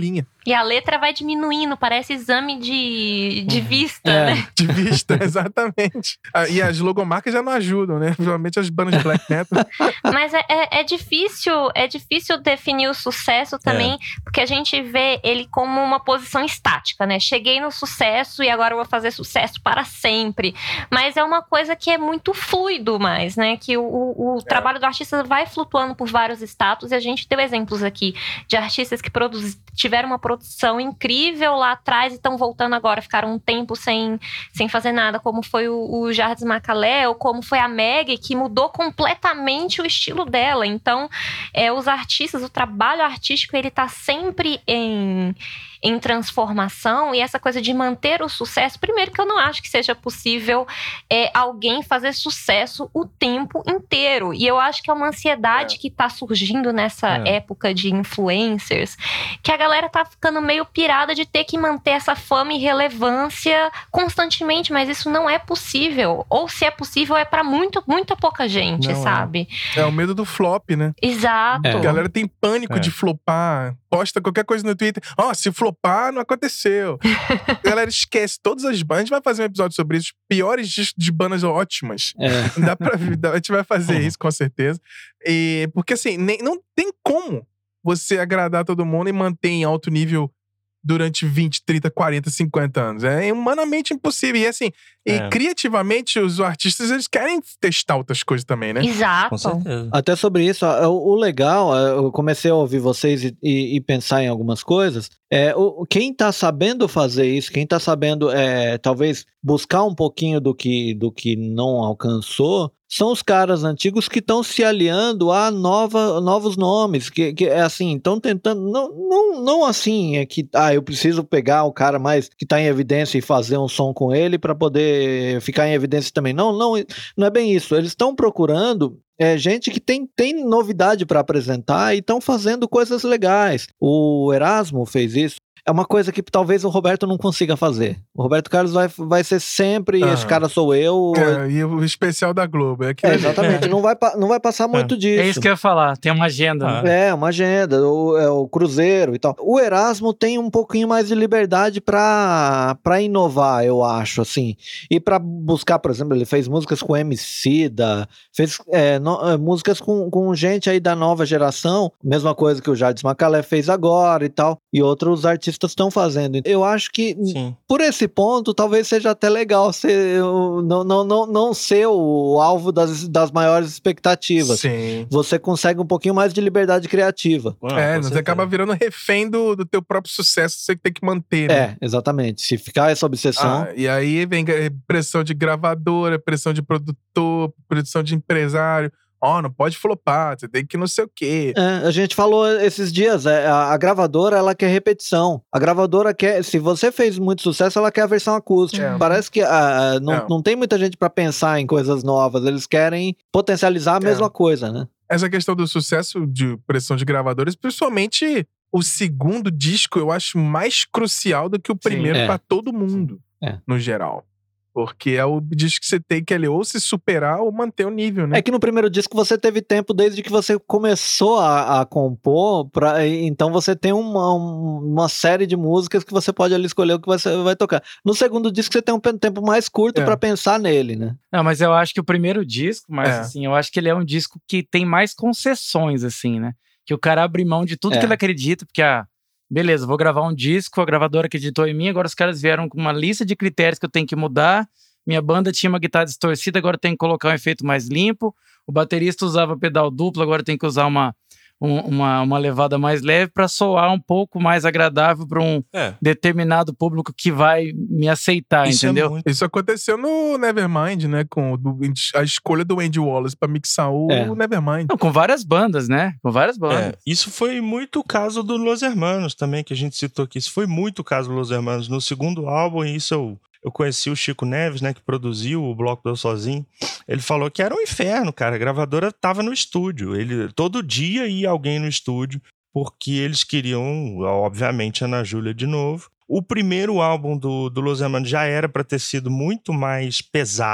E a letra vai diminuindo, parece exame de, de vista, É. né? De vista, exatamente. Ah, e as logomarcas já não ajudam, né? Provavelmente as bandas de black metal. Mas é, é, é difícil, é difícil definir o sucesso também, porque a gente vê ele como uma posição estática, né? Cheguei no sucesso e agora eu vou fazer sucesso para sempre. Mas é uma coisa que é muito fluido mais, né? Que o, o, o É. trabalho do artista vai flutuando por vários status, e a gente deu exemplos aqui de artistas que produz, tiveram uma produção incrível lá atrás e estão voltando agora, ficaram um tempo sem, sem fazer nada, como foi o, o Jardim Macalé, ou como foi a Meg, que mudou completamente o estilo dela. Então, é, os artistas, o trabalho artístico, ele tá sempre em, em transformação, e essa coisa de manter o sucesso, primeiro que eu não acho que seja possível é, alguém fazer sucesso o tempo inteiro, e eu acho que é uma ansiedade É. que tá surgindo nessa É. época de influencers, que a galera tá ficando meio pirada de ter que manter essa fama e relevância constantemente, mas isso não é possível, ou se é possível é pra muito, muita pouca gente, Não é. sabe? É o medo do flop, né? Exato. É. A galera tem pânico É. de flopar. Posta qualquer coisa no Twitter. Ó, oh, se flopar, não aconteceu. A galera esquece todas as bandas. A gente vai fazer um episódio sobre isso. Os piores discos de bandas ótimas. É. Dá pra, a gente vai fazer Uhum. isso, com certeza. E, porque assim, nem, não tem como você agradar todo mundo e manter em alto nível durante vinte, trinta, quarenta, cinquenta anos. É humanamente impossível. E assim, e É. criativamente, os artistas, eles querem testar outras coisas também, né? Exato. Com certeza. Até sobre isso, ó, o, o legal, é, eu comecei a ouvir vocês e, e- e pensar em algumas coisas. É, o, quem tá sabendo fazer isso, quem tá sabendo, é, talvez, buscar um pouquinho do que, do que não alcançou, são os caras antigos que estão se aliando a nova, novos nomes, que, que é assim, estão tentando, não, não, não assim, é que, ah, eu preciso pegar o cara mais que tá em evidência e fazer um som com ele para poder ficar em evidência também. Não, não, não é bem isso. Eles estão procurando é, gente que tem, tem novidade para apresentar e estão fazendo coisas legais. O Erasmo fez isso. É uma coisa que talvez o Roberto não consiga fazer. O Roberto Carlos vai, vai ser sempre Ah. esse cara sou eu. É, e o especial da Globo. É, aquilo É, ali. exatamente, não vai, pa- não vai passar muito disso. É isso que eu ia falar, tem uma agenda. Ah. né? É, uma agenda, o, é, o Cruzeiro e tal. O Erasmo tem um pouquinho mais de liberdade pra, pra inovar, eu acho, assim. E pra buscar, por exemplo, ele fez músicas com Emicida, fez é, no- é, músicas com, com gente aí da nova geração, mesma coisa que o Jardim Macalé fez agora e tal, e outros artistas estão fazendo. Eu acho que, Sim. por esse ponto, talvez seja até legal ser, o- não, não, não, não ser o alvo das, das maiores expectativas. Sim. Você consegue um pouquinho mais de liberdade criativa. Ah, É, com você certeza. acaba virando refém do, do teu próprio sucesso, você tem que manter, né? É, exatamente. Se ficar essa obsessão. Ah, e aí vem pressão de gravadora, pressão de produtor, pressão de empresário. Ó, não pode flopar, você tem que não sei o quê. É, a gente falou esses dias, é, a, a gravadora ela quer repetição. A gravadora quer, se você fez muito sucesso, ela quer a versão acústica. É. Parece que ah, não, É. não tem muita gente pra pensar em coisas novas. Eles querem potencializar a mesma coisa, né? Essa questão do sucesso de pressão de gravadores, principalmente o segundo disco, eu acho mais crucial do que o primeiro é. pra todo mundo, É. no geral. Porque é o disco que você tem que ali ou se superar ou manter o nível, né? É que no primeiro disco você teve tempo desde que você começou a, a compor, pra, então você tem uma, uma série de músicas que você pode ali escolher o que você vai tocar. No segundo disco você tem um tempo mais curto É. pra pensar nele, né? Não, mas eu acho que o primeiro disco, mas É. assim, eu acho que ele é um disco que tem mais concessões, assim, né? Que o cara abre mão de tudo É. que ele acredita, porque, ah, beleza, vou gravar um disco, a gravadora acreditou em mim, agora os caras vieram com uma lista de critérios que eu tenho que mudar. Minha banda tinha uma guitarra distorcida, agora tem que colocar um efeito mais limpo. O baterista usava pedal duplo, agora tem que usar uma, um- uma, uma levada mais leve para soar um pouco mais agradável para um É. determinado público que vai me aceitar, Isso entendeu? é muito. Isso aconteceu no Nevermind, né? Com o do- a escolha do Andy Wallace pra mixar o É. Nevermind. Não, com várias bandas, né? Com várias bandas. É, isso foi muito o caso do Los Hermanos também, que a gente citou aqui. Isso foi muito o caso do Los Hermanos. No segundo álbum, isso eu, eu conheci o Chico Neves, né, que produziu o Bloco do Eu Sozinho. Ele falou que era um inferno, cara. A gravadora tava no estúdio. Ele, todo dia ia alguém no estúdio, porque eles queriam, obviamente, a Ana Júlia de novo. O primeiro álbum do, do Los Hermanos já era para ter sido muito mais pesado.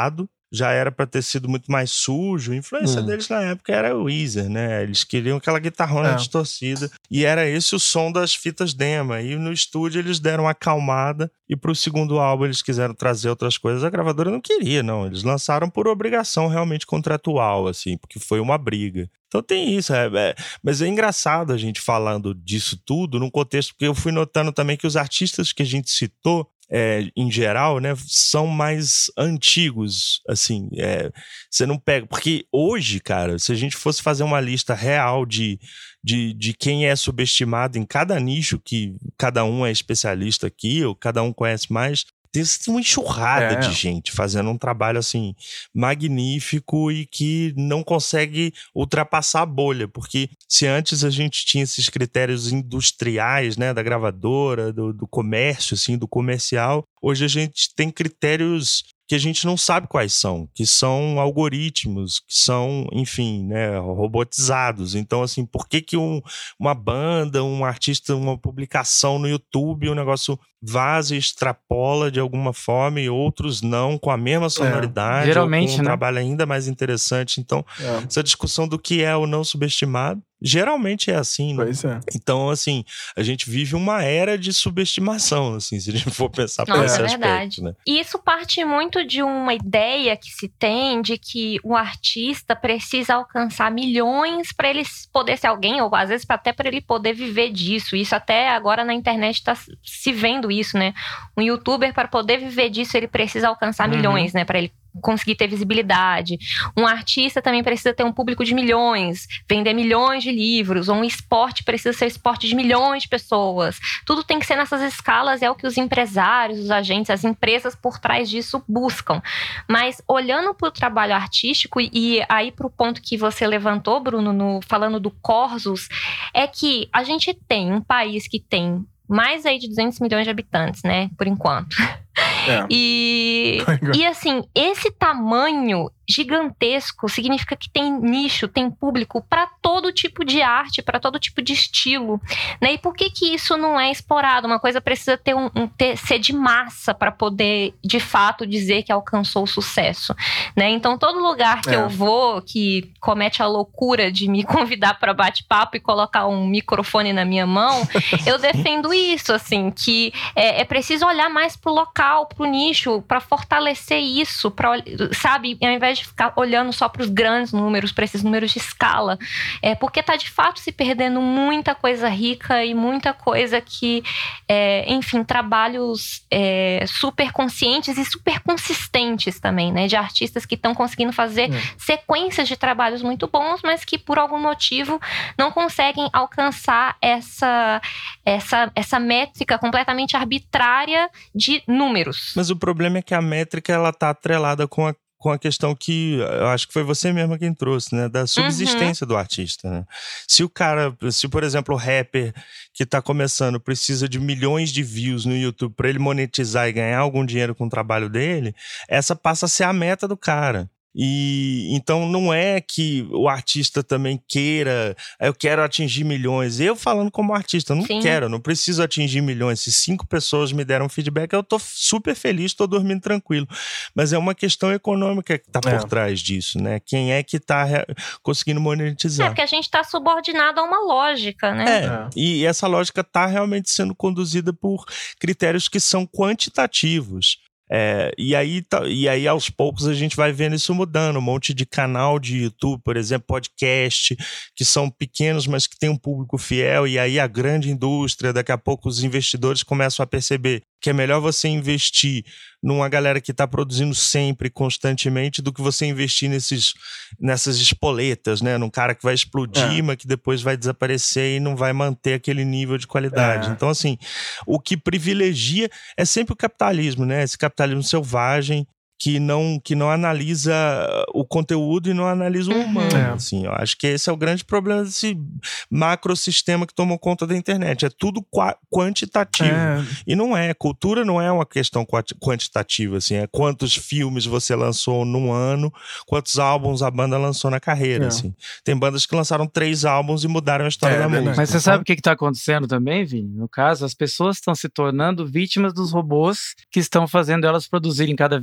já era pra ter sido muito mais sujo. A influência hum. deles na época era o Weezer, né? Eles queriam aquela guitarrona é. distorcida. E era esse o som das fitas demo. E no estúdio eles deram uma acalmada. E pro segundo álbum eles quiseram trazer outras coisas. A gravadora não queria, não. Eles lançaram por obrigação realmente contratual, assim. Porque foi uma briga. Então tem isso, é, é, mas é engraçado a gente falando disso tudo num contexto, porque eu fui notando também que os artistas que a gente citou, é, em geral, né, são mais antigos, assim, é, você não pega, porque hoje, cara, se a gente fosse fazer uma lista real de, de, de quem é subestimado em cada nicho que cada um é especialista aqui, ou cada um conhece mais, tem uma enxurrada é. de gente fazendo um trabalho assim magnífico e que não consegue ultrapassar a bolha, porque se antes a gente tinha esses critérios industriais, né, da gravadora, do, do comércio, assim, do comercial, hoje a gente tem critérios que a gente não sabe quais são, que são algoritmos, que são, enfim, né, robotizados. Então, assim, por que que um, uma banda, um artista, uma publicação no YouTube, um negócio vaza e extrapola de alguma forma e outros não, com a mesma sonoridade, é, geralmente, ou com um né? trabalho ainda mais interessante. Então, é. essa discussão do que é ou não subestimado, geralmente é assim, né? Pois é. Então, assim, a gente vive uma era de subestimação, assim, se a gente for pensar por esse é aspecto, verdade. Né? E isso parte muito de uma ideia que se tem de que o artista precisa alcançar milhões para ele poder ser alguém, ou às vezes até para ele poder viver disso. Isso até agora na internet está se vendo isso, né? Um youtuber, para poder viver disso, ele precisa alcançar uhum. milhões, né? Para ele conseguir ter visibilidade. Um artista também precisa ter um público de milhões, vender milhões de livros, ou um esporte precisa ser esporte de milhões de pessoas. Tudo tem que ser nessas escalas, é o que os empresários, os agentes, as empresas por trás disso buscam. Mas olhando para o trabalho artístico, e aí para o ponto que você levantou, Bruno, no, falando do Corsos, é que a gente tem um país que tem mais aí de duzentos milhões de habitantes, né, por enquanto. É. E, e assim, esse tamanho gigantesco significa que tem nicho, tem público para todo tipo de arte, para todo tipo de estilo, né? E por que que isso não é explorado? Uma coisa precisa ter um, um ter, ser de massa para poder, de fato, dizer que alcançou o sucesso, né? Então, todo lugar que é. eu vou que comete a loucura de me convidar para bate-papo e colocar um microfone na minha mão, eu defendo isso, assim, que é, é preciso olhar mais pro local, pro nicho, para fortalecer isso, pra, sabe? Ao invés de ficar olhando só para os grandes números, para esses números de escala, é, porque tá de fato se perdendo muita coisa rica e muita coisa que, é, enfim, trabalhos é, super conscientes e super consistentes também, né? De artistas que estão conseguindo fazer é. sequências de trabalhos muito bons, mas que por algum motivo não conseguem alcançar essa, essa, essa métrica completamente arbitrária de números. Mas o problema é que a métrica, ela tá atrelada com a com a questão que eu acho que foi você mesma quem trouxe, né? Da subsistência uhum. do artista, né? Se o cara, se por exemplo o rapper que tá começando precisa de milhões de views no YouTube para ele monetizar e ganhar algum dinheiro com o trabalho dele, essa passa a ser a meta do cara. E então não é que o artista também queira, eu quero atingir milhões. Eu falando como artista, eu não Sim. quero, eu não preciso atingir milhões. Se cinco pessoas me deram feedback, eu tô super feliz, tô dormindo tranquilo. Mas é uma questão econômica que tá por é. trás disso, né? Quem é que tá re... conseguindo monetizar? É porque a gente tá subordinado a uma lógica, né? É, é. E essa lógica tá realmente sendo conduzida por critérios que são quantitativos. É, e, aí, e aí aos poucos a gente vai vendo isso mudando, um monte de canal de YouTube, por exemplo, podcast, que são pequenos, mas que tem um público fiel, e aí a grande indústria, daqui a pouco os investidores começam a perceber que é melhor você investir numa galera que está produzindo sempre, constantemente, do que você investir nesses, nessas espoletas, né? Num cara que vai explodir, é. mas que depois vai desaparecer e não vai manter aquele nível de qualidade. É. Então, assim, o que privilegia é sempre o capitalismo, né? Esse capitalismo selvagem, que não, que não analisa o conteúdo e não analisa o uhum. humano. É. Assim, eu acho que esse é o grande problema desse macrosistema que tomou conta da internet. É tudo quantitativo. É. E não é. Cultura não é uma questão quantitativa. Assim, é quantos filmes você lançou num ano, quantos álbuns a banda lançou na carreira. É. Assim. Tem bandas que lançaram três álbuns e mudaram a história é, da música. Mas você sabe o que está acontecendo também, Vini? No caso, as pessoas estão se tornando vítimas dos robôs que estão fazendo elas produzirem cada vez mais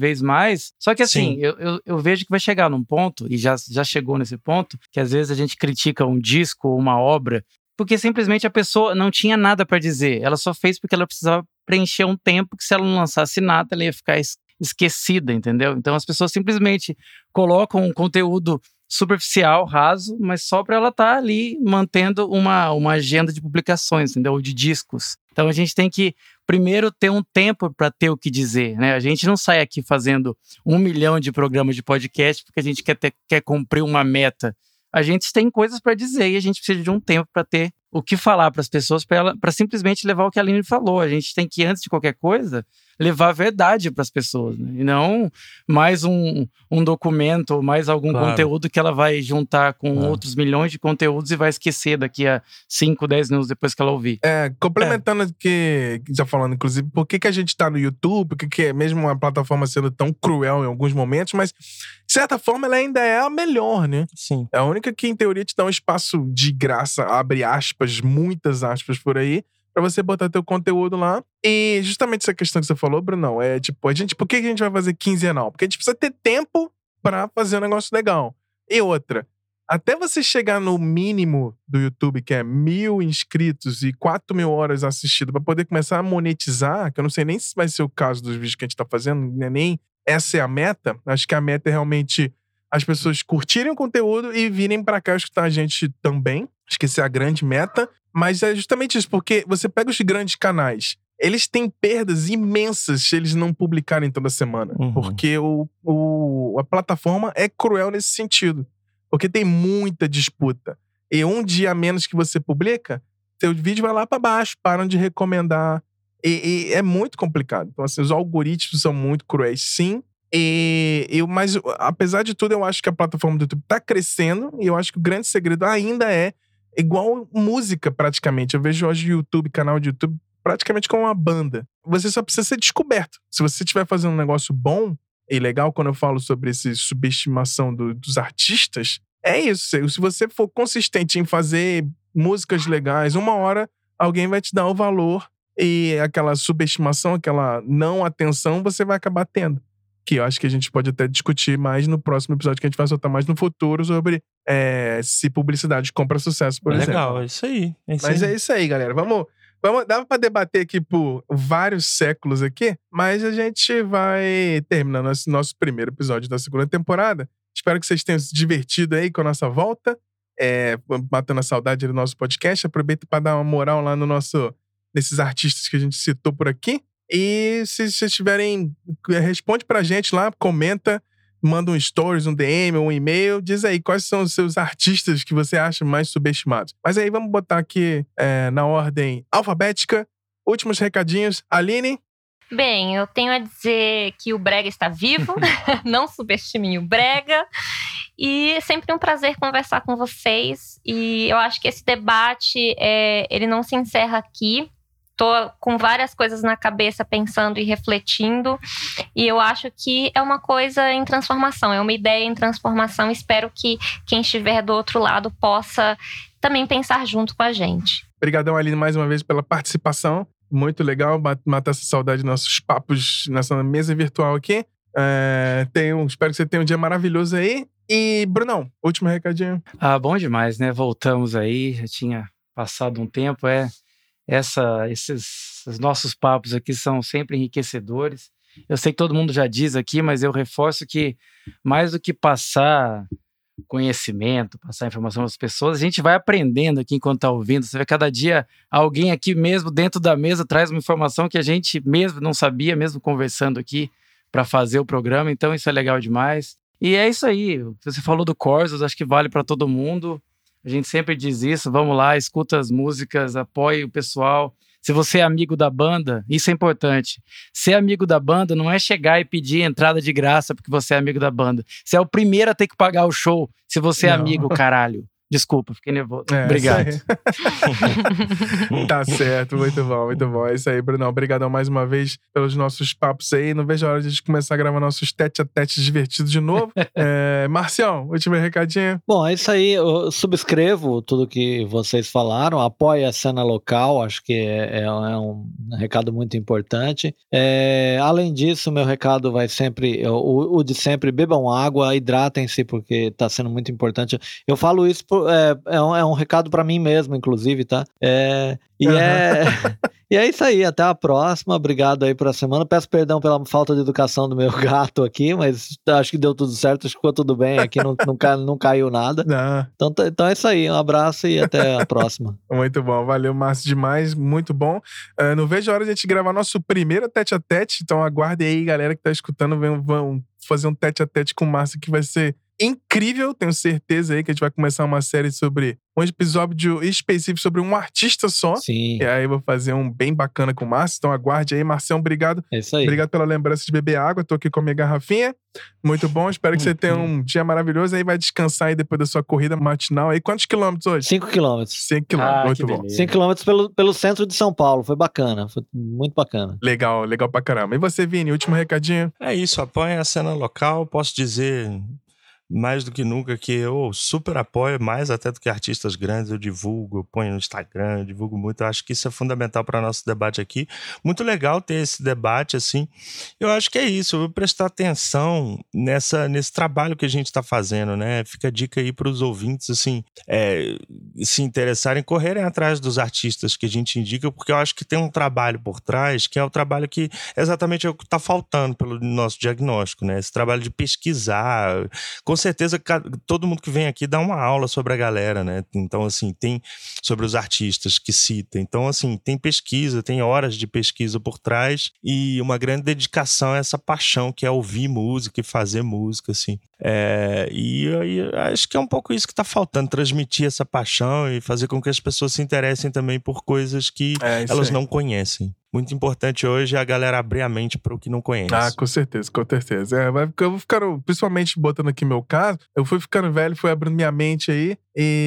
demais. Só que assim, Sim. eu, eu, eu vejo que vai chegar num ponto, e já, já chegou nesse ponto, que às vezes a gente critica um disco ou uma obra, porque simplesmente a pessoa não tinha nada para dizer. Ela só fez porque ela precisava preencher um tempo que se ela não lançasse nada, ela ia ficar es- esquecida, entendeu? Então as pessoas simplesmente colocam um conteúdo superficial, raso, mas só para ela estar tá ali mantendo uma, uma agenda de publicações, entendeu? Ou de discos. Então a gente tem que primeiro ter um tempo para ter o que dizer, né? A gente não sai aqui fazendo um milhão de programas de podcast porque a gente quer, ter, quer cumprir uma meta. A gente tem coisas para dizer e a gente precisa de um tempo para ter o que falar para as pessoas, para simplesmente levar o que a Aline falou. A gente tem que, antes de qualquer coisa, levar a verdade para as pessoas, né? E não mais um, um documento ou mais algum Claro. conteúdo que ela vai juntar com Claro. outros milhões de conteúdos e vai esquecer daqui a cinco, dez minutos depois que ela ouvir. É, complementando o que já falando, inclusive, por que, que a gente tá no YouTube, por que, que é mesmo uma plataforma sendo tão cruel em alguns momentos, mas de certa forma ela ainda é a melhor, né? Sim. É a única que, em teoria, te dá um espaço de graça, abre aspas, muitas aspas por aí, pra você botar teu conteúdo lá. E justamente essa questão que você falou, Brunão, é tipo, a gente, por que a gente vai fazer quinzenal? Porque a gente precisa ter tempo pra fazer um negócio legal. E outra, até você chegar no mínimo do YouTube, que é mil inscritos e quatro mil horas assistidas, pra poder começar a monetizar, que eu não sei nem se vai ser o caso dos vídeos que a gente tá fazendo, né? Nem essa é a meta. Acho que a meta é realmente as pessoas curtirem o conteúdo e virem pra cá escutar a gente também. Acho que essa é a grande meta. Mas é justamente isso, porque você pega os grandes canais, eles têm perdas imensas se eles não publicarem toda semana. Uhum. Porque o, o, a plataforma é cruel nesse sentido. Porque tem muita disputa. E um dia a menos que você publica, seu vídeo vai lá pra baixo, param de recomendar. E, e é muito complicado. Então, assim, os algoritmos são muito cruéis, sim. E, eu, mas, apesar de tudo, eu acho que a plataforma do YouTube tá crescendo. E eu acho que o grande segredo ainda é igual música, praticamente. Eu vejo hoje o YouTube, canal de YouTube, praticamente como uma banda. Você só precisa ser descoberto. Se você estiver fazendo um negócio bom e legal, quando eu falo sobre essa subestimação do, dos artistas, é isso. Se você for consistente em fazer músicas legais, uma hora alguém vai te dar o valor e aquela subestimação, aquela não atenção, você vai acabar tendo. Que eu acho que a gente pode até discutir mais no próximo episódio, que a gente vai soltar mais no futuro sobre é, se publicidade compra sucesso, por exemplo. Legal, é isso aí. É isso Mas aí. é isso aí, galera. Vamos, vamos, dá pra debater aqui por vários séculos aqui, mas a gente vai terminando esse nosso primeiro episódio da segunda temporada. Espero que vocês tenham se divertido aí com a nossa volta, é, matando a saudade do nosso podcast. Aproveita para dar uma moral lá no nosso, nesses artistas que a gente citou por aqui. E se vocês tiverem, responde pra gente lá, comenta, manda um stories, um D M ou um e-mail, diz aí quais são os seus artistas que você acha mais subestimados. Mas aí vamos botar aqui é, na ordem alfabética. Últimos recadinhos. Aline? Bem, eu tenho a dizer que o Brega está vivo, não subestimem o Brega. E é sempre um prazer conversar com vocês. E eu acho que esse debate, é, ele não se encerra aqui. Tô com várias coisas na cabeça, pensando e refletindo. E eu acho que é uma coisa em transformação, é uma ideia em transformação. Espero que quem estiver do outro lado possa também pensar junto com a gente. Obrigadão, Aline, mais uma vez pela participação. Muito legal matar essa saudade dos nossos papos nessa mesa virtual aqui. É, tenho, espero que você tenha um dia maravilhoso aí. E, Brunão, último recadinho. Ah, bom demais, né? Voltamos aí, já tinha passado um tempo, é... Essa, esses, esses nossos papos aqui são sempre enriquecedores. Eu sei que todo mundo já diz aqui, mas eu reforço que mais do que passar conhecimento, passar informação às pessoas, a gente vai aprendendo aqui enquanto está ouvindo. Você vê cada dia alguém aqui mesmo dentro da mesa traz uma informação que a gente mesmo não sabia, mesmo conversando aqui para fazer o programa. Então isso é legal demais. E é isso aí. Você falou do Corsos, acho que vale para todo mundo. A gente sempre diz isso, vamos lá, escuta as músicas, apoie o pessoal. Se você é amigo da banda, isso é importante. Ser amigo da banda não é chegar e pedir entrada de graça porque você é amigo da banda. Você é o primeiro a ter que pagar o show se você é Não. amigo, caralho. Desculpa, fiquei nervoso. É, Obrigado. Tá certo, muito bom, muito bom. É isso aí, Brunão. Obrigadão mais uma vez pelos nossos papos aí. Não vejo a hora de a gente começar a gravar nossos tete-a-tete divertidos de novo. é, Marcião, último recadinho. Bom, é isso aí. Eu subscrevo tudo que vocês falaram. Apoie a cena local. Acho que é, é um recado muito importante. É, além disso, meu recado vai sempre... O, o de sempre, bebam água, hidratem-se, porque tá sendo muito importante. Eu falo isso, por, é, é, um, é um recado pra mim mesmo, inclusive, tá? É, e, uhum. é, e é isso aí, até a próxima. Obrigado aí por a semana. Peço perdão pela falta de educação do meu gato aqui, mas acho que deu tudo certo, acho que ficou tudo bem aqui, não, não, cai, não caiu nada. Não. Então, então é isso aí, um abraço e até a próxima. Muito bom, valeu, Márcio, demais, muito bom. Uh, não vejo a hora de a gente gravar nosso primeiro tete-a-tete, então aguardem aí, galera que tá escutando, vão, vão fazer um tete-a-tete com o Márcio que vai ser incrível, tenho certeza aí que a gente vai começar uma série sobre um episódio específico sobre um artista só. Sim. E aí eu vou fazer um bem bacana com o Márcio, então aguarde aí. Marcião, obrigado. É isso aí. Obrigado pela lembrança de beber água, tô aqui com a minha garrafinha. Muito bom, espero que você tenha um dia maravilhoso, aí vai descansar aí depois da sua corrida matinal. Aí quantos quilômetros hoje? Cinco quilômetros. Cinco quilômetros, ah, muito bom. Beleza. Cinco quilômetros pelo, pelo centro de São Paulo, foi bacana, foi muito bacana. Legal, legal pra caramba. E você, Vini, último recadinho? É isso, apoiem a cena local, posso dizer... mais do que nunca que eu super apoio, mais até do que artistas grandes, eu divulgo, eu ponho no Instagram, eu divulgo muito, eu acho que isso é fundamental para nosso debate aqui, muito legal ter esse debate assim, eu acho que é isso, eu vou prestar atenção nessa, nesse trabalho que a gente está fazendo, né, fica a dica aí para os ouvintes, assim, é, se interessarem, correrem atrás dos artistas que a gente indica, porque eu acho que tem um trabalho por trás, que é o trabalho que exatamente é o que está faltando pelo nosso diagnóstico, né, esse trabalho de pesquisar. Com certeza, todo mundo que vem aqui dá uma aula sobre a galera, né? Então, assim, tem sobre os artistas que cita. Então, assim, tem pesquisa, tem horas de pesquisa por trás e uma grande dedicação a essa paixão que é ouvir música e fazer música, assim. É, e aí, acho que é um pouco isso que está faltando, transmitir essa paixão e fazer com que as pessoas se interessem também por coisas que é elas aí. não conhecem. Muito importante hoje é a galera abrir a mente para o que não conhece. Ah, com certeza, com certeza. É, vai, eu vou ficando, principalmente botando aqui meu caso, eu fui ficando velho, fui abrindo minha mente aí,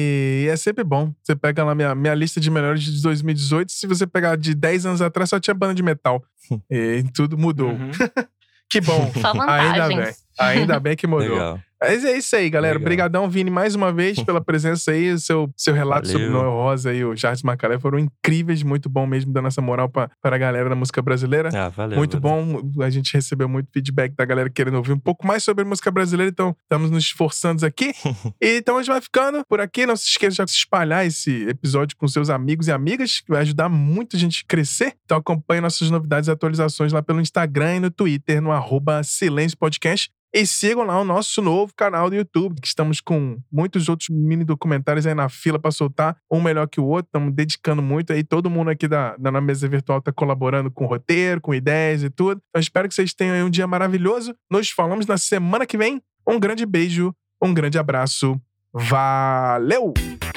e é sempre bom. Você pega lá minha, minha lista de melhores de dois mil e dezoito, se você pegar de dez anos atrás, só tinha banda de metal. E tudo mudou. Uhum. Que bom. Só Ainda bem. vantagens. Ainda bem que mudou. Legal. Mas é isso aí, galera. Legal. Obrigadão, Vini, mais uma vez pela presença aí. O seu, seu relato Valeu. sobre o Noel Rosa e o Jardim Macalé foram incríveis. Muito bom mesmo, dando essa moral pra, para a galera da música brasileira. Ah, valeu, muito valeu. bom. A gente recebeu muito feedback da galera querendo ouvir um pouco mais sobre música brasileira. Então, estamos nos esforçando aqui. E, então, a gente vai ficando por aqui. Não se esqueça de espalhar esse episódio com seus amigos e amigas, que vai ajudar muito a gente a crescer. Então, acompanhe nossas novidades e atualizações lá pelo Instagram e no Twitter, no arroba Silêncio Podcast. E sigam lá o nosso novo canal do YouTube, que estamos com muitos outros mini documentários aí na fila pra soltar, um melhor que o outro. Estamos dedicando muito aí. Todo mundo aqui da, da mesa virtual tá colaborando com roteiro, com ideias e tudo. Então espero que vocês tenham aí um dia maravilhoso. Nos falamos na semana que vem. Um grande beijo, um grande abraço. Valeu!